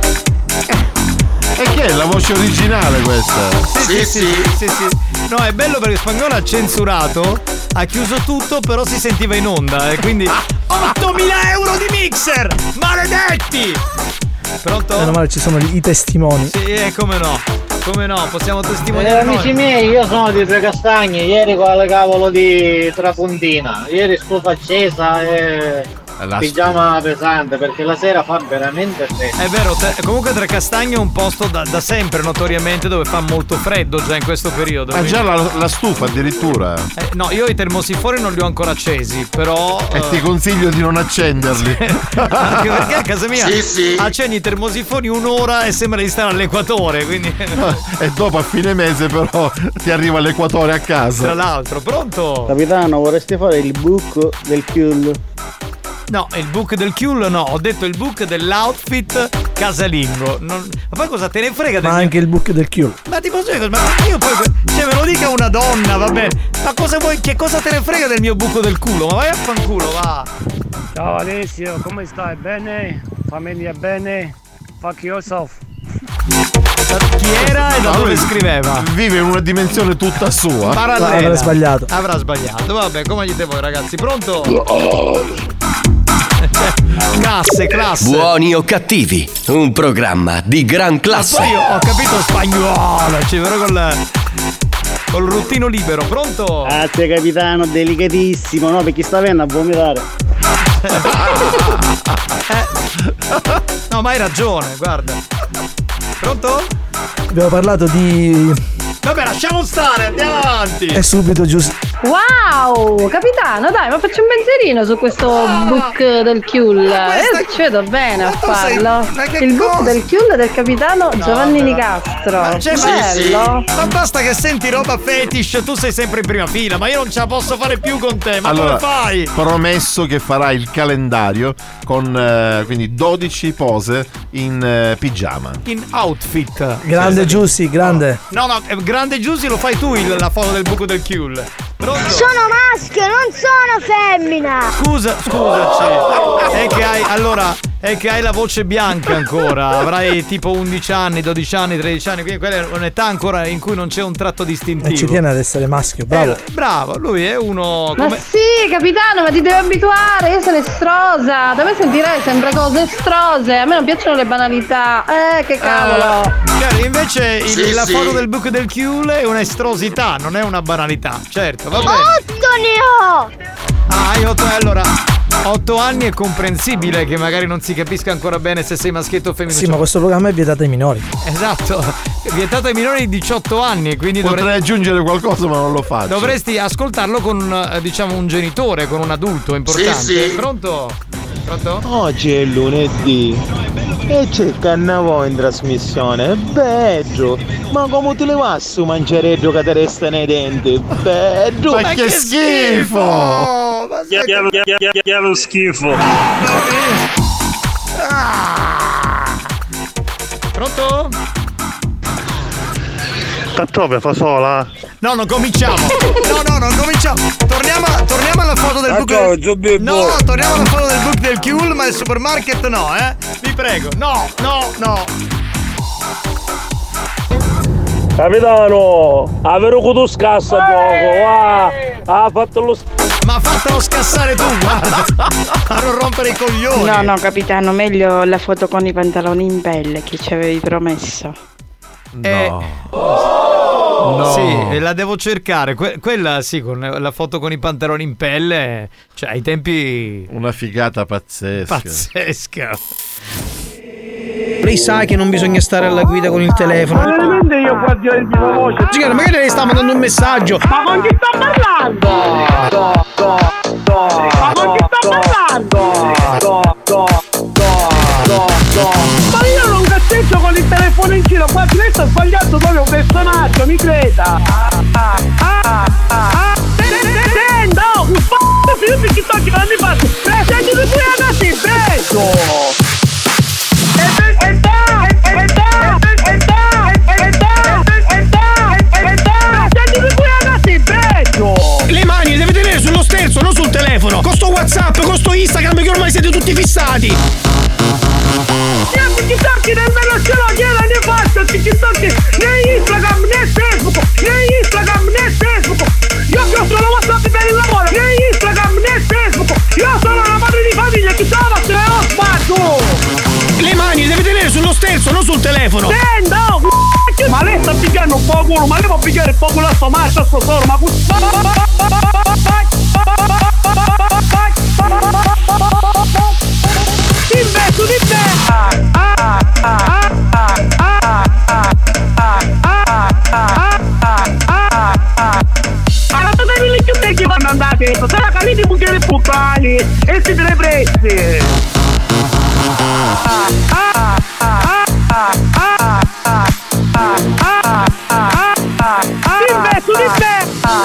E che è la voce originale questa? Sì, sì, sì, sì, sì, sì. No, è bello perché Spagnolo ha censurato, ha chiuso tutto, però si sentiva in onda, e quindi ottomila euro di mixer! Maledetti! Pronto? Meno male ci sono i testimoni. Sì, e come no? Come no? Possiamo Eh, testimoniare noi. amici miei, io sono di Trecastagni, ieri con la cavolo di Trapuntina, ieri stufa accesa e pigiama pesante, perché la sera fa veramente freddo. È vero, te, comunque Trecastagni è un posto da, da sempre notoriamente dove fa molto freddo già in questo periodo. Ma ah, già la, la stufa addirittura? Eh, no, io i termosifoni non li ho ancora accesi, però... E uh... ti consiglio di non accenderli. Anche perché a casa mia sì, sì. accendi i termosifoni un'ora e sembra di stare all'equatore, quindi... E dopo a fine mese però ti arriva l'equatore a casa. Tra l'altro, pronto? Capitano, vorresti fare il book del Kill? No, il book del Kill no, ho detto il book dell'outfit casalingo. Non... Ma poi cosa te ne frega del Ma mio... anche il book del Kill. Ma ti posso dire, ma io poi... Cioè me lo dica una donna, va bene. Ma cosa vuoi, che cosa te ne frega del mio buco del culo? Ma vai a fanculo, va. Ciao Alessio, come stai? Bene? Famiglia bene? Fuck yourself. Chi era e da dove scriveva? Vive in una dimensione tutta sua. Parallela. Avrà sbagliato. Avrà sbagliato. Vabbè, come dite voi ragazzi, pronto? Classe, classe. Buoni o cattivi, un programma di gran classe. Ma poi io ho capito spagnolo, cioè però col col ruttino libero, pronto? Grazie capitano, delicatissimo, no? Perché sta avendo a vomitare. eh. No, ma hai ragione, guarda. Pronto? Abbiamo parlato di... Vabbè, lasciamo stare, andiamo avanti. È subito giusto. Wow, capitano, dai, ma faccio un pensierino su questo ah, book del Kill. Io ci vedo bene a farlo. Sei... Il book del Kill del capitano no, Giovanni Nicastro. Ma cioè, bello. Sì, sì. Ma basta che senti roba fetish, tu sei sempre in prima fila, ma io non ce la posso fare più con te. Ma allora, come fai? Promesso che farai il calendario con eh, quindi dodici pose in eh, pigiama. In outfit. Grande Giussi, grande. No, no, grande Giussi lo fai tu il, la foto del buco del Kill. Pronto? Sono maschio, non sono femmina. Scusa, scusaci. È che hai, allora, è che hai la voce bianca ancora. Avrai tipo undici anni, dodici anni, tredici anni. Quindi quella è un'età ancora in cui non c'è un tratto distintivo. E ci tiene ad essere maschio, bravo. Eh, bravo, lui è uno come... Ma sì, capitano, ma ti devi abituare. Io sono estrosa. Da me sentirai sempre cose estrose. A me non piacciono le banalità. Eh, che cavolo. Uh, invece il, sì, la sì. foto del book del Kill è un'estrosità, non è una banalità. Certo, va bene. Otto ne ho! Ah, io otto, allora, otto anni è comprensibile che magari non si capisca ancora bene se sei maschietto o femmina. Sì, ma questo programma è vietato ai minori. Esatto, è vietato ai minori di diciotto anni, quindi potrei dovresti... aggiungere qualcosa ma non lo faccio. Dovresti ascoltarlo con, diciamo, un genitore, con un adulto importante. Sì, sì. Pronto? Pronto? Oggi è lunedì e c'è il carnavale in trasmissione, bello! Ma come ti levassi mangiareggio che ti resta nei denti? Bello! Ma, Ma che, che schifo! Ma che, che, che, che, che lo schifo! Ah. Pronto? Cattove fa sola? No, non cominciamo! No, no, non cominciamo! Torniamo, torniamo alla foto del book del... No, torniamo alla foto del book del Kiul, ma il supermarket no, eh? Vi prego, no, no, no! Capitano, avere che tu scassa poco, va! Ha fatto lo Ma fatelo scassare tu, guarda! A non rompere i coglioni! No, no, capitano, meglio la foto con i pantaloni in pelle che ci avevi promesso. No. Eh, no. Sì, la devo cercare. Que- quella sì, con la foto con i pantaloni in pelle. Cioè, ai tempi. Una figata pazzesca. Pazzesca. Lei sa che non bisogna stare alla guida con il telefono. Ma veramente io guardo il mio voce. Signora, magari lei sta mandando un messaggio. Ma con chi sto parlando? Do, do, do, ma con chi sto parlando? Do, do, do, do, do. Ma io non cazzeggio con il telefono in giro. Qua lei sta sbagliando proprio un personaggio, mi creda. Ah, ah, ah, ah. Senta, oh, un f***o film che sto girando in faccia. Presenti di cui ragazzi, bello. Le mani le deve tenere sullo sterzo, non sul telefono. Con sto WhatsApp, con sto Instagram che ormai siete tutti fissati. Io TikTok nemmeno ce l'ho, gliela ne faccio TikTok né Instagram né Facebook, né Instagram né Facebook. Io che ho solo WhatsApp per il lavoro, né Instagram né Facebook. Io sono una madre di famiglia, chi stava se ne ho fatto. Le mani le deve tenere sullo sterzo, non sul telefono. Senta, oh, ma lei sta pigliando un po' culo, ma lei può pigliare il po' culo a sto maestro, a sto solo, ma investo di te. Allora dove li chiude che vanno andate? Sarà caliti bucchiere puttani e si deve presi. Investo di te.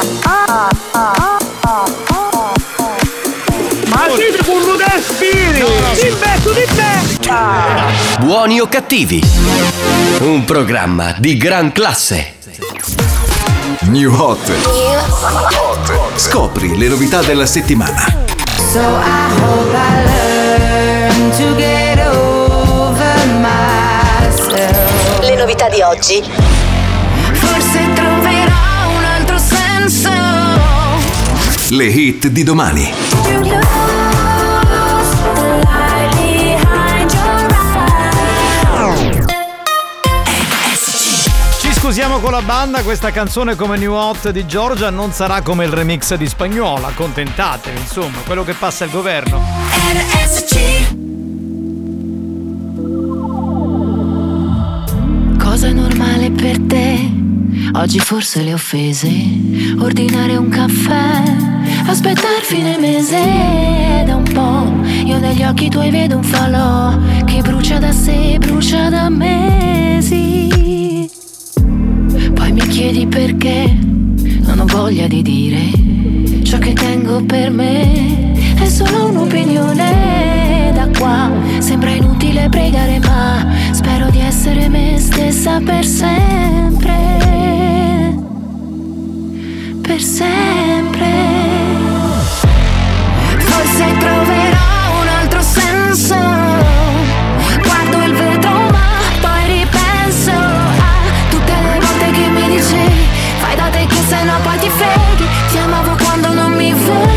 Ma siete con un respiri. Investo di te. Buoni o cattivi? Un programma di gran classe. New Hot. Scopri le novità della settimana. So I hope I learn to get over myself. Le novità di oggi. Forse troverò un altro senso. Le hit di domani. Scusiamo con la banda, questa canzone come New Hot di Giorgia non sarà come il remix di Spagnola, accontentatevi, insomma, quello che passa il governo. R S C. Cosa è normale per te? Oggi forse le offese, ordinare un caffè, aspettar fine mese. Da un po' io negli occhi tuoi vedo un falò che brucia da sé, brucia da mesi. Poi mi chiedi perché non ho voglia di dire ciò che tengo per me è solo un'opinione. Da qua sembra inutile pregare, ma spero di essere me stessa per sempre, per sempre. Forse troverò un altro senso. Guardo il vetro ma poi ripenso a tutte le volte che mi dicevi fai da te che se no poi ti freghi. Ti amavo quando non mi volevi.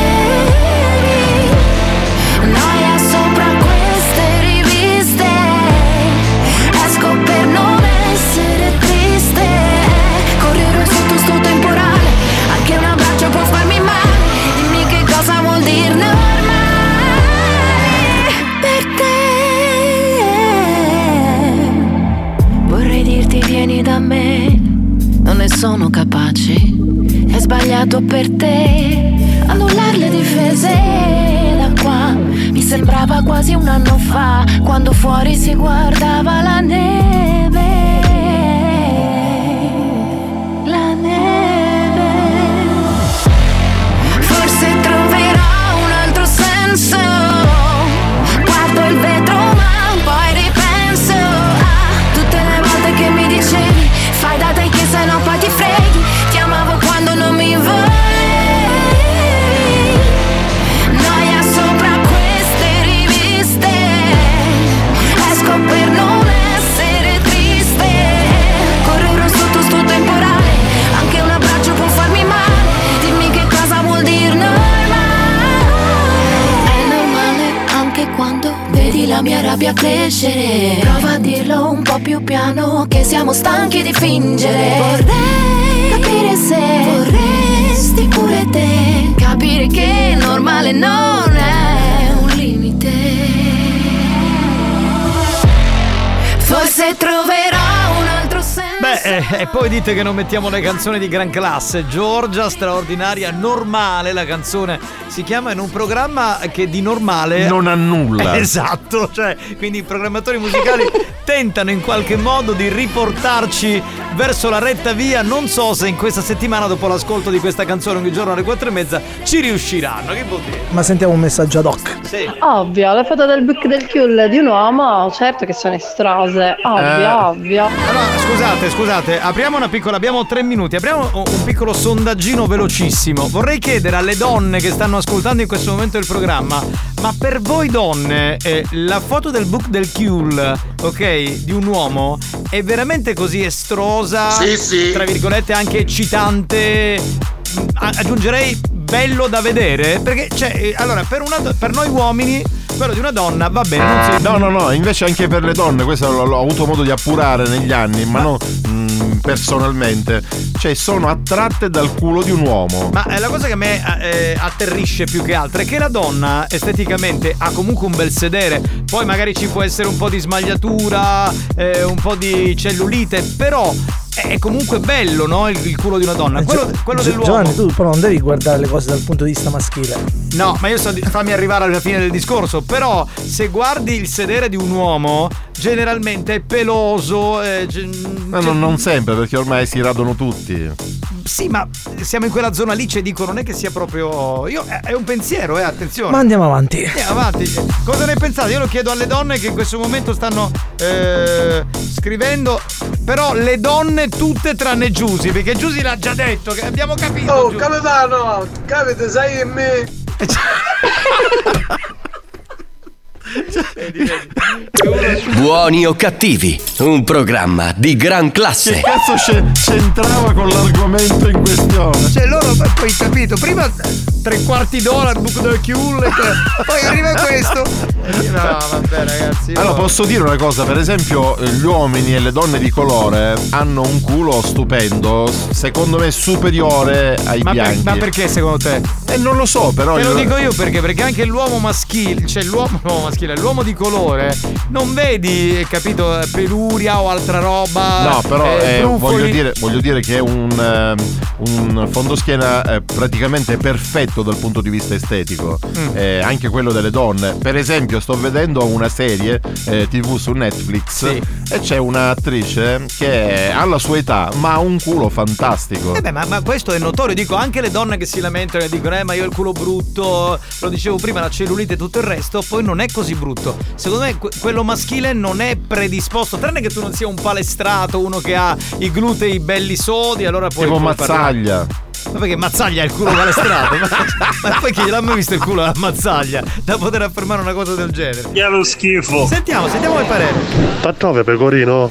Noia sopra queste riviste, esco per non essere triste. Correre sotto sto temporale, anche un abbraccio può farmi male. Dimmi che cosa vuol dire normale per te. Vorrei dirti vieni da me, non ne sono capace. È sbagliato per te annullare le difese. Da qua mi sembra sembrava quasi un anno fa, quando fuori si guardava la neve. La neve. Forse troverò un altro senso. Guardo il vetro ma poi ripenso a tutte le volte che mi dicevi fai da te che se no poi ti freghi. Ti amavo quando non mi volevi. Noia sopra queste riviste. Esco per non essere triste. Correrò sotto sto temporale. Anche un abbraccio può farmi male. Dimmi che cosa vuol dire normale. È normale anche quando vedi la mia rabbia crescere. Prova a dirlo un po' più piano, che siamo stanchi di fingere. Vorrei capire se vorresti pure te. Capire che normale non è un limite. Forse troverò un altro senso. Beh, eh, e poi dite che non mettiamo le canzoni di gran classe. Giorgia, straordinaria, normale. La canzone si chiama in un programma che di normale non ha nulla. Esatto, cioè, quindi i programmatori musicali tentano in qualche modo di riportarci verso la retta via. Non so se in questa settimana, dopo l'ascolto di questa canzone ogni giorno alle quattro e mezza, ci riusciranno. Che vuol dire? Ma sentiamo un messaggio ad hoc. Sì. Ovvio, le foto del book del Kill di un uomo, certo che sono estrose. Ovvio, Eh. ovvio. Allora, scusate, scusate, apriamo una piccola, abbiamo tre minuti, apriamo un un piccolo sondaggino velocissimo. Vorrei chiedere alle donne che stanno ascoltando in questo momento il programma, ma per voi donne eh, la foto del book del Kill, ok, di un uomo è veramente così estrosa? Sì, sì. Tra virgolette anche eccitante, a- aggiungerei bello da vedere? Perché, cioè, eh, allora, per, una, per noi uomini quello di una donna va bene, non si... No, no, no, invece anche per le donne, questo l'ho, l'ho avuto modo di appurare negli anni, ma, ma... non mh, personalmente. Cioè, sono attratte dal culo di un uomo. Ma eh, la cosa che a me eh, atterrisce più che altro è che la donna esteticamente ha comunque un bel sedere. Poi magari ci può essere un po' di smagliatura, eh, un po' di cellulite, però è comunque bello, no? Il, il culo di una donna. Quello, quello Gio- dell'uomo. Giovanni, tu però non devi guardare le cose dal punto di vista maschile. No, ma io sto di fammi arrivare alla fine del discorso. Però se guardi il sedere di un uomo, generalmente è peloso. Eh, ge- Ma non, non sempre, perché ormai si radono tutti. Sì, ma siamo in quella zona lì, cioè dico, non è che sia proprio. Io è un pensiero, eh, attenzione. Ma andiamo avanti. Andiamo avanti. Cosa ne pensate? Io lo chiedo alle donne che in questo momento stanno eh, scrivendo. Però le donne tutte tranne Giusy, perché Giusy l'ha già detto, che abbiamo capito. Oh, Giusy. capitano, capite, sai e me. Buoni o cattivi, un programma di gran classe. Che cazzo c'è- c'entrava con l'argomento in questione? Cioè loro poi capito, prima tre quarti d'ora il buco del chiulle, poi arriva questo. No, vabbè ragazzi. io- Allora posso dire una cosa, per esempio gli uomini e le donne di colore hanno un culo stupendo, secondo me superiore ai ma, per- bianchi. ma perché secondo te? Eh, non lo so, però Te lo io- dico io perché, perché anche l'uomo maschile, cioè l'uomo, l'uomo maschile, l'uomo di colore, non vedi, capito, peluria o altra roba. No, però eh, eh, brufoli. voglio, dire, voglio dire che è un, ehm, un fondoschiena eh, praticamente perfetto dal punto di vista estetico, Mm. eh, anche quello delle donne. Per esempio sto vedendo una serie eh, tivù su Netflix, Sì. e c'è un'attrice che ha la sua età ma ha un culo fantastico. Eh beh, ma, ma questo è notorio, dico, anche le donne che si lamentano e dicono eh ma io ho il culo brutto, lo dicevo prima, la cellulite e tutto il resto, poi non è così brutto. Secondo me que- quello maschile non è predisposto, tranne che tu non sia un palestrato, uno che ha i glutei belli sodi, allora poi Tipo puoi parlare. Mazzaglia. Ma perché Mazzaglia ha il culo palestrato? ma, ma poi chi gliel'ha mai visto il culo a Mazzaglia da poter affermare una cosa del genere? Che lo schifo. Sentiamo, sentiamo il parere. Patrove pecorino.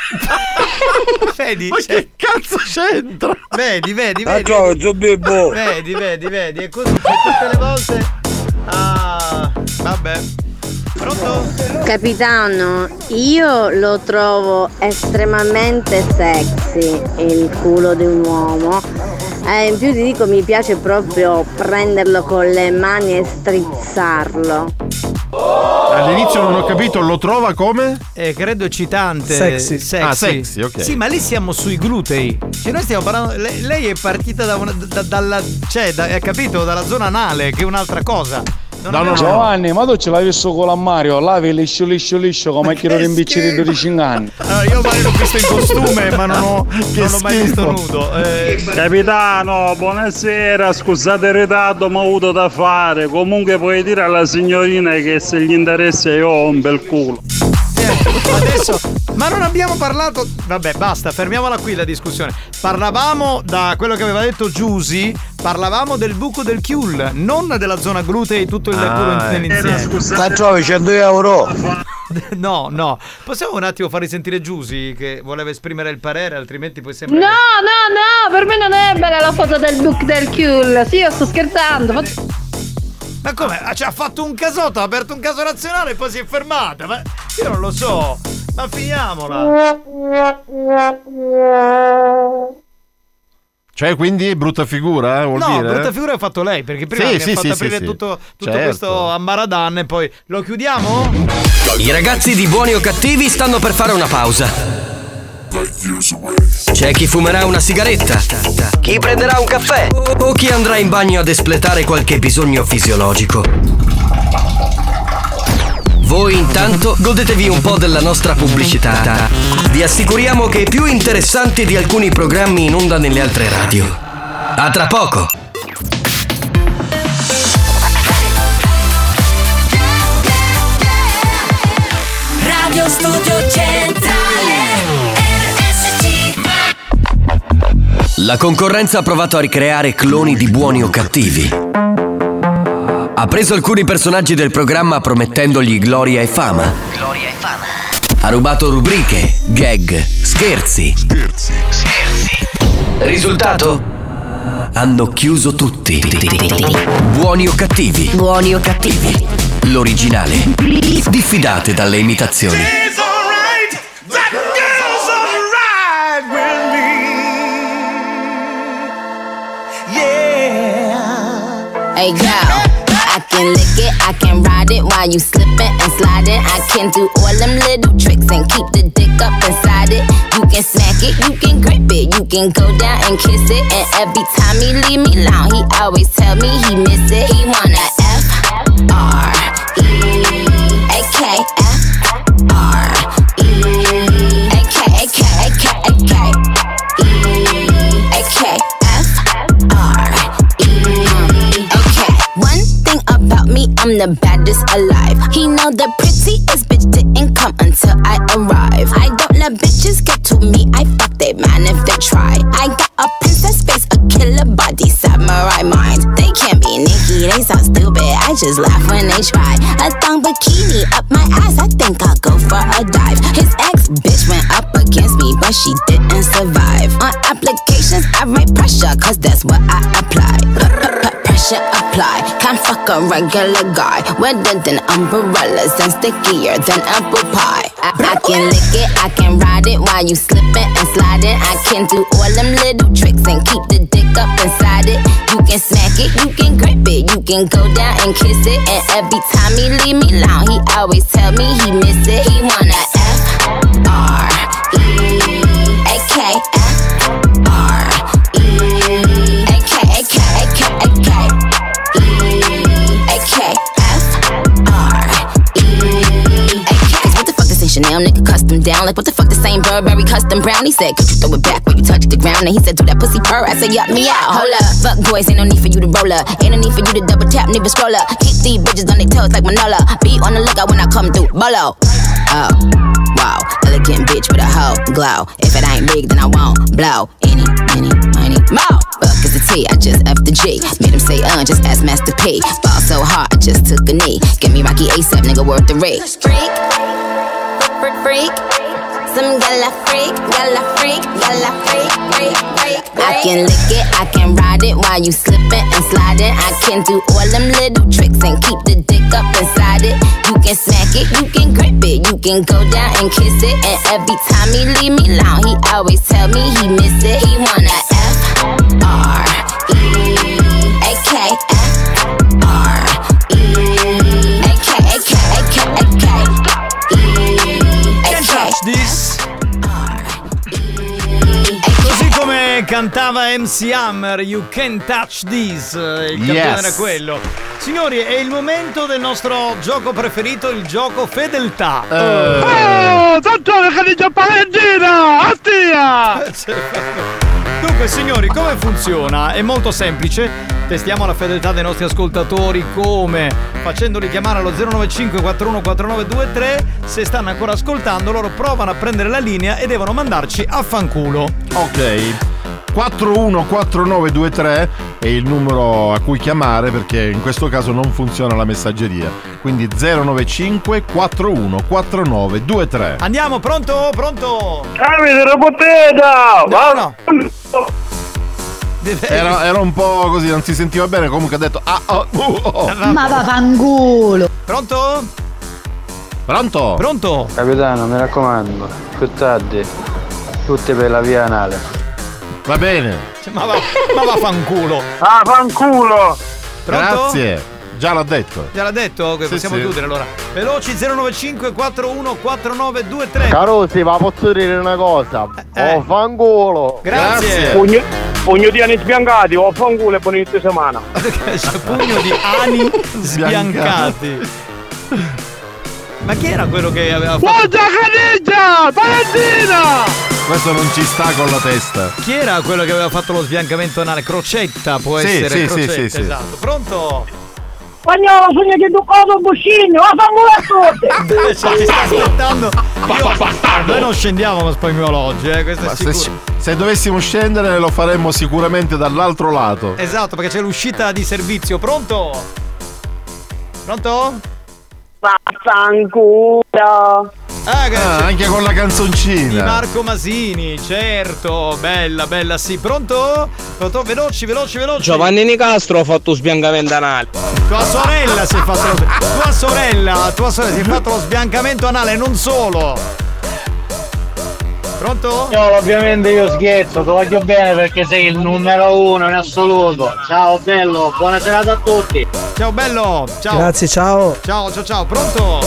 Vedi? Ma che cazzo c'entra? Vedi, vedi, Ah, vedi. ciao, Giobibbo. Vedi, vedi, vedi. E così e tutte le volte. Ah, vabbè. Pronto? Capitano, io lo trovo estremamente sexy il culo di un uomo. Eh, in più ti dico, mi piace proprio prenderlo con le mani e strizzarlo. All'inizio non ho capito, lo trova come? Eh, credo eccitante. Sexy. Sexy. Ah, sexy, ok. Sì, ma lì siamo sui glutei. Cioè, noi stiamo parlando. Lei, lei è partita da una, da- dalla. Cioè, da, hai capito? Dalla zona anale, che è un'altra cosa. Non No, no, no. Giovanni, ma tu ce l'hai visto con la Mario? Lavi liscio liscio liscio come chi lo rimbicci di dodici anni. Allora, io Mario l'ho visto in costume, ma non ho, non l'ho mai visto nudo. Eh, Capitano, buonasera, scusate il ritardo, ma ho avuto da fare. Comunque puoi dire alla signorina che se gli interessa io ho un bel culo. Adesso, ma non abbiamo parlato. Vabbè, basta, fermiamola qui la discussione. Parlavamo, da quello che aveva detto Giusy, parlavamo del buco del Chiul, non della zona glutei, tutto il culo Ah, nell'insieme. La trovi cento euro? No, no. Possiamo un attimo far risentire Giusy che voleva esprimere il parere, altrimenti poi No, sembra. no, no, per me non è bella la foto del book del Chiul. Sì, io sto scherzando. Fa- Ma come? Ah, cioè, ha fatto un casotto, ha aperto un caso nazionale e poi si è fermata. Ma io non lo so. Ma finiamola. Cioè, quindi brutta figura, vuol No, dire? brutta figura ha fatto lei, perché prima Sì, mi sì, ha fatto sì, aprire sì, sì. tutto, tutto Certo. questo ambaradan e poi lo chiudiamo? I ragazzi di Buoni o Cattivi stanno per fare una pausa. C'è chi fumerà una sigaretta, chi prenderà un caffè o chi andrà in bagno ad espletare qualche bisogno fisiologico. Voi intanto godetevi un po' della nostra pubblicità. Vi assicuriamo che è più interessante di alcuni programmi in onda nelle altre radio. A tra poco! Radio Studio Centrale R S C. La concorrenza ha provato a ricreare cloni di Buoni o Cattivi. Ha preso alcuni personaggi del programma promettendogli gloria e fama. Gloria e fama. Ha rubato rubriche, gag, scherzi. Scherzi. Scherzi. Risultato? Hanno chiuso tutti. Buoni o Cattivi? Buoni o Cattivi? L'originale. Diffidate dalle imitazioni. Hey girl, I can lick it, I can ride it while you slipping and sliding. I can do all them little tricks and keep the dick up inside it. You can smack it, you can grip it, you can go down and kiss it. And every time he leave me alone, he always tell me he miss it. He wanna F R E A K F R E A K A K A K A K E A K F R E A K. One thing about me, I'm the baddest alive. He know the prettiest bitch didn't come until I arrive. I don't let bitches get to me, I fuck they man if they try. I got a princess face, a killer body, samurai mind. They can't be Nicki, they so stupid, I just laugh when they try. A thong bikini up my ass, I think I'll go for a dive. His ex bitch went up against me, but she didn't survive. On applications, I write pressure, cause that's what I apply. Pressure apply, can't fuck a regular guy. Wetter than umbrellas and stickier than apple pie. I, I can lick it, I can ride it while you slipping and sliding. I can do all them little tricks and keep the dick up inside it. You can smack it, you can grip it, you can go down and kiss it. And every time he leave me alone, he always tell me he miss it. He wanna F R E A K F R E A K A K A K A K E A K F R E A K. Cause what the fuck this ain't Chanel, nigga custom down. Like what the fuck this ain't Burberry custom brown. He said, could you throw it back when you touch the ground? And he said, do that pussy purr. I said, yup me out. Hold up, fuck boys, ain't no need for you to roll up. Ain't no need for you to double tap, neither scroll up. Keep these bitches on their toes like Manola. Be on the lookout when I come through. Bolo. Oh, wow, elegant bitch with a hoe glow. If it ain't big, then I won't blow. Any, any, money, more. Fuck is the T, I just F the G. Made him say, uh, just ask Master P. Ball so hard, I just took a knee. Give me Rocky ASAP, nigga, worth the rate. Freak, freak, freak. Some gala freak, gala freak, gala freak, freak, freak. I can lick it, I can ride it while you slipping and sliding. I can do all them little tricks and keep the dick up inside it. You can smack it, you can grip it, you can go down and kiss it. And every time he leave me alone, he always tell me he miss it. He wanna F R E A K F R E A K A K A K A K E A K. This. Così come cantava M C Hammer, You Can't Touch This. Il Yes. campione era quello. Signori, è il momento del nostro gioco preferito, il gioco fedeltà. Oh, Santoro che dice Valentina! Astia! Dunque signori, come funziona? È molto semplice. Testiamo la fedeltà dei nostri ascoltatori come? Facendoli chiamare allo zero nove cinque quattro uno quattro nove due tre. Se stanno ancora ascoltando, loro provano a prendere la linea e devono mandarci a fanculo. Ok. quattro uno quattro nove due tre è il numero a cui chiamare, perché in questo caso non funziona la messaggeria. Quindi zero nove cinque quattro uno quattro nove due tre. Andiamo, pronto? Pronto? Avete la bottega! No, no. Era, era un po' così, non si sentiva bene, comunque ha detto ah, oh, uh, oh. Ma vaffanculo. Pronto? Pronto? Pronto? Capitano, mi raccomando, più tardi, tutte per la via anale. Va bene. Ma va, ma va fanculo. Ah, fanculo! Pronto? Grazie. Già l'ha detto. Già l'ha detto? Che Sì, possiamo sì. chiudere allora. Veloci zero nove cinque quattro uno quattro nove due tre. Carosi, ma posso dire una cosa? Eh. Oh, fangolo! Grazie. Pugno, pugno di anni sbiancati, oh, fanculo e buon inizio settimana. C'è pugno di ani sbiancati. Ma chi era quello che aveva fatto? Forza Canigia! Valentina! Questo non ci sta con la testa. Chi era quello che aveva fatto lo sbiancamento anale? Crocetta può Sì, essere. sì, Crocetta, sì, sì, sì. esatto. Pronto? Spagnolo, sogno che tu cosa un buscino, oh, fanculo a tutti! Cioè, ti sta aspettando. Io, noi non scendiamo con Spagnolo oggi, eh, questo è Ma se, sicuro. se dovessimo scendere lo faremmo sicuramente dall'altro lato. Esatto, perché c'è l'uscita di servizio. Pronto? Pronto? Vaffanculo! Ah, che Ah, c'è- anche con la di canzoncina. Marco Masini, certo, bella, bella, sì. Pronto? Pronto? Veloci, veloci, veloci. Giovanni Nicastro ha fatto sbiancamento anale. Tua sorella si è fatto lo Tua sorella, tua sorella si è fatto lo sbiancamento anale, non solo. Pronto? No, ovviamente io scherzo, ti voglio bene perché sei il numero uno in assoluto. Ciao bello, buona serata a tutti. Ciao bello, ciao. Grazie, ciao. Ciao, ciao, ciao. Pronto?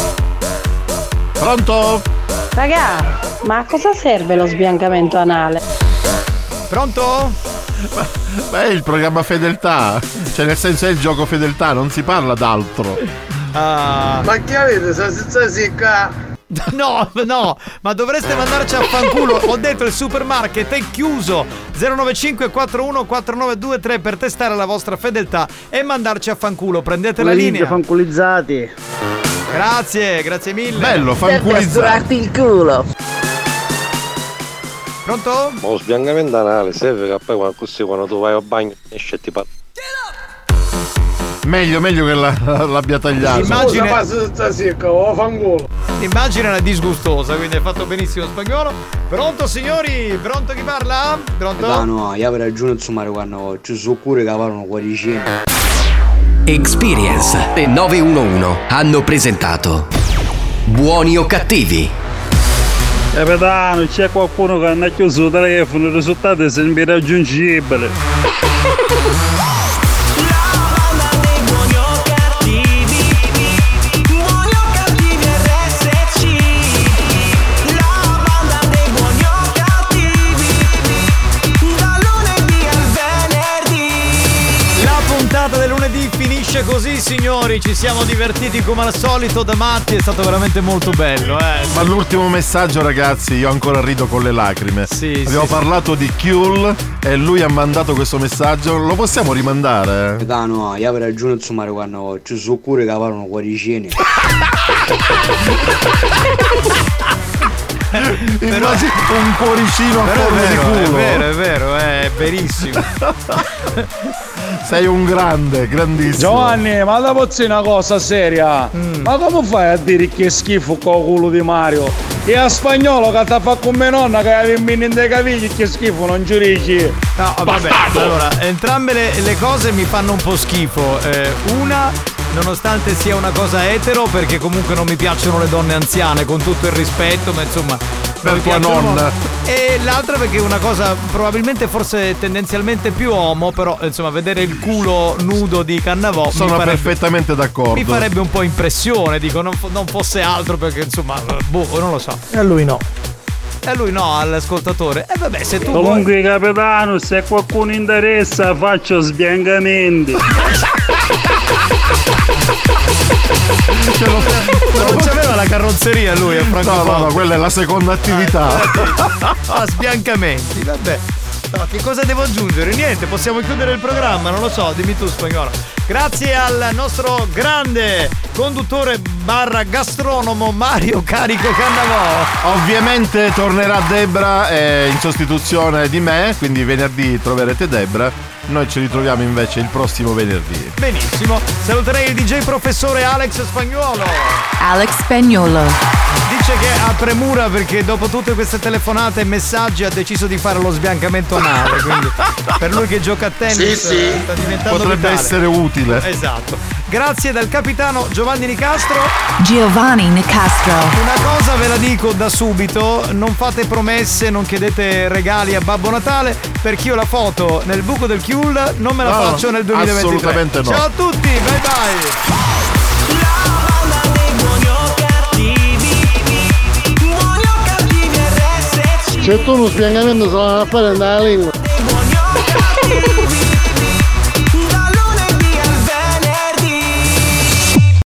Pronto? Raga, ma a cosa serve lo sbiancamento anale? Pronto? Beh, è il programma fedeltà. Cioè, nel senso, è il gioco fedeltà, non si parla d'altro. Ah. Ma che avete? Sta senza secca? No, no, ma dovreste mandarci a fanculo. Ho detto il supermarket è chiuso. zero nove cinque quattro uno quattro nove due tre per testare la vostra fedeltà e mandarci a fanculo. Prendete la linea. fanculizzati. Grazie, grazie mille. Bello, fanculizzato. il culo. Pronto? Ma lo sbiancamento anale serve che poi quando, così, quando tu vai al bagno esce e ti pa- Meglio, meglio che la, l'abbia tagliato. Immagine, Scusa, ma senza secca, oh, fanculo! immagine era disgustosa, quindi hai fatto benissimo Spagnolo. Pronto signori? Pronto chi parla? Pronto? No, no, io avrei ragione insomma quando ci sono pure che parlano cuoricini. Experience e nove uno uno hanno presentato Buoni o cattivi? Capitano, c'è qualcuno che hanno chiuso il telefono, il risultato è sempre irraggiungibile. Del lunedì finisce così signori, ci siamo divertiti come al solito da matti, è stato veramente molto bello eh. Ma l'ultimo messaggio ragazzi, io ancora rido con le lacrime. Sì, Abbiamo sì, parlato di Kyul e lui ha mandato questo messaggio, lo possiamo rimandare? No, io avrei ragione insomma quando ci sono pure che parlano cuoricini. Immagini un cuoricino a Però forma è di vero, culo. è vero, è vero, è verissimo. Sei un grande, grandissimo. Giovanni, ma da pozzi una cosa seria. Ma come fai a dire che è schifo con culo di Mario? E a Spagnolo che ti fa con mia nonna che aveva in dei cavigli che schifo, non giudici. No, vabbè, allora, entrambe le, le cose mi fanno un po' schifo. Eh, una, nonostante sia una cosa etero, perché comunque non mi piacciono le donne anziane, con tutto il rispetto, ma insomma. Per mi tua piacciono nonna. molto. E l'altra perché è una cosa probabilmente forse tendenzialmente più homo, però insomma vedere il culo nudo di Cannavò Sono mi farebbe, perfettamente d'accordo. mi farebbe un po' impressione, dico non, fo- non fosse altro perché insomma, boh, non lo so. E a lui no. E lui no, all'ascoltatore. E eh vabbè, se tu Comunque vuoi... capitano, se qualcuno interessa faccio sbiancamenti. Non c'aveva la carrozzeria lui a Francoforte. No, no, no, quella è la seconda attività. Ah, sbiancamenti, vabbè. No, che cosa devo aggiungere? Niente, possiamo chiudere il programma, non lo so, dimmi tu Spagnolo. Grazie al nostro grande conduttore barra gastronomo Mario Carico Cannavò. Ovviamente tornerà Debra eh, in sostituzione di me, quindi venerdì troverete Debra. Noi ci ritroviamo invece il prossimo venerdì. Benissimo, saluterei il D J professore Alex Spagnuolo. Alex Spagnuolo. Dice che ha premura perché dopo tutte queste telefonate e messaggi ha deciso di fare lo sbiancamento anale, quindi per lui che gioca a tennis sì, sì. sta diventando potrebbe vitale. essere utile. Esatto. Grazie dal capitano Giovanni Nicastro. Giovanni Nicastro. Una cosa ve la dico da subito, non fate promesse, non chiedete regali a Babbo Natale, perché io la foto nel buco del Chiul non me la no, faccio nel duemilaventitré. Assolutamente no. Ciao a tutti, bye bye. Se tu non spiangamento sono a fare nella lingua.